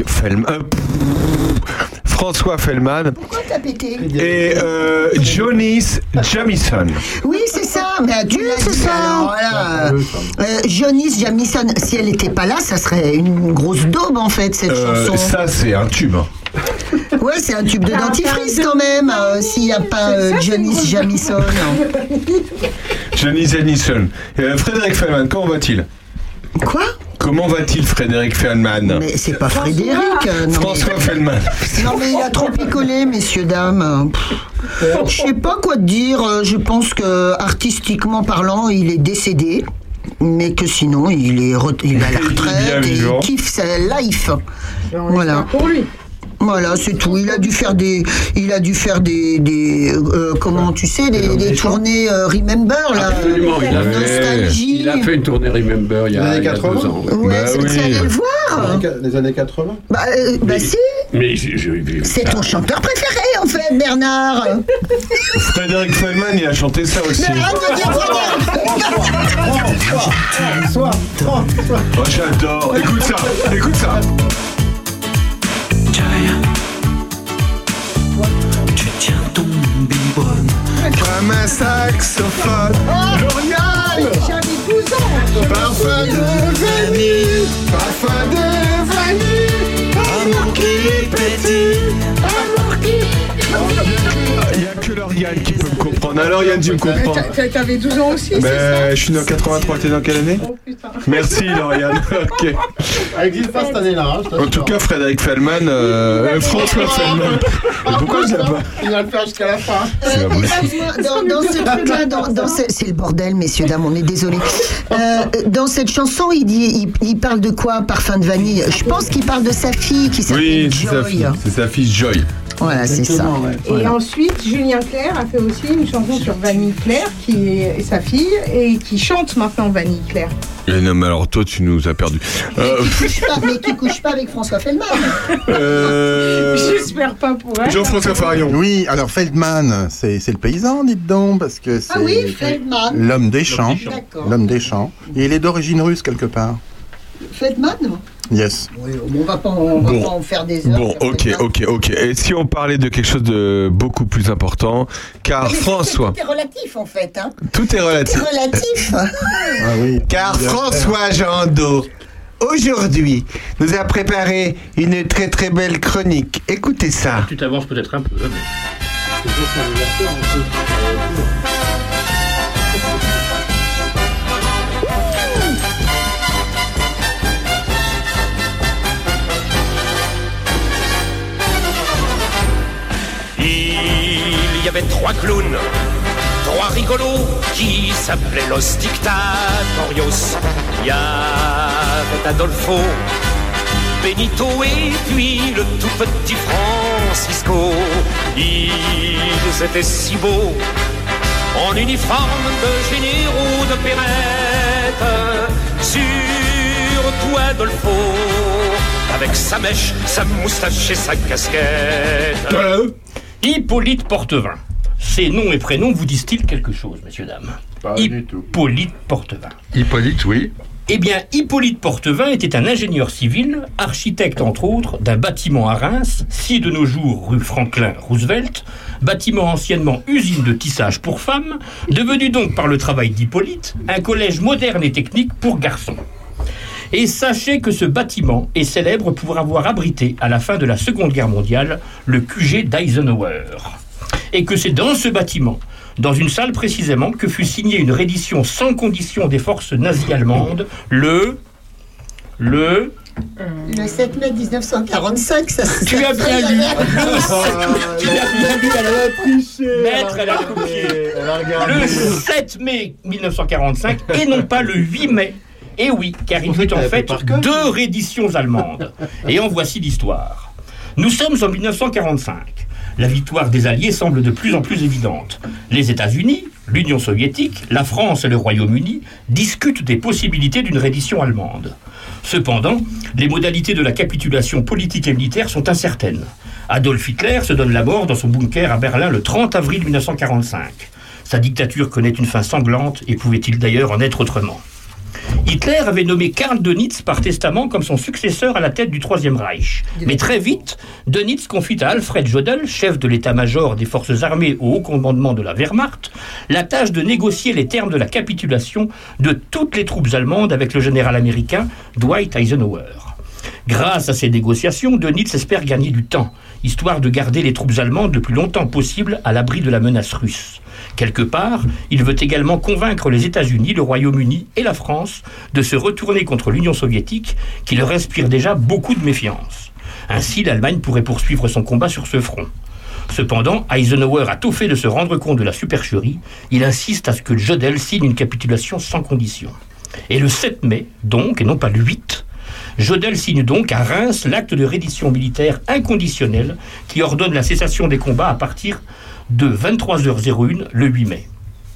François Fellman. Pourquoi t'as pété? Et Jonis Jamison. Oui, c'est ça. Mais tu l'as dit. Alors, voilà. Jonis Jamison, si elle n'était pas là, ça serait une grosse daube en fait, cette chanson. Ça, c'est un tube. Ouais, c'est un tube de dentifrice quand même, s'il n'y a pas Jonis Jamison. Jonis Jamison. Frédéric Fellman, comment va-t-il? Quoi? Comment va-t-il, Frédéric Fellman? Mais c'est pas Frédéric. François Fellman. Non, mais il a trop picolé, messieurs, dames. Je sais pas quoi te dire. Je pense que, artistiquement parlant, il est décédé. Mais que sinon, il est à la retraite et il kiffe sa life. Voilà. Pour lui. Voilà, c'est tout. Il a dû faire des comment tu sais, des tournées Remember là. Absolument, il a fait une tournée Remember il y a 2 ans. Ouais, c'est allé le voir. Les années 80. Bah si. Mais c'est ton chanteur préféré en fait, Bernard. Frédéric Fellman, il a chanté ça aussi. Mais arrête de dire Oh, j'adore. Écoute ça. Tu tiens ton biberon comme un saxophone. L'Oriane. J'avais 12 ans. Parfum de vanille. Parfum de vanille. Amour qui pétille. Amour qui... Il n'y a que Lauriane qui peut me comprendre. Alors Yann, tu me comprends. T'avais 12 ans aussi, c'est ça? Je suis né en 83, t'es dans quelle année? Oh putain. Merci Lauriane. Ok. Elle n'existe pas cette année-là. En tout cas, Frédéric Fellman, François Fellman. Pourquoi je l'ai pas? Il va le faire jusqu'à la fin. Dans ce truc-là, c'est le bordel, messieurs, dames, on est désolés. Dans cette chanson, il parle de quoi? Parfum de vanille. Je pense qu'il parle de sa fille qui s'appelle Joy. C'est sa fille Joy. Voilà, c'est ça. Ouais. Et ensuite, Julien Clerc a fait aussi une chanson sur Vanille Claire, qui est sa fille, et qui chante maintenant Vanille Claire. Et non, mais alors toi, tu nous as perdu. Mais qui couche pas avec François Fellman. J'espère pas pour elle. Jean-François Farion. Oui, alors Feldman, c'est le paysan, dites donc, parce que c'est l'homme des champs. L'homme des champs. Et il est d'origine russe quelque part. Feldman? Yes. Oui, on va pas en faire des heures. Bon, ok. Et si on parlait de quelque chose de beaucoup plus important, car François... Tout est relatif, en fait. Hein. Tout est relatif. Tout est relatif. Oui, car François Jandot, aujourd'hui, nous a préparé une très très belle chronique. Écoutez ça. Tu t'avances peut-être un peu. Il y avait 3 clowns, 3 rigolos qui s'appelaient Los Dictatorios. Il y avait Adolfo, Benito et puis le tout petit Francisco. Ils étaient si beaux, en uniforme de généraux de Pérette. Surtout Adolfo, avec sa mèche, sa moustache et sa casquette. Hippolyte Portevin. Ces noms et prénoms vous disent-ils quelque chose, messieurs, dames? Pas du tout. Hippolyte Portevin. Hippolyte, oui. Eh bien, Hippolyte Portevin était un ingénieur civil, architecte entre autres, d'un bâtiment à Reims, si de nos jours rue Franklin Roosevelt, bâtiment anciennement usine de tissage pour femmes, devenu donc par le travail d'Hippolyte un collège moderne et technique pour garçons. Et sachez que ce bâtiment est célèbre pour avoir abrité, à la fin de la Seconde Guerre mondiale, le QG d'Eisenhower. Et que c'est dans ce bâtiment, dans une salle précisément, que fut signée une reddition sans condition des forces nazies allemandes, le 7 mai 1945, ça se Tu as bien lu. Tu as bien lu, elle a triché. Maître, elle a copié. Le 7 mai 1945 et non pas le 8 mai. Et oui, car il fut en fait 2 redditions allemandes. Et en voici l'histoire. Nous sommes en 1945. La victoire des Alliés semble de plus en plus évidente. Les États-Unis, l'Union soviétique, la France et le Royaume-Uni discutent des possibilités d'une reddition allemande. Cependant, les modalités de la capitulation politique et militaire sont incertaines. Adolf Hitler se donne la mort dans son bunker à Berlin le 30 avril 1945. Sa dictature connaît une fin sanglante, et pouvait-il d'ailleurs en être autrement ? Hitler avait nommé Karl Dönitz par testament comme son successeur à la tête du Troisième Reich. Mais très vite, Dönitz confie à Alfred Jodl, chef de l'état-major des forces armées au haut commandement de la Wehrmacht, la tâche de négocier les termes de la capitulation de toutes les troupes allemandes avec le général américain Dwight Eisenhower. Grâce à ces négociations, Dönitz espère gagner du temps, histoire de garder les troupes allemandes le plus longtemps possible à l'abri de la menace russe. Quelque part, il veut également convaincre les États-Unis, le Royaume-Uni et la France de se retourner contre l'Union soviétique, qui leur inspire déjà beaucoup de méfiance. Ainsi, l'Allemagne pourrait poursuivre son combat sur ce front. Cependant, Eisenhower a tout fait de se rendre compte de la supercherie. Il insiste à ce que Jodl signe une capitulation sans condition. Et le 7 mai, donc, et non pas le 8, Jodl signe donc à Reims l'acte de reddition militaire inconditionnel qui ordonne la cessation des combats à partir de 23h01 le 8 mai.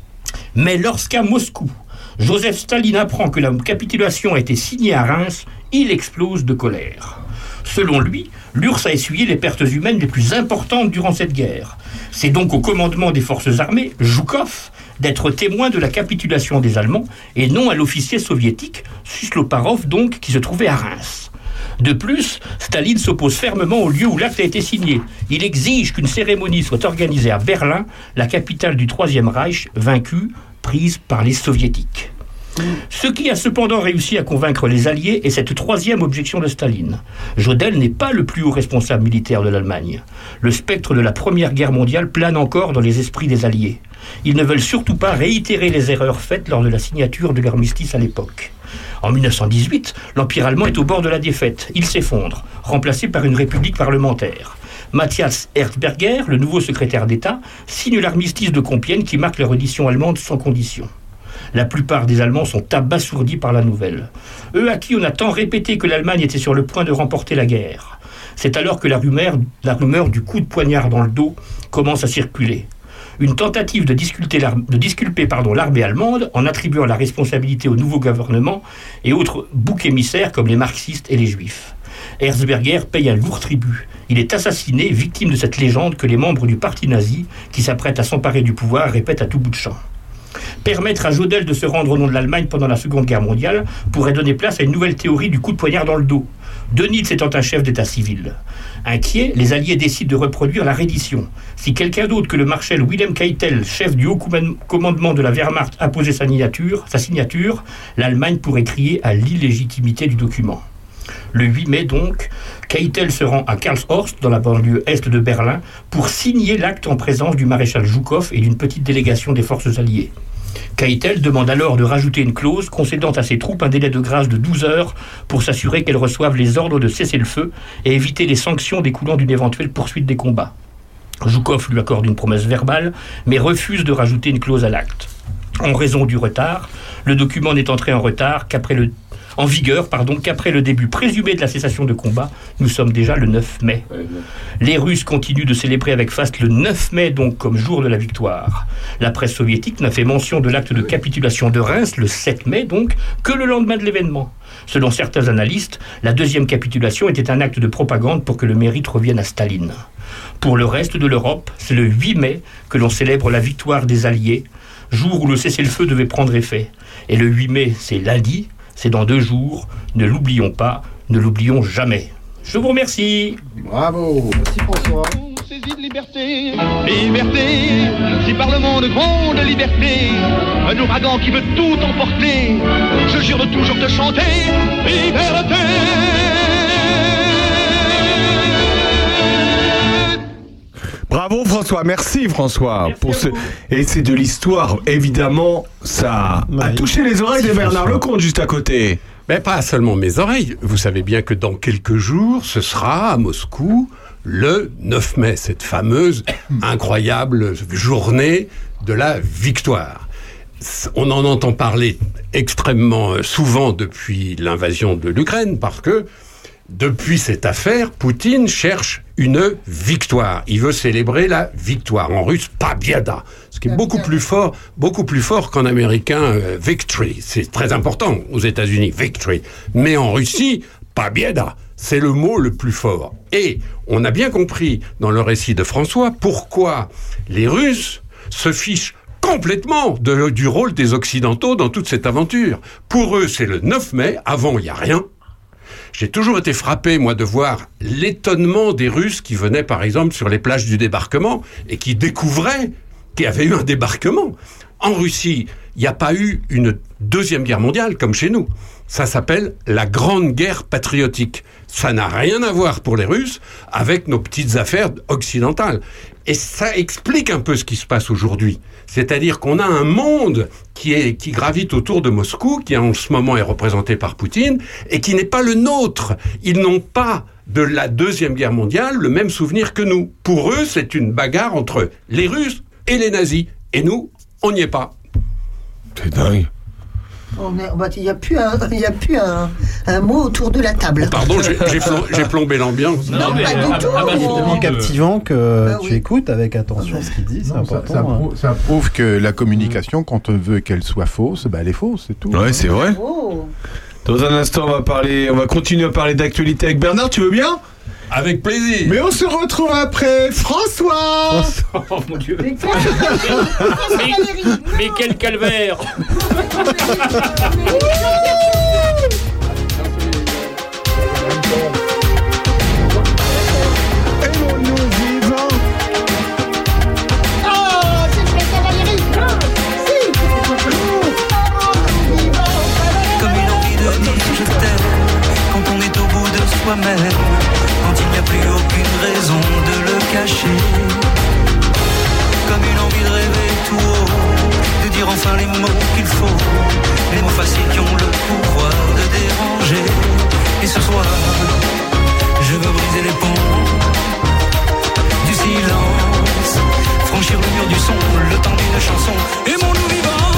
Mais lorsqu'à Moscou, Joseph Staline apprend que la capitulation a été signée à Reims, il explose de colère. Selon lui, l'URSS a essuyé les pertes humaines les plus importantes durant cette guerre. C'est donc au commandement des forces armées, Zhukov, d'être témoin de la capitulation des Allemands et non à l'officier soviétique, Susloparov donc, qui se trouvait à Reims. De plus, Staline s'oppose fermement au lieu où l'acte a été signé. Il exige qu'une cérémonie soit organisée à Berlin, la capitale du Troisième Reich, vaincue, prise par les soviétiques. Ce qui a cependant réussi à convaincre les Alliés est cette troisième objection de Staline. Jodl n'est pas le plus haut responsable militaire de l'Allemagne. Le spectre de la Première Guerre mondiale plane encore dans les esprits des Alliés. Ils ne veulent surtout pas réitérer les erreurs faites lors de la signature de l'armistice à l'époque. En 1918, l'Empire allemand est au bord de la défaite. Il s'effondre, remplacé par une république parlementaire. Matthias Erzberger, le nouveau secrétaire d'État, signe l'armistice de Compiègne qui marque la reddition allemande sans condition. La plupart des Allemands sont abasourdis par la nouvelle. Eux à qui on a tant répété que l'Allemagne était sur le point de remporter la guerre. C'est alors que la rumeur du coup de poignard dans le dos commence à circuler. Une tentative de disculper l'armée allemande en attribuant la responsabilité au nouveau gouvernement et autres boucs émissaires comme les marxistes et les juifs. Erzberger paye un lourd tribut. Il est assassiné, victime de cette légende que les membres du parti nazi, qui s'apprêtent à s'emparer du pouvoir, répètent à tout bout de champ. Permettre à Jodl de se rendre au nom de l'Allemagne pendant la Seconde Guerre mondiale pourrait donner place à une nouvelle théorie du coup de poignard dans le dos. Dönitz étant un chef d'état civil. Inquiets, les Alliés décident de reproduire la reddition. Si quelqu'un d'autre que le maréchal Wilhelm Keitel, chef du haut commandement de la Wehrmacht, apposait sa signature, l'Allemagne pourrait crier à l'illégitimité du document. Le 8 mai donc, Keitel se rend à Karlshorst, dans la banlieue est de Berlin, pour signer l'acte en présence du maréchal Zhukov et d'une petite délégation des forces alliées. Keitel demande alors de rajouter une clause concédant à ses troupes un délai de grâce de 12 heures pour s'assurer qu'elles reçoivent les ordres de cesser le feu et éviter les sanctions découlant d'une éventuelle poursuite des combats. Zhukov lui accorde une promesse verbale, mais refuse de rajouter une clause à l'acte. En raison du retard, le document n'est entré en vigueur qu'après le début présumé de la cessation de combat. Nous sommes déjà le 9 mai. Les Russes continuent de célébrer avec faste le 9 mai, donc comme jour de la victoire. La presse soviétique n'a fait mention de l'acte de capitulation de Reims, le 7 mai donc, que le lendemain de l'événement. Selon certains analystes, la deuxième capitulation était un acte de propagande pour que le mérite revienne à Staline. Pour le reste de l'Europe, c'est le 8 mai que l'on célèbre la victoire des Alliés, jour où le cessez-le-feu devait prendre effet. Et le 8 mai, c'est lundi, c'est dans 2 jours. Ne l'oublions pas, ne l'oublions jamais. Je vous remercie. Bravo. Merci François. Saisie de liberté, liberté, si par le monde gronde liberté, un ouragan qui veut tout emporter, je jure de toujours te chanter, liberté. Bravo François, merci François. Merci Et c'est de l'histoire, évidemment, ça a touché les oreilles de Bernard Lecomte juste à côté. Mais pas seulement mes oreilles, vous savez bien que dans quelques jours, ce sera à Moscou le 9 mai, cette fameuse, incroyable journée de la victoire. On en entend parler extrêmement souvent depuis l'invasion de l'Ukraine, parce que depuis cette affaire, Poutine cherche une victoire. Il veut célébrer la victoire. En russe, Pabieda. Ce qui est beaucoup plus fort qu'en américain, victory. C'est très important aux États-Unis, victory. Mais en Russie, Pabieda. C'est le mot le plus fort. Et on a bien compris dans le récit de François pourquoi les Russes se fichent complètement du rôle des Occidentaux dans toute cette aventure. Pour eux, c'est le 9 mai, avant, il n'y a rien. J'ai toujours été frappé, moi, de voir l'étonnement des Russes qui venaient, par exemple, sur les plages du débarquement et qui découvraient qu'il y avait eu un débarquement. En Russie, il n'y a pas eu une deuxième guerre mondiale comme chez nous. Ça s'appelle la Grande Guerre patriotique. Ça n'a rien à voir pour les Russes avec nos petites affaires occidentales. Et ça explique un peu ce qui se passe aujourd'hui. C'est-à-dire qu'on a un monde qui gravite autour de Moscou, qui en ce moment est représenté par Poutine, et qui n'est pas le nôtre. Ils n'ont pas de la Deuxième Guerre mondiale le même souvenir que nous. Pour eux, c'est une bagarre entre les Russes et les nazis. Et nous, on n'y est pas. C'est dingue. Il n'y a plus un mot autour de la table. Pardon, j'ai plombé l'ambiance. Non, pas du tout. C'est tellement captivant que tu écoutes avec attention ce qu'il dit, c'est important. Ça prouve que la communication, quand on veut qu'elle soit fausse, elle est fausse, c'est tout. Ouais, c'est vrai. Dans un instant, on va continuer à parler d'actualité avec Bernard, tu veux bien ? Avec plaisir. Mais on se retrouve après François. Oh mon Dieu. Mais quel calvaire. Comme une envie de dire je t'aime quand on est au bout de soi-même. Quand il n'y a plus aucune raison de le cacher. Comme une envie de rêver tout haut, de dire enfin les mots qu'il faut. Les mots faciles qui ont le pouvoir de déranger. Et ce soir, je veux briser les ponts du silence, franchir le mur du son, le temps d'une chanson. Aimons-nous vivants.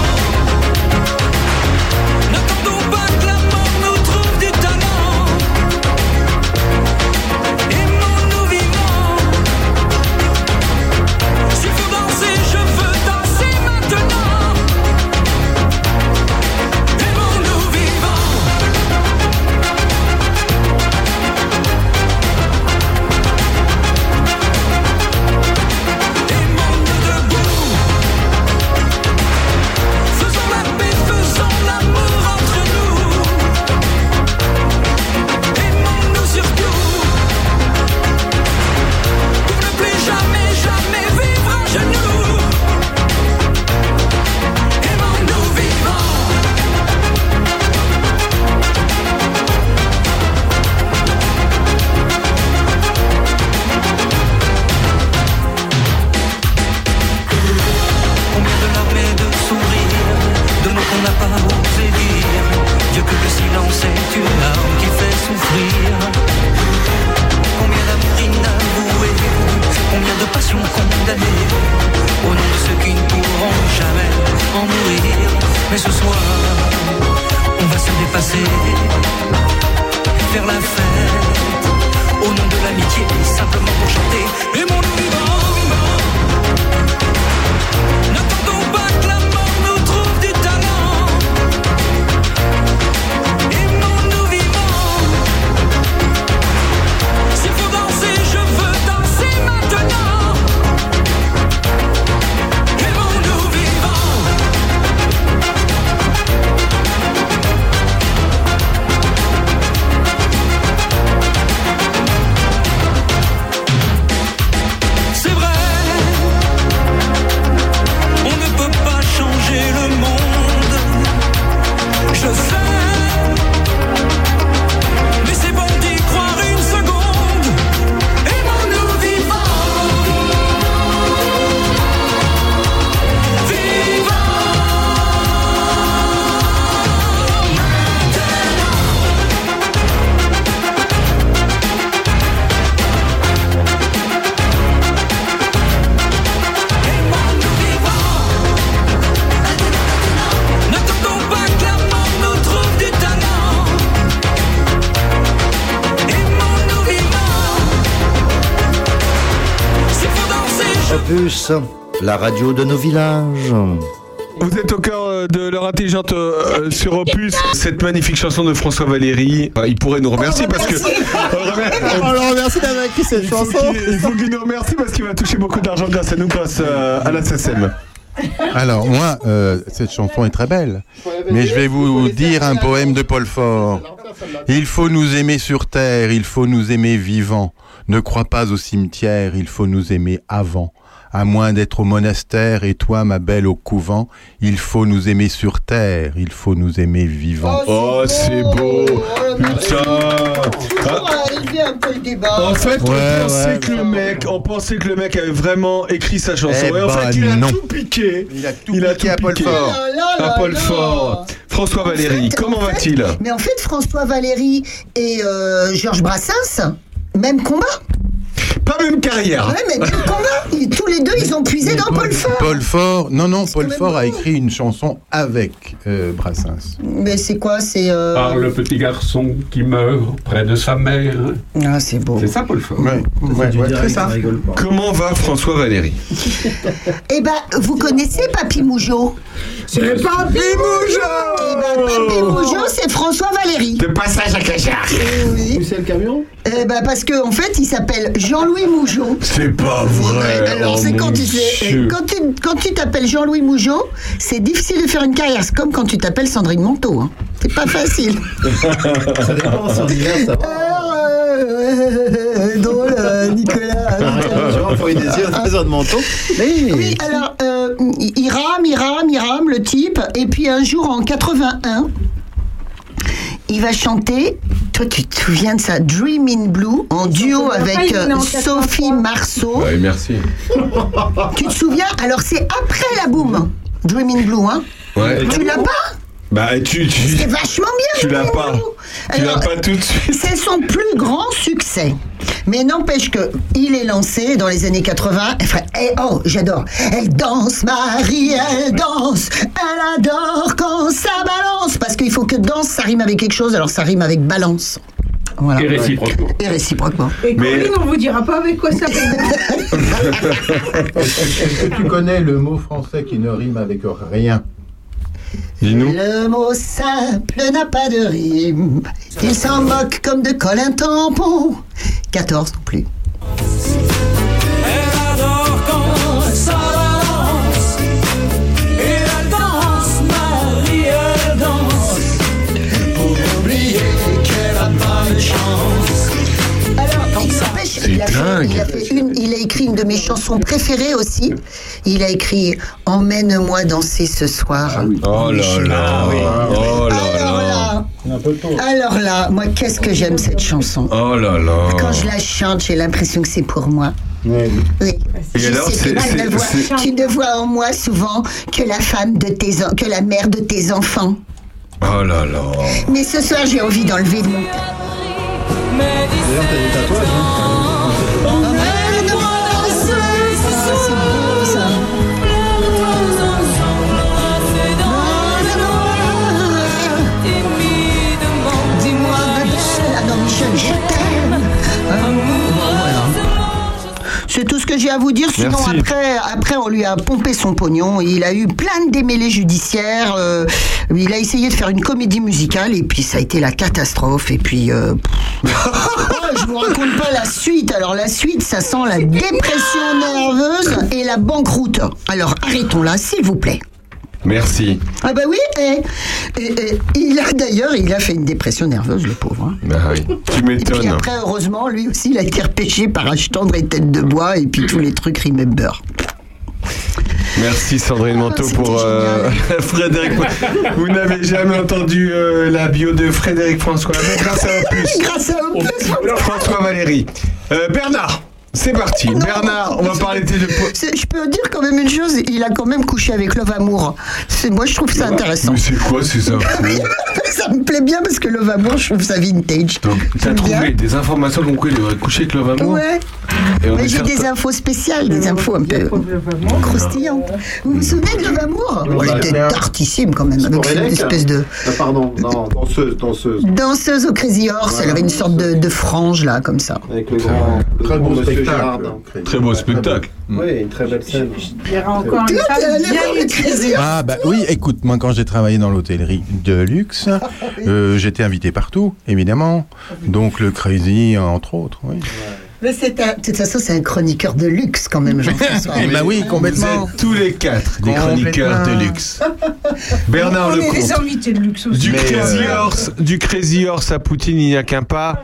N'attendons pas que la mort nous trouve du talent. Opus, la radio de nos villages. Vous êtes au cœur de l'heure intelligente sur Opus. Cette magnifique chanson de François Valéry, il pourrait nous remercier parce que... On le remercie d'avoir écrit cette chanson. Il faut qu'il nous remercie parce qu'il va toucher beaucoup d'argent grâce à nous, grâce à la SACEM. Alors, moi, cette chanson est très belle, mais je vais vous dire un poème de Paul Fort. Il faut nous aimer sur terre, il faut nous aimer vivants. Ne crois pas au cimetière, il faut nous aimer avant. À moins d'être au monastère et toi, ma belle, au couvent, il faut nous aimer sur terre, il faut nous aimer vivants. Oh, c'est beau. Putain. Un peu le débat. En fait, on pensait que le mec avait vraiment écrit sa chanson. Et en fait, il a tout piqué. Il a tout piqué à Paul Fort. À Paul Fort. François Valéry, comment va-t-il? Mais en fait, François Valéry et Georges Brassens, même combat. Pas même carrière. Ouais, mais même combat. Tous les deux, ils ont puisé dans Paul Fort. Paul Fort, Paul Fort a écrit une chanson avec Brassens. Mais c'est quoi? C'est Par le petit garçon qui meurt près de sa mère. Ah, c'est beau. C'est ça, Paul Fort. Ouais, c'est ça. Comment va François Valéry? Eh ben, vous connaissez Papy Mougeot? C'est Papy Mougeot. Eh ben, Papy Mougeot, c'est François Valéry. De passage à Cachard. Oui. C'est le camion? Eh ben, parce qu'en fait, il s'appelle Jean-Louis Mougeot. C'est pas vrai. Alors, c'est quand tu t'appelles Jean-Louis Mougeot, c'est difficile de faire une carrière. C'est comme quand tu t'appelles Sandrine Manteau. Hein. C'est pas facile. Ça dépend, sur l'hiver, ça va. Drôle, Nicolas. Il faut une de manteau. Oui, alors, il rame, le type. Et puis, un jour, en 81, il va chanter, toi tu te souviens de ça, Dream in Blue, en duo avec Sophie Marceau. Oui, merci. Tu te souviens? Alors c'est après la boum, Dream in Blue, hein? Ouais. Tu l'as pas? Bah, c'est vachement bien. Tu l'as pas. Tu l'as pas tout de suite. C'est son plus grand succès. Mais n'empêche que il est lancé dans les années 80. Oh, j'adore. Elle danse, Marie, elle danse. Elle adore quand ça balance. Parce qu'il faut que danse, ça rime avec quelque chose. Alors ça rime avec balance. Voilà. Et réciproquement. Et Corinne, on vous dira pas avec quoi ça rime. Est-ce que tu connais le mot français qui ne rime avec rien? Dis-nous. Le mot simple n'a pas de rime. Il s'en moque comme de colle un tampon. 14 non plus. Elle adore quand ça balance. Et elle danse, Marie, elle danse. Pour oublier qu'elle a pas de chance. Alors, il s'empêche, il a écrit une de mes chansons préférées aussi. Il a écrit Emmène-moi danser ce soir. Oh là là. Oh là là. Alors là, moi, qu'est-ce que j'aime cette chanson. Oh là là. Quand je la chante, j'ai l'impression que c'est pour moi. Oui. Et alors, tu ne vois en moi souvent que la femme de que la mère de tes enfants. Oh là là. Mais ce soir, j'ai envie d'enlever de mon. D'ailleurs, t'as des tatouages, hein? C'est tout ce que j'ai à vous dire. Sinon, après, on lui a pompé son pognon. Il a eu plein de démêlés judiciaires. Il a essayé de faire une comédie musicale et puis ça a été la catastrophe. Et puis, je vous raconte pas la suite. Alors la suite, ça sent la dépression nerveuse et la banqueroute. Alors arrêtons là, s'il vous plaît. Merci. Ah bah oui, il a fait une dépression nerveuse, le pauvre. Hein. Bah oui, tu m'étonnes. Et puis après, heureusement, lui aussi, il a été repêché par H-Tendre et Tête de Bois, et puis tous les trucs Remember. Merci Sandrine Manteau pour Frédéric. Vous n'avez jamais entendu la bio de Frédéric François, mais grâce à Opus. Grâce à Opus. François Valéry. Bernard. C'est parti, non, Bernard, on va parler de... Je peux dire quand même une chose, il a quand même couché avec Love Amour. Moi, je trouve ça intéressant. Mais c'est quoi ces infos? Ça me plaît bien parce que Love Amour, je trouve ça vintage. Donc, t'as trouvé des informations comme quoi il devrait coucher avec Love Amour? Ouais. Mais j'ai des infos spéciales, des infos un peu croustillantes. Vous vous souvenez de Love Amour? Elle était tartissime quand même, avec une espèce de... Pardon, non, danseuse. Danseuse au Crazy Horse, elle avait une sorte de frange là, comme ça. Avec le grand... Très beau spectacle. Très beau spectacle. Oui, une très belle scène. Il y aura encore une femme bien. Ah bah oui, écoute, moi quand j'ai travaillé dans l'hôtellerie de luxe, j'étais invité partout, évidemment. Donc le Crazy, entre autres, oui. Mais de toute façon, c'est un chroniqueur de luxe quand même, Jean-François. Bah oui, complètement. Vous êtes tous les 4 des chroniqueurs de luxe. Bernard Lecomte. On est des invités de luxe aussi. Du Crazy Horse à Poutine, il n'y a qu'un pas.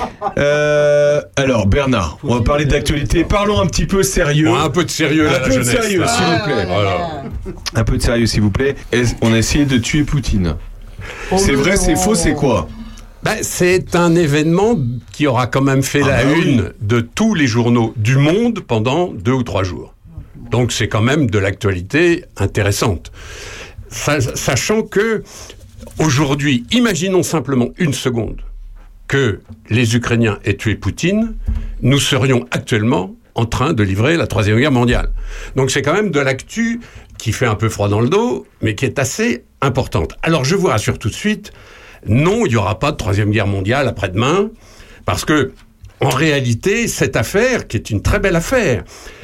Alors, Bernard, on va parler d'actualité. Parlons un petit peu sérieux. Un peu de sérieux, là, la jeunesse. Sérieux, s'il vous plaît. Voilà. Un peu de sérieux, s'il vous plaît. On a essayé de tuer Poutine. C'est vrai, c'est faux, c'est quoi ? C'est un événement qui aura quand même fait la une de tous les journaux du monde pendant 2 ou 3 jours. Donc c'est quand même de l'actualité intéressante. Sachant que, aujourd'hui, imaginons simplement une seconde que les Ukrainiens aient tué Poutine, nous serions actuellement en train de livrer la 3e guerre mondiale. Donc c'est quand même de l'actu qui fait un peu froid dans le dos, mais qui est assez importante. Alors je vous rassure tout de suite, non, il n'y aura pas de 3e guerre mondiale après-demain, parce que, en réalité, cette affaire, qui est une très belle affaire,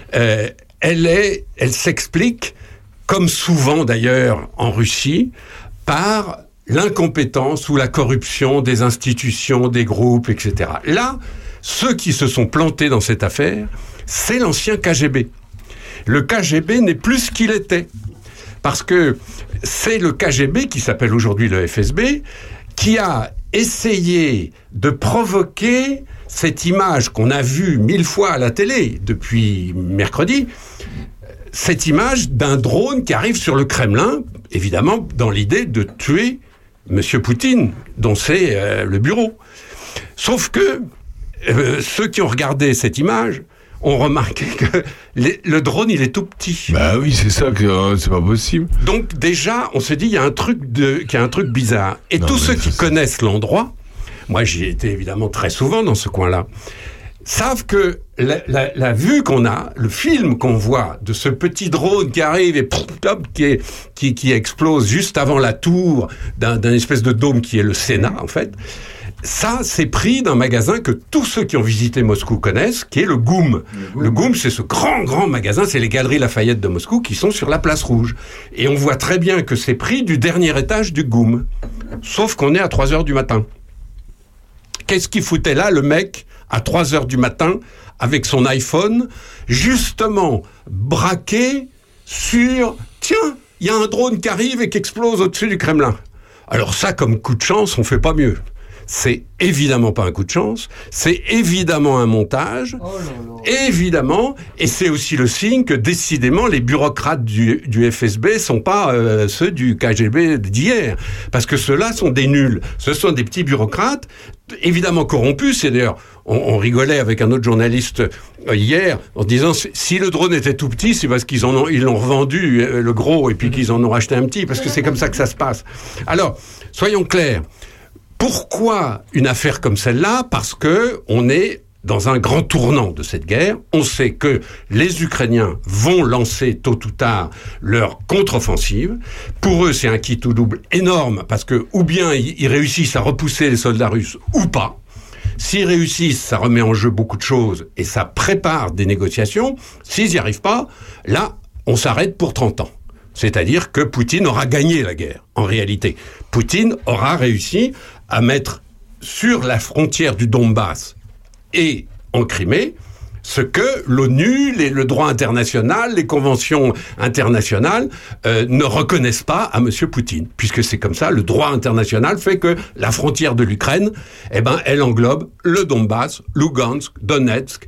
elle s'explique, comme souvent d'ailleurs en Russie, par l'incompétence ou la corruption des institutions, des groupes, etc. Là, ceux qui se sont plantés dans cette affaire, c'est l'ancien KGB. Le KGB n'est plus ce qu'il était, parce que c'est le KGB, qui s'appelle aujourd'hui le FSB, qui a essayé de provoquer cette image qu'on a vue 1000 fois à la télé depuis mercredi, cette image d'un drone qui arrive sur le Kremlin, évidemment dans l'idée de tuer M. Poutine, dont c'est le bureau. Sauf que ceux qui ont regardé cette image ont remarqué que le drone, il est tout petit. Bah oui, c'est ça que c'est pas possible. Donc déjà, on se dit, il y a un truc bizarre. Et tous ceux qui connaissent l'endroit, moi j'y ai été évidemment très souvent dans ce coin-là, savent que la vue qu'on a, le film qu'on voit de ce petit drone qui arrive et qui explose juste avant la tour d'un espèce de dôme qui est le Sénat, en fait, ça, c'est pris d'un magasin que tous ceux qui ont visité Moscou connaissent, qui est le GUM. Le GUM, c'est ce grand magasin, c'est les Galeries Lafayette de Moscou qui sont sur la place Rouge. Et on voit très bien que c'est pris du dernier étage du GUM. Sauf qu'on est à 3h du matin. Qu'est-ce qu'il foutait là, le mec, à 3h du matin, avec son iPhone, justement braqué sur... Tiens, il y a un drone qui arrive et qui explose au-dessus du Kremlin. Alors ça, comme coup de chance, on fait pas mieux. C'est évidemment pas un coup de chance, c'est évidemment un montage, évidemment, et c'est aussi le signe que décidément les bureaucrates du FSB sont pas ceux du KGB d'hier, parce que ceux-là sont des nuls, ce sont des petits bureaucrates, évidemment corrompus, c'est d'ailleurs, on rigolait avec un autre journaliste hier, en disant, si le drone était tout petit, c'est parce ils l'ont revendu, le gros, et puis qu'ils en ont racheté un petit, parce que c'est comme ça que ça se passe. Alors, soyons clairs. Pourquoi une affaire comme celle-là ? Parce que on est dans un grand tournant de cette guerre. On sait que les Ukrainiens vont lancer tôt ou tard leur contre-offensive. Pour eux, c'est un quitte ou double énorme parce que ou bien ils réussissent à repousser les soldats russes ou pas. S'ils réussissent, ça remet en jeu beaucoup de choses et ça prépare des négociations. S'ils n'y arrivent pas, là, on s'arrête pour 30 ans. C'est-à-dire que Poutine aura gagné la guerre, en réalité. Poutine aura réussi à mettre sur la frontière du Donbass et en Crimée ce que l'ONU, le droit international, les conventions internationales ne reconnaissent pas à M. Poutine. Puisque c'est comme ça, le droit international fait que la frontière de l'Ukraine, elle englobe le Donbass, Lugansk, Donetsk,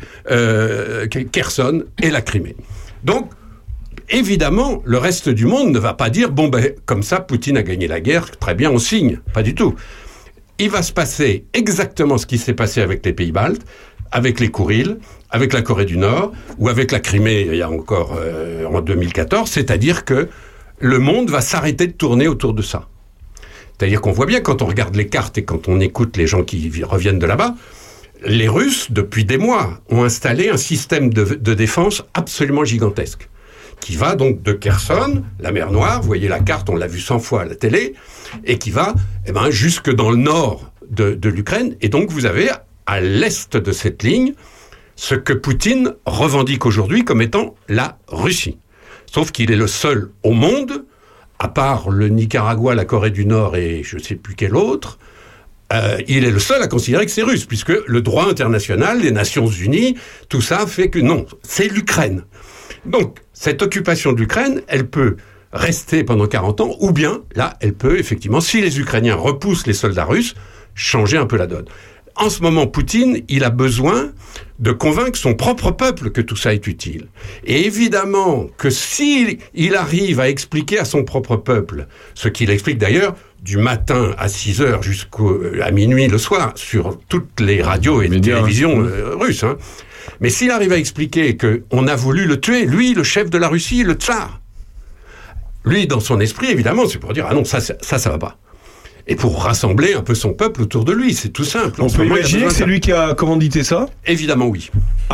Kherson et la Crimée. Donc, évidemment, le reste du monde ne va pas dire comme ça, Poutine a gagné la guerre, très bien, on signe. Pas du tout. Il va se passer exactement ce qui s'est passé avec les pays baltes, avec les Kourils, avec la Corée du Nord, ou avec la Crimée, il y a encore en 2014, c'est-à-dire que le monde va s'arrêter de tourner autour de ça. C'est-à-dire qu'on voit bien, quand on regarde les cartes et quand on écoute les gens qui reviennent de là-bas, les Russes, depuis des mois, ont installé un système de défense absolument gigantesque, qui va donc de Kherson, la mer Noire, vous voyez la carte, on l'a vu 100 fois à la télé, et qui va jusque dans le nord de l'Ukraine. Et donc vous avez à l'est de cette ligne ce que Poutine revendique aujourd'hui comme étant la Russie. Sauf qu'il est le seul au monde, à part le Nicaragua, la Corée du Nord et je ne sais plus quel autre, il est le seul à considérer que c'est russe, puisque le droit international, les Nations Unies, tout ça fait que non, c'est l'Ukraine. Donc, cette occupation de l'Ukraine, elle peut rester pendant 40 ans, ou bien, là, elle peut, effectivement, si les Ukrainiens repoussent les soldats russes, changer un peu la donne. En ce moment, Poutine, il a besoin de convaincre son propre peuple que tout ça est utile. Et évidemment que s'il arrive à expliquer à son propre peuple, ce qu'il explique d'ailleurs du matin à 6h jusqu'à minuit le soir, sur toutes les radios et les télévisions russes, hein. Mais s'il arrive à expliquer qu'on a voulu le tuer, lui, le chef de la Russie, le tsar, lui, dans son esprit, évidemment, c'est pour dire « Ah non, ça va pas ». Et pour rassembler un peu son peuple autour de lui, c'est tout simple. On peut imaginer que c'est lui qui a commandité ça ? Évidemment oui.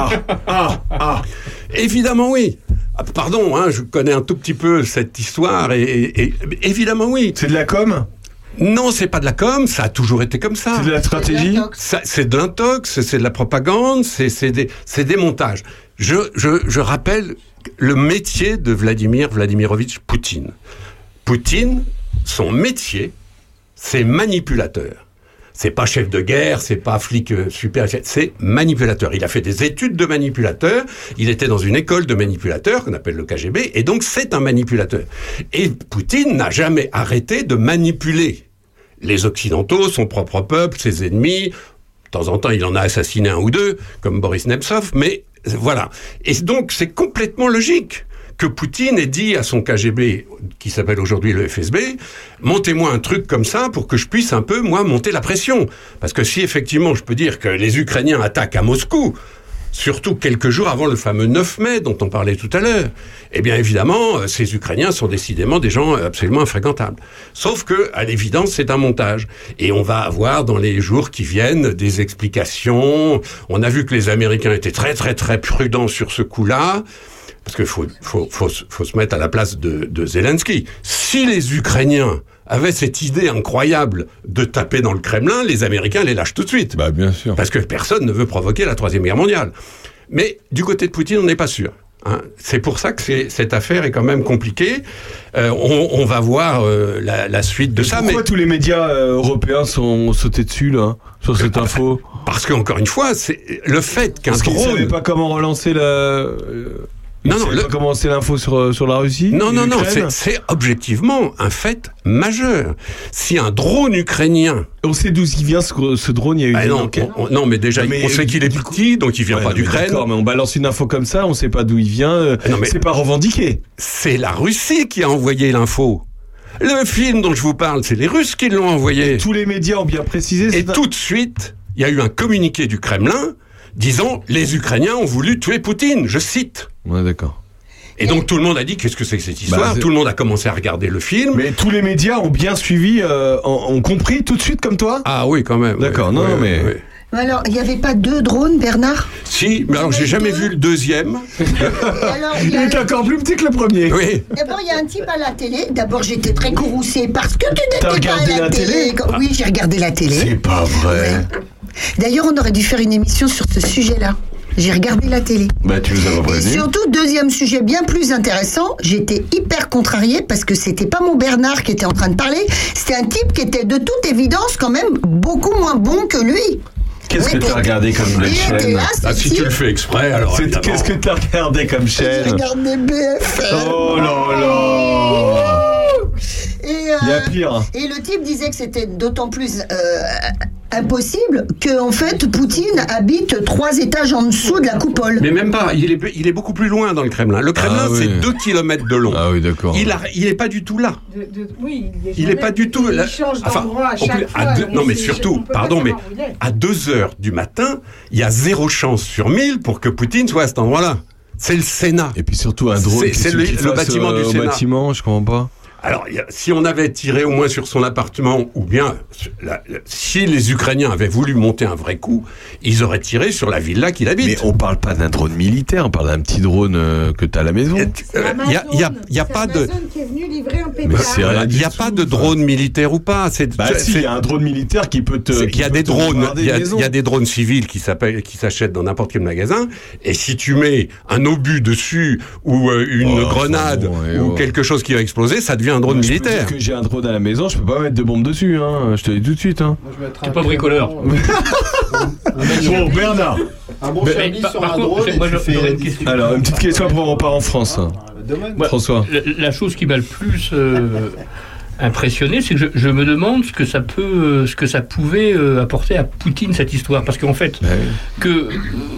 Évidemment oui. Pardon, hein, je connais un tout petit peu cette histoire et évidemment oui. C'est de la com ? Non, c'est pas de la com, ça a toujours été comme ça. C'est de la stratégie ? C'est de l'intox, c'est de la propagande, c'est des montages. Je rappelle le métier de Vladimir Vladimirovitch Poutine. Poutine, son métier, c'est manipulateur. C'est pas chef de guerre, c'est pas flic super, c'est manipulateur. Il a fait des études de manipulateur, il était dans une école de manipulateurs qu'on appelle le KGB, et donc c'est un manipulateur. Et Poutine n'a jamais arrêté de manipuler les Occidentaux, son propre peuple, ses ennemis. De temps en temps, il en a assassiné un ou deux, comme Boris Nemtsov, mais voilà. Et donc, c'est complètement logique que Poutine ait dit à son KGB, qui s'appelle aujourd'hui le FSB, montez-moi un truc comme ça pour que je puisse un peu, moi, monter la pression. Parce que si effectivement je peux dire que les Ukrainiens attaquent à Moscou, surtout quelques jours avant le fameux 9 mai dont on parlait tout à l'heure, eh bien évidemment, ces Ukrainiens sont décidément des gens absolument infréquentables. Sauf que, à l'évidence, c'est un montage. Et on va avoir dans les jours qui viennent des explications. On a vu que les Américains étaient très très très prudents sur ce coup-là. Parce qu'il faut se mettre à la place de Zelensky. Si les Ukrainiens avaient cette idée incroyable de taper dans le Kremlin, les Américains les lâchent tout de suite. Bah, bien sûr. Parce que personne ne veut provoquer la Troisième Guerre mondiale. Mais du côté de Poutine, on n'est pas sûr. Hein. C'est pour ça que cette affaire est quand même compliquée. On va voir la suite de ça. Pourquoi tous les médias européens sont sautés dessus, là, sur cette info ? Parce qu'encore une fois, c'est le fait qu'un drone... Parce qu'ils ne savaient pas comment relancer la... Non, comment c'est l'info sur la Russie ? Non, c'est objectivement un fait majeur. Si un drone ukrainien... On sait d'où il vient ce drone, il y a eu des enquêtes. Non, mais déjà, on sait qu'il est petit, donc il vient pas d'Ukraine. D'accord, mais on balance une info comme ça, on sait pas d'où il vient, c'est pas revendiqué. C'est la Russie qui a envoyé l'info. Le film dont je vous parle, c'est les Russes qui l'ont envoyé. Et tous les médias ont bien précisé. Et tout de suite, il y a eu un communiqué du Kremlin disant « Les Ukrainiens ont voulu tuer Poutine », je cite. Ouais, d'accord. Et donc tout le monde a dit « Qu'est-ce que c'est que cette histoire ?» Tout le monde a commencé à regarder le film. Mais tous les médias ont bien suivi, ont compris tout de suite comme toi ? Ah oui, quand même. D'accord, Oui. Alors, il n'y avait pas 2 drones, Bernard ? Si, mais alors j'ai jamais vu le deuxième. Il est encore plus petit que le premier. Oui. D'abord, il y a un type à la télé. D'abord, j'étais très courroucée parce que tu n'étais pas regardé à la télé. Oui, j'ai regardé la télé. C'est pas vrai. Ouais. D'ailleurs, on aurait dû faire une émission sur ce sujet-là. J'ai regardé la télé. Bah, tu nous as pas prévenu. Et surtout, deuxième sujet bien plus intéressant, j'étais hyper contrariée parce que c'était pas mon Bernard qui était en train de parler, c'était un type qui était de toute évidence quand même beaucoup moins bon que lui. Qu'est-ce que t'as regardé comme chaîne ? Si tu le fais exprès, alors Qu'est-ce que t'as regardé comme chaîne ? J'ai regardé BFM. Oh là là. Il y a pire. Et le type disait que c'était d'autant plus impossible que en fait Poutine habite 3 étages en dessous de la coupole. Mais même pas, il est beaucoup plus loin dans le Kremlin. Le Kremlin, c'est 2 kilomètres de long. Ah oui, d'accord. Il est pas du tout là. Il est pas du tout là. Il change d'endroit à chaque fois. Non, mais surtout, pardon, mais à 2h du matin, il y a 0 chance sur 1000 pour que Poutine soit à cet endroit-là. C'est le Sénat. Et puis surtout un drone. C'est le bâtiment du Sénat. Bâtiment, je comprends pas. Alors, si on avait tiré au moins sur son appartement, ou bien si les Ukrainiens avaient voulu monter un vrai coup, ils auraient tiré sur la villa qu'il habite. Mais on parle pas d'un drone militaire, on parle d'un petit drone que t'as à la maison. Il y a pas de. C'est Amazon qui est venu livrer un pétard. Il n'y a pas de drone militaire ou pas. Il y a un drone militaire qui peut te. Il y a des drones. Il y a des drones civils qui s'achètent dans n'importe quel magasin. Et si tu mets un obus dessus ou une grenade ou quelque chose qui va exploser, ça devient un drone militaire. Que j'ai un drone à la maison, je peux pas mettre de bombe dessus. Hein. Je te dis tout de suite. Hein. T'es pas bricoleur. Bon, Bernard. Un bon service sur un drone. J'aurais une question. Alors, une petite question après on repart en France. François. La chose qui m'a le plus impressionné, c'est que je me demande ce que ça pouvait apporter à Poutine, cette histoire. Parce qu'en fait, que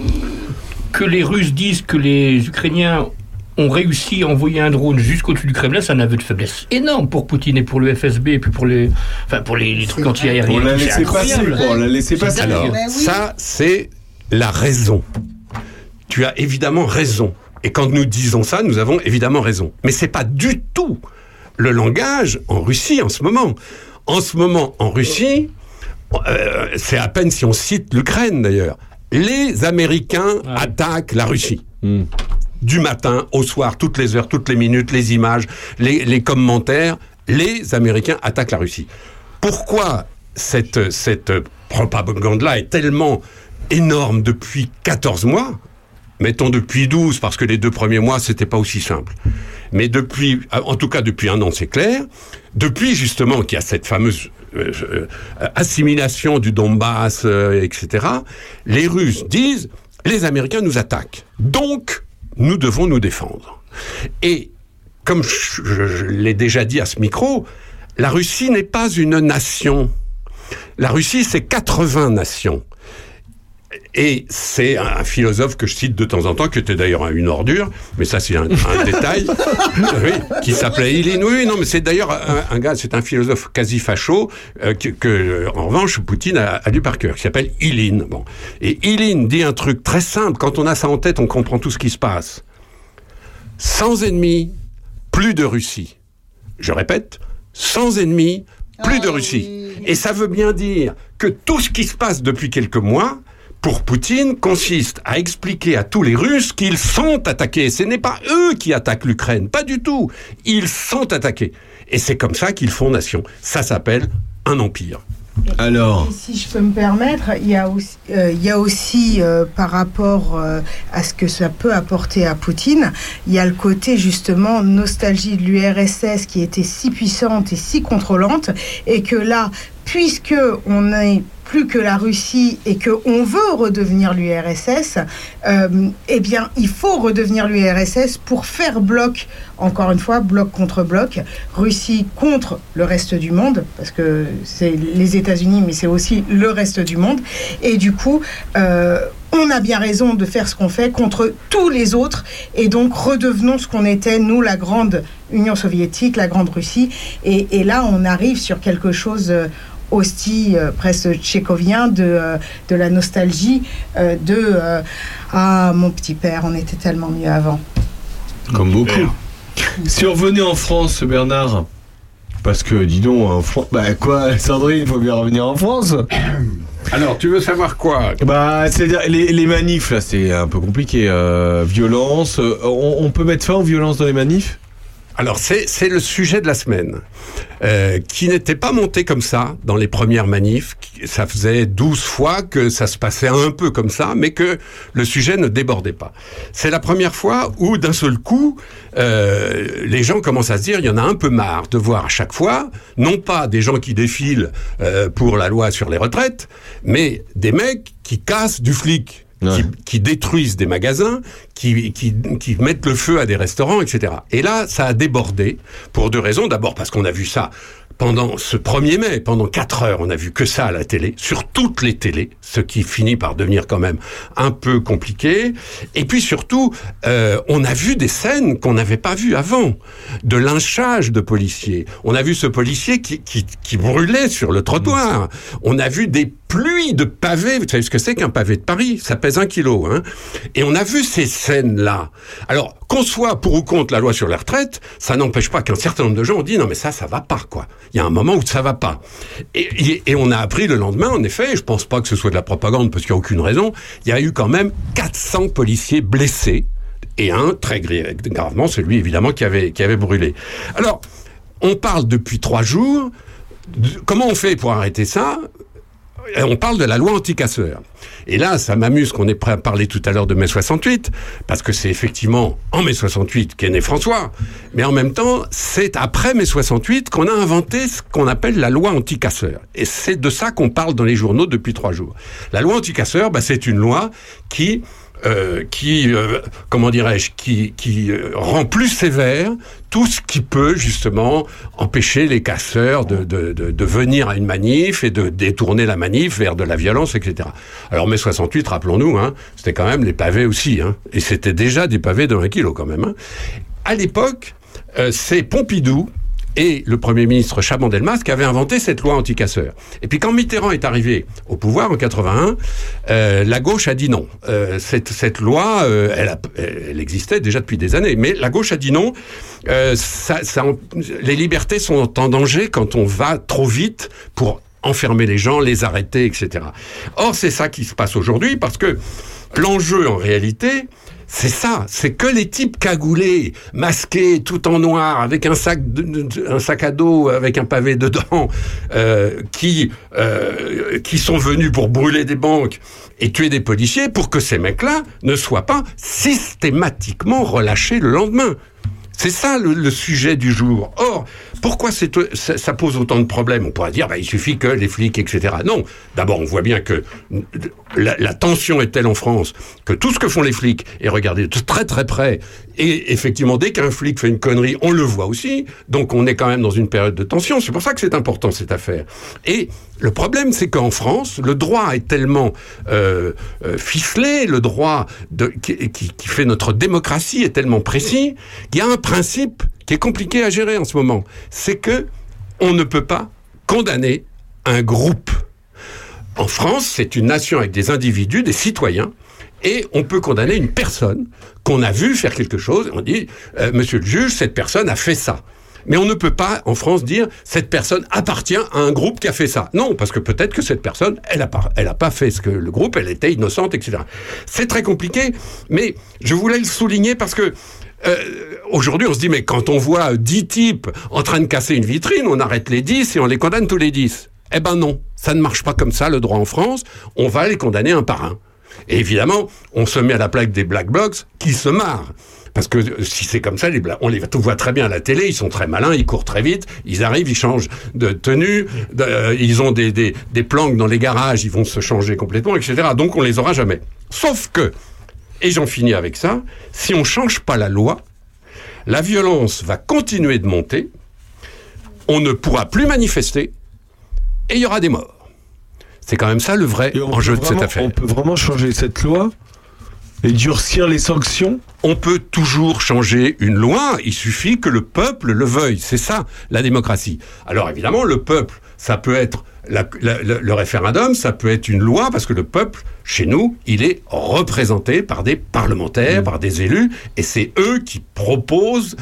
les Russes disent que les Ukrainiens ont réussi à envoyer un drone jusqu'au-dessus du Kremlin, c'est un aveu de faiblesse énorme pour Poutine et pour le FSB et puis pour les trucs anti-aériens. On l'a laissé passer, on l'a laissé passer. Alors, ça, c'est la raison. Tu as évidemment raison. Et quand nous disons ça, nous avons évidemment raison. Mais c'est pas du tout le langage en Russie en ce moment. En ce moment, en Russie, c'est à peine si on cite l'Ukraine d'ailleurs. Les Américains attaquent la Russie. Du matin au soir, toutes les heures, toutes les minutes, les images, les commentaires, les Américains attaquent la Russie. Pourquoi cette propagande-là est tellement énorme depuis 14 mois ? Mettons depuis 12, parce que les 2 premiers mois, c'était pas aussi simple. Mais en tout cas depuis un an, c'est clair. Depuis justement qu'il y a cette fameuse assimilation du Donbass, etc., les Russes disent, les Américains nous attaquent. Donc, nous devons nous défendre. Et, comme je l'ai déjà dit à ce micro, la Russie n'est pas une nation. La Russie, c'est 80 nations. Et c'est un philosophe que je cite de temps en temps, qui était d'ailleurs une ordure, mais ça c'est un détail, qui s'appelait Ilyin. Oui, non, mais c'est d'ailleurs un gars, c'est un philosophe quasi facho, que en revanche, Poutine a lu par cœur, qui s'appelle Ilyin. Bon. Et Ilyin dit un truc très simple, quand on a ça en tête, on comprend tout ce qui se passe. Sans ennemis, plus de Russie. Je répète, sans ennemis, plus de Russie. Et ça veut bien dire que tout ce qui se passe depuis quelques mois, pour Poutine, consiste à expliquer à tous les Russes qu'ils sont attaqués. Ce n'est pas eux qui attaquent l'Ukraine, pas du tout. Ils sont attaqués. Et c'est comme ça qu'ils font nation. Ça s'appelle un empire. Alors, et si je peux me permettre, il y a aussi par rapport à ce que ça peut apporter à Poutine, il y a le côté justement nostalgie de l'URSS qui était si puissante et si contrôlante, et que là, puisque on n'est plus que la Russie et qu'on veut redevenir l'URSS, eh bien, il faut redevenir l'URSS pour faire bloc, encore une fois, bloc contre bloc, Russie contre le reste du monde, parce que c'est les États-Unis, mais c'est aussi le reste du monde. Et du coup, on a bien raison de faire ce qu'on fait contre tous les autres, et donc redevenons ce qu'on était, nous, la grande Union soviétique, la grande Russie. Et là, on arrive sur quelque chose aussi presque tchécovien de la nostalgie ah, mon petit père, on était tellement mieux avant. Comme beaucoup. Si on revenait en France, Bernard, parce que dis donc, en France, bah quoi, Sandrine, il faut bien revenir en France. Alors, tu veux savoir quoi? Bah, c'est-à-dire les manifs là, c'est un peu compliqué. Violence, on peut mettre fin aux violences dans les manifs? Alors, c'est le sujet de la semaine, qui n'était pas monté comme ça dans les premières manifs. Ça faisait 12 fois que ça se passait un peu comme ça, mais que le sujet ne débordait pas. C'est la première fois où, d'un seul coup, les gens commencent à se dire, il y en a un peu marre de voir à chaque fois, non pas des gens qui défilent pour la loi sur les retraites, mais des mecs qui cassent du flic. Qui détruisent des magasins, qui mettent le feu à des restaurants, etc. Et là, ça a débordé pour deux raisons. D'abord parce qu'on a vu ça pendant ce 1er mai, pendant 4 heures, on a vu que ça à la télé, sur toutes les télés, ce qui finit par devenir quand même un peu compliqué. Et puis surtout, on a vu des scènes qu'on n'avait pas vues avant, de lynchage de policiers. On a vu ce policier qui brûlait sur le trottoir. On a vu des pluies de pavés. Vous savez ce que c'est qu'un pavé de Paris? Ça pèse 1 kilo, hein. Et on a vu ces scènes-là. Alors, qu'on soit pour ou contre la loi sur les retraites, ça n'empêche pas qu'un certain nombre de gens ont dit non mais ça va pas, quoi. Il y a un moment où ça va pas. Et on a appris le lendemain, en effet, je pense pas que ce soit de la propagande parce qu'il y a aucune raison, il y a eu quand même 400 policiers blessés et un très gravement, celui évidemment qui avait brûlé. Alors, on parle depuis 3 jours. Comment on fait pour arrêter ça ? On parle de la loi anti-casseurs. Et là, ça m'amuse qu'on ait parlé tout à l'heure de mai 68, parce que c'est effectivement en mai 68 qu'est né François, mais en même temps, c'est après mai 68 qu'on a inventé ce qu'on appelle la loi anti-casseurs. Et c'est de ça qu'on parle dans les journaux depuis 3 jours. La loi anti-casseurs, c'est une loi qui rend plus sévère tout ce qui peut justement empêcher les casseurs de venir à une manif et de détourner la manif vers de la violence, etc. Alors mai 68, rappelons-nous, c'était quand même les pavés aussi, et c'était déjà des pavés de 1 kilo quand même. À l'époque, c'est Pompidou et le Premier ministre Chaban-Delmas qui avait inventé cette loi anti-casseurs. Et puis quand Mitterrand est arrivé au pouvoir en 81, la gauche a dit non. Cette loi, elle existait déjà depuis des années, mais la gauche a dit non. Les libertés sont en danger quand on va trop vite pour enfermer les gens, les arrêter, etc. Or, c'est ça qui se passe aujourd'hui, parce que l'enjeu, en réalité, c'est ça, c'est que les types cagoulés, masqués, tout en noir, avec un sac à dos, avec un pavé dedans, qui sont venus pour brûler des banques et tuer des policiers, pour que ces mecs-là ne soient pas systématiquement relâchés le lendemain. C'est ça le sujet du jour. Or, pourquoi ça pose autant de problèmes ? On pourrait dire, il suffit que les flics, etc. Non. D'abord, on voit bien que la tension est telle en France que tout ce que font les flics est regardé de très très près. Et effectivement, dès qu'un flic fait une connerie, on le voit aussi. Donc, on est quand même dans une période de tension. C'est pour ça que c'est important, cette affaire. Et le problème, c'est qu'en France, le droit est tellement ficelé, le droit qui fait notre démocratie est tellement précis, qu'il y a un principe qui est compliqué à gérer en ce moment. C'est que on ne peut pas condamner un groupe. En France, c'est une nation avec des individus, des citoyens, et on peut condamner une personne qu'on a vue faire quelque chose. On dit, monsieur le juge, cette personne a fait ça. Mais on ne peut pas, en France, dire cette personne appartient à un groupe qui a fait ça. Non, parce que peut-être que cette personne, elle a pas fait ce que le groupe, elle était innocente, etc. C'est très compliqué, mais je voulais le souligner parce que aujourd'hui, on se dit, mais quand on voit 10 types en train de casser une vitrine, on arrête les 10 et on les condamne tous les 10. Eh ben non, ça ne marche pas comme ça, le droit en France. On va les condamner un par un. Et évidemment, on se met à la plaque des Black Blocs qui se marrent. Parce que si c'est comme ça, on les voit très bien à la télé, ils sont très malins, ils courent très vite, ils arrivent, ils changent de tenue, ils ont des planques dans les garages, ils vont se changer complètement, etc. Donc on les aura jamais. Sauf que, et j'en finis avec ça, si on change pas la loi, la violence va continuer de monter, on ne pourra plus manifester, et il y aura des morts. C'est quand même ça le vrai enjeu de cette affaire. On peut vraiment changer cette loi et durcir les sanctions ? On peut toujours changer une loi, il suffit que le peuple le veuille. C'est ça, la démocratie. Alors évidemment, le peuple, ça peut être le référendum, ça peut être une loi, parce que le peuple, chez nous, il est représenté par des parlementaires, par des élus, et c'est eux qui proposent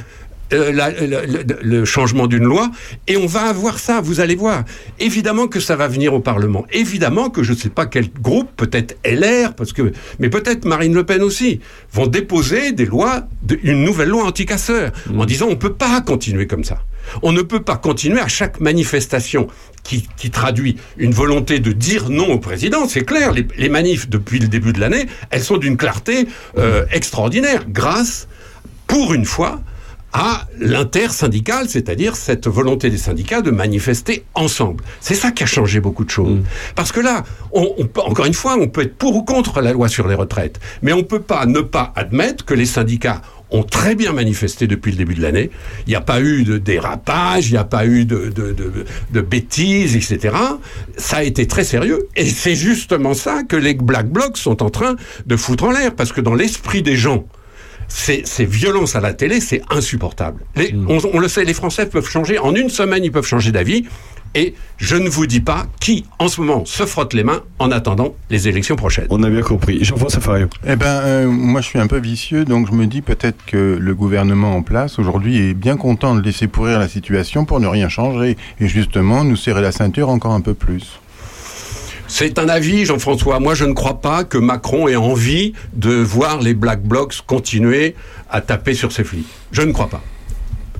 le changement d'une loi, et on va avoir ça, vous allez voir. Évidemment que ça va venir au Parlement. Évidemment que je ne sais pas quel groupe, peut-être LR, mais peut-être Marine Le Pen aussi, vont déposer une nouvelle loi anti-casseurs, en disant on ne peut pas continuer comme ça. On ne peut pas continuer à chaque manifestation qui traduit une volonté de dire non au président. C'est clair, les manifs depuis le début de l'année, elles sont d'une clarté extraordinaire, grâce, pour une fois, à l'intersyndicale, c'est-à-dire cette volonté des syndicats de manifester ensemble. C'est ça qui a changé beaucoup de choses. Parce que là, encore une fois, on peut être pour ou contre la loi sur les retraites, mais on ne peut pas ne pas admettre que les syndicats ont très bien manifesté depuis le début de l'année. Il n'y a pas eu de dérapage, il n'y a pas eu de bêtises, etc. Ça a été très sérieux. Et c'est justement ça que les Black Blocs sont en train de foutre en l'air. Parce que dans l'esprit des gens, ces violences à la télé, c'est insupportable. On le sait, les Français peuvent changer. En une semaine, ils peuvent changer d'avis. Et je ne vous dis pas qui, en ce moment, se frotte les mains en attendant les élections prochaines. On a bien compris. Jean-François Fario. Moi, je suis un peu vicieux, donc je me dis peut-être que le gouvernement en place, aujourd'hui, est bien content de laisser pourrir la situation pour ne rien changer. Et justement, nous serrer la ceinture encore un peu plus. C'est un avis, Jean-François. Moi, je ne crois pas que Macron ait envie de voir les Black Blocs continuer à taper sur ses flics. Je ne crois pas.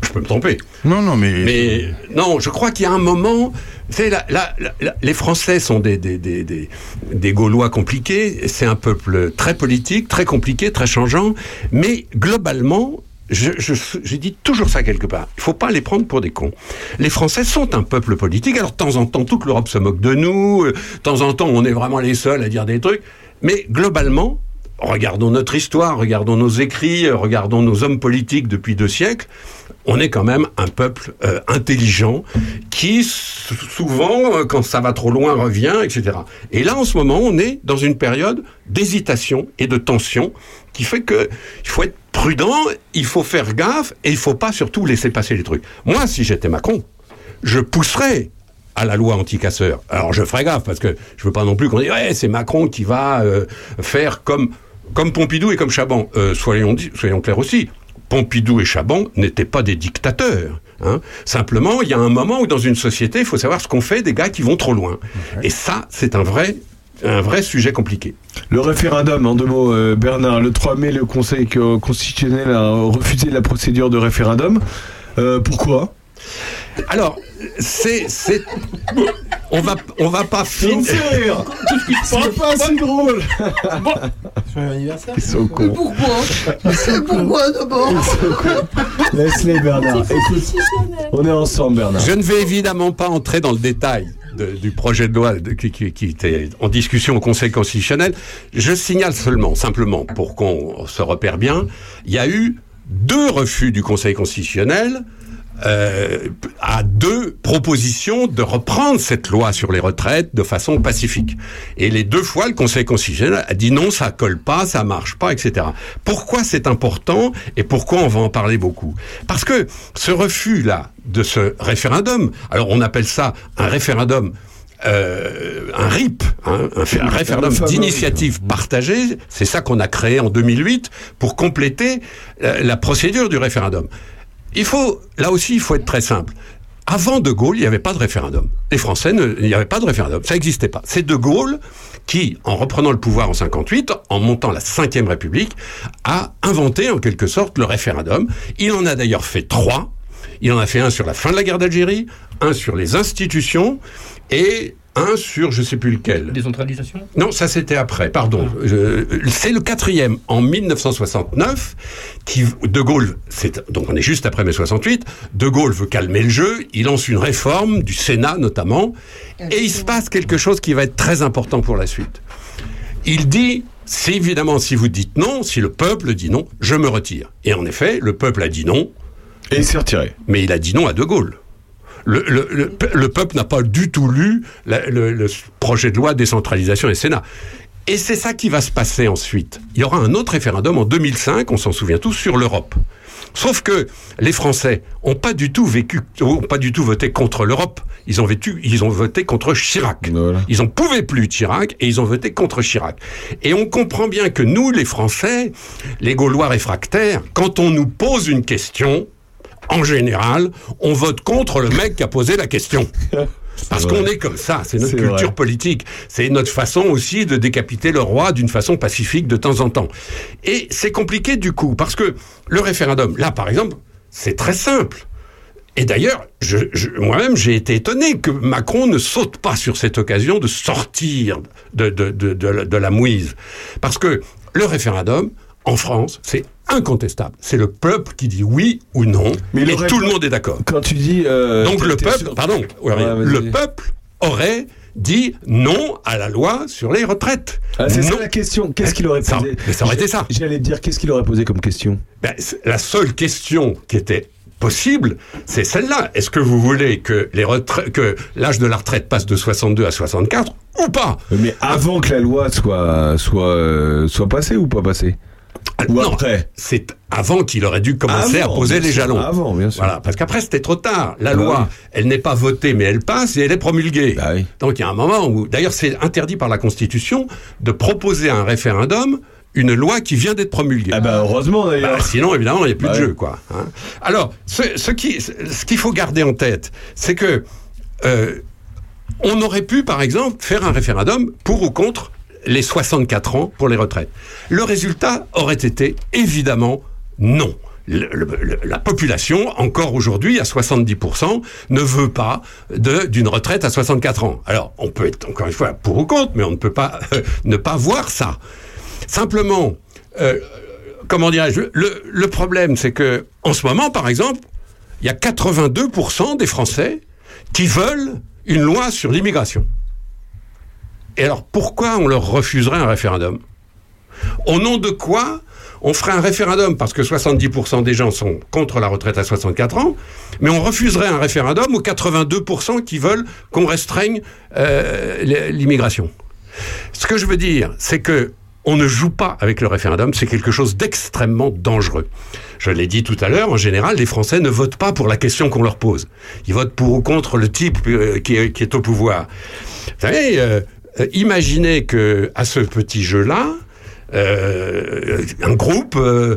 Je peux me tromper. Non, mais non, je crois qu'il y a un moment. Les Français sont des Gaulois compliqués. C'est un peuple très politique, très compliqué, très changeant. Mais globalement, j'ai dit toujours ça quelque part. Il ne faut pas les prendre pour des cons. Les Français sont un peuple politique. Alors, de temps en temps, toute l'Europe se moque de nous. De temps en temps, on est vraiment les seuls à dire des trucs. Mais globalement, regardons notre histoire, regardons nos écrits, regardons nos hommes politiques depuis 2 siècles. On est quand même un peuple intelligent qui, souvent, quand ça va trop loin, revient, etc. Et là, en ce moment, on est dans une période d'hésitation et de tension qui fait qu'il faut être prudent, il faut faire gaffe et il ne faut pas surtout laisser passer les trucs. Moi, si j'étais Macron, je pousserais à la loi anti-casseurs. Alors, je ferais gaffe parce que je ne veux pas non plus qu'on dise « Ouais, c'est Macron qui va faire comme Pompidou et comme Chaban. » Soyons clairs aussi. Pompidou et Chaban n'étaient pas des dictateurs. Hein. Simplement, il y a un moment où dans une société, il faut savoir ce qu'on fait des gars qui vont trop loin. Okay. Et ça, c'est un vrai sujet compliqué. Le référendum, en 2 mots, Bernard. Le 3 mai, le Conseil constitutionnel a refusé la procédure de référendum. Pourquoi ? Alors, on va pas finir. C'est pas si drôle. Sur l'anniversaire. Ils sont cons. Pourquoi d'abord? Laisse-les, Bernard. Écoute, on est ensemble, Bernard. Je ne vais évidemment pas entrer dans le détail du projet de loi qui était en discussion au Conseil constitutionnel. Je signale simplement, pour qu'on se repère bien, il y a eu 2 refus du Conseil constitutionnel à 2 propositions de reprendre cette loi sur les retraites de façon pacifique. Et les 2 fois, le Conseil constitutionnel a dit non, ça colle pas, ça marche pas, etc. Pourquoi c'est important et pourquoi on va en parler beaucoup ? Parce que ce refus-là de ce référendum, alors on appelle ça un référendum un RIP, un référendum d'initiative partagée, c'est ça qu'on a créé en 2008 pour compléter la procédure du référendum. Là aussi, il faut être très simple. Avant De Gaulle, il n'y avait pas de référendum. Les Français, il n'y avait pas de référendum. Ça n'existait pas. C'est De Gaulle qui, en reprenant le pouvoir en 58, en montant la Ve République, a inventé en quelque sorte le référendum. Il en a d'ailleurs fait 3. Il en a fait un sur la fin de la guerre d'Algérie, un sur les institutions et un sur je ne sais plus lequel. Décentralisation ? Non, ça c'était après, pardon. C'est le 4e, en 1969, De Gaulle, donc on est juste après mai 68, De Gaulle veut calmer le jeu, il lance une réforme du Sénat notamment, et il se passe quelque chose qui va être très important pour la suite. Il dit, si vous dites non, si le peuple dit non, je me retire. Et en effet, le peuple a dit non. Et il s'est retiré. Mais il a dit non à De Gaulle. Le peuple n'a pas du tout lu le projet de loi décentralisation et Sénat. Et c'est ça qui va se passer ensuite. Il y aura un autre référendum en 2005, on s'en souvient tous, sur l'Europe. Sauf que les Français n'ont pas du tout voté contre l'Europe. Ils ont voté contre Chirac. Voilà. Ils n'en pouvaient plus de Chirac et ils ont voté contre Chirac. Et on comprend bien que nous, les Français, les Gaulois réfractaires, quand on nous pose une question, en général, on vote contre le mec qui a posé la question. Parce qu'on est comme ça, c'est notre culture politique. C'est notre façon aussi de décapiter le roi d'une façon pacifique de temps en temps. Et c'est compliqué du coup, parce que le référendum, là par exemple, c'est très simple. Et d'ailleurs, moi-même, j'ai été étonné que Macron ne saute pas sur cette occasion de sortir de la mouise. Parce que le référendum, en France, c'est incontestable. C'est le peuple qui dit oui ou non, et tout le monde est d'accord. Quand tu dis... Donc le peuple aurait dit non à la loi sur les retraites. C'est ça la question. Qu'est-ce qu'il aurait posé ? Ça aurait été ça. J'allais te dire, qu'est-ce qu'il aurait posé comme question ? La seule question qui était possible, c'est celle-là. Est-ce que vous voulez que l'âge de la retraite passe de 62 à 64 ou pas ? Mais avant que la loi soit passée ou pas passée ? Ou non, après ? C'est avant qu'il aurait dû commencer à poser les jalons. Avant, bien sûr. Voilà, parce qu'après, c'était trop tard. La loi, elle n'est pas votée, mais elle passe et elle est promulguée. Oui. Donc, il y a un moment où... D'ailleurs, c'est interdit par la Constitution de proposer à un référendum une loi qui vient d'être promulguée. Heureusement, d'ailleurs. Sinon, évidemment, il n'y a plus de jeu, quoi. Hein. Alors, ce qu'il faut garder en tête, c'est que on aurait pu, par exemple, faire un référendum pour ou contre les 64 ans pour les retraites. Le résultat aurait été évidemment non. la population, encore aujourd'hui, à 70%, ne veut pas d'une retraite à 64 ans. Alors, on peut être, encore une fois, pour ou contre, mais on ne peut pas ne pas voir ça. Simplement, comment dirais-je, le problème, c'est que, en ce moment, par exemple, il y a 82% des Français qui veulent une loi sur l'immigration. Et alors, pourquoi on leur refuserait un référendum ? Au nom de quoi on ferait un référendum, parce que 70% des gens sont contre la retraite à 64 ans, mais on refuserait un référendum aux 82% qui veulent qu'on restreigne l'immigration. Ce que je veux dire, c'est que on ne joue pas avec le référendum, c'est quelque chose d'extrêmement dangereux. Je l'ai dit tout à l'heure, en général, les Français ne votent pas pour la question qu'on leur pose. Ils votent pour ou contre le type qui est au pouvoir. Vous savez, imaginez que à ce petit jeu-là, un groupe,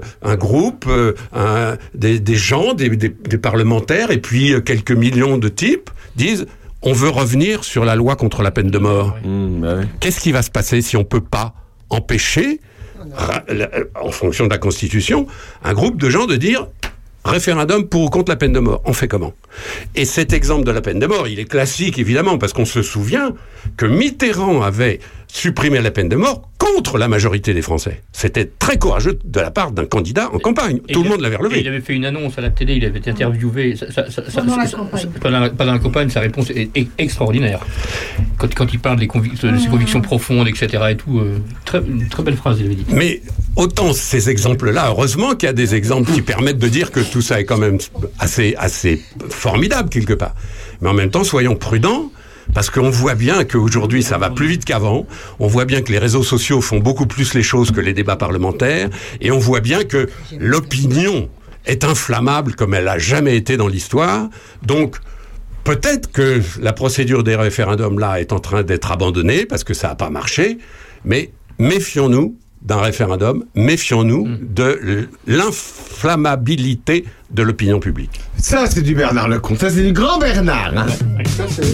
des gens, des parlementaires, et puis quelques millions de types disent on veut revenir sur la loi contre la peine de mort. Qu'est-ce qui va se passer si on peut pas empêcher, en fonction de la Constitution, un groupe de gens de dire référendum pour ou contre la peine de mort? On fait comment? Et cet exemple de la peine de mort, il est classique évidemment, parce qu'on se souvient que Mitterrand avait supprimé la peine de mort contre la majorité des Français. C'était très courageux de la part d'un candidat en campagne. Tout le monde l'avait relevé. Il avait fait une annonce à la télé, il avait été interviewé. Pendant la campagne, sa réponse est extraordinaire. Quand il parle de ses convictions profondes, etc. et tout, une très belle phrase, il avait dit. Mais autant ces exemples-là, heureusement qu'il y a des exemples qui permettent de dire que tout ça est quand même assez formidable quelque part. Mais en même temps, soyons prudents. Parce qu'on voit bien qu'aujourd'hui, ça va plus vite qu'avant. On voit bien que les réseaux sociaux font beaucoup plus les choses que les débats parlementaires. Et on voit bien que l'opinion est inflammable comme elle n'a jamais été dans l'histoire. Donc, peut-être que la procédure des référendums, là, est en train d'être abandonnée parce que ça n'a pas marché. Mais méfions-nous d'un référendum, méfions-nous de l'inflammabilité de l'opinion publique. Ça, c'est du Bernard Lecomte. Ça, c'est du grand Bernard. Hein. Ça, c'est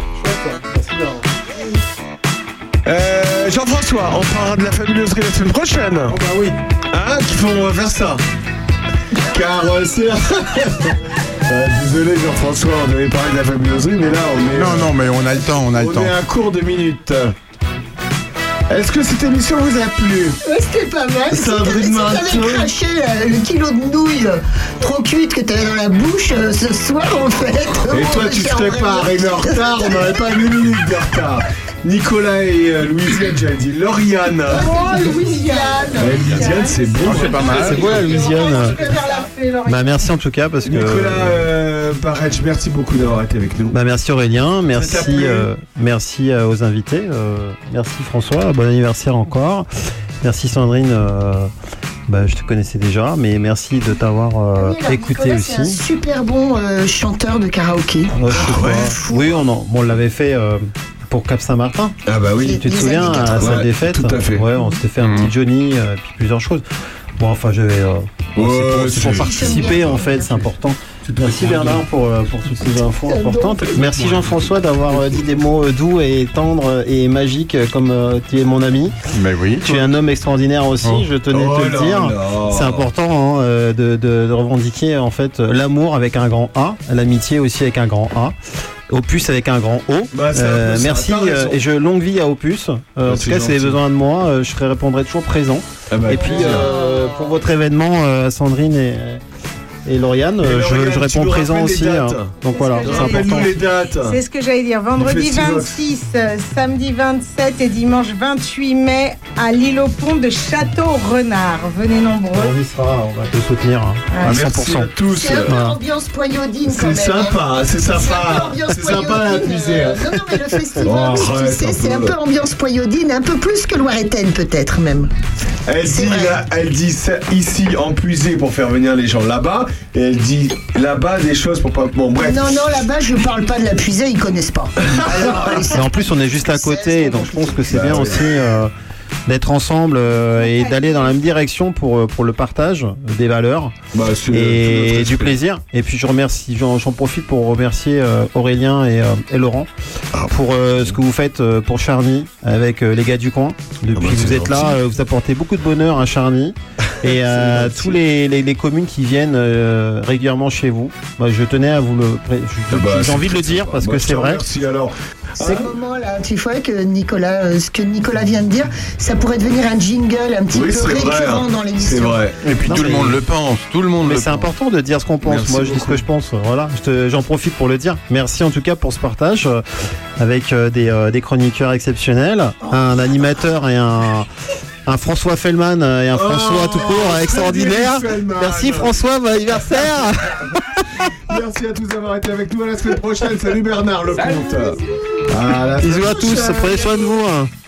Jean-François, on parlera de la fabuloserie la semaine prochaine. Oh bah oui. Hein, qu'il faut faire ça. Car c'est... désolé Jean-François, on devait parler de la fabuloserie, mais là on est... Non, mais on a le temps, on est à court de minutes. Est-ce que cette émission vous a plu? C'était pas mal. Sandrine Manteau. Si t'avais craché le kilo de nouilles trop cuite que t'avais dans la bouche ce soir, en fait. Et toi, tu serais pas arrivé en retard, on n'aurait pas 1 minute de retard. Nicolas et Louisiane, j'avais dit Lauriane. Oh, Louisiane. Louisiane, c'est bon, c'est pas mal. C'est beau la Louisiane. Bah merci en tout cas parce que Nicolas Barretch, merci beaucoup d'avoir été avec nous. Bah merci Aurélien, merci aux invités, merci François, bon anniversaire encore. Merci Sandrine. Je te connaissais déjà, mais merci de t'avoir écouté aussi. C'est un super bon chanteur de karaoké. Oui, on l'avait fait. Pour Cap Saint-Martin. Ah bah oui. Tu te souviens à sa défaite? Tout à fait. Ouais, on s'était fait un petit Johnny, puis plusieurs choses. Bon, enfin, c'est pour participer en fait, c'est important. Merci Bernard pour toutes ces infos importantes. Merci Jean-François d'avoir dit des mots doux et tendres et magiques comme tu es mon ami. Mais oui. Tu es un homme extraordinaire aussi, je tenais à te le dire. C'est important de revendiquer en fait l'amour avec un grand A, l'amitié aussi avec un grand A. Opus avec un grand O. Merci et longue vie à Opus. En tout cas, si vous avez besoin de moi, je répondrai toujours présent. Et puis pour votre événement, Sandrine et Lauriane, je réponds présent aussi. Donc voilà, c'est important. Les dates. C'est ce que j'allais dire. Vendredi 26, samedi 27 et dimanche 28 mai à l'île au Pont de Château-Renard. Venez nombreux. On y sera, on va te soutenir à 100%. Merci à tous. C'est un peu ambiance poignodine quand même. C'est sympa. C'est sympa à abuser. Non, mais le festival, tu sais, c'est un peu ambiance poignodine, un peu plus que Loiretaine peut-être même. Elle dit ça ici en puiser pour faire venir les gens là-bas. Et elle dit là-bas des choses pour pas... Bon, bref. Non, là-bas, je parle pas de la puisée, ils connaissent pas. Alors, et en plus, on est juste à côté, donc je pense que c'est bien aussi d'être ensemble et d'aller dans la même direction pour le partage des valeurs et du plaisir. Et puis j'en profite pour remercier Aurélien et Laurent pour ce que vous faites pour Charny avec les gars du coin. Depuis que vous êtes là, vous apportez beaucoup de bonheur à Charny. Et tous les communes qui viennent régulièrement chez vous, je tenais à vous j'ai envie de le dire parce que c'est vrai. Merci alors. C'est moment là, tu vois que Nicolas, ce que Nicolas vient de dire, ça pourrait devenir un jingle un petit peu récurrent dans l'émission. C'est vrai. Et puis tout le monde le pense, Mais c'est important de dire ce qu'on pense. Moi, je dis ce que je pense. Voilà, j'en profite pour le dire. Merci en tout cas pour ce partage avec des chroniqueurs exceptionnels, un animateur et un François Fellman et un François tout court extraordinaire. Merci François, bon anniversaire. Merci à tous d'avoir été avec nous. À la semaine prochaine. Salut Bernard Lecomte. Bisous à tous, prenez soin de vous.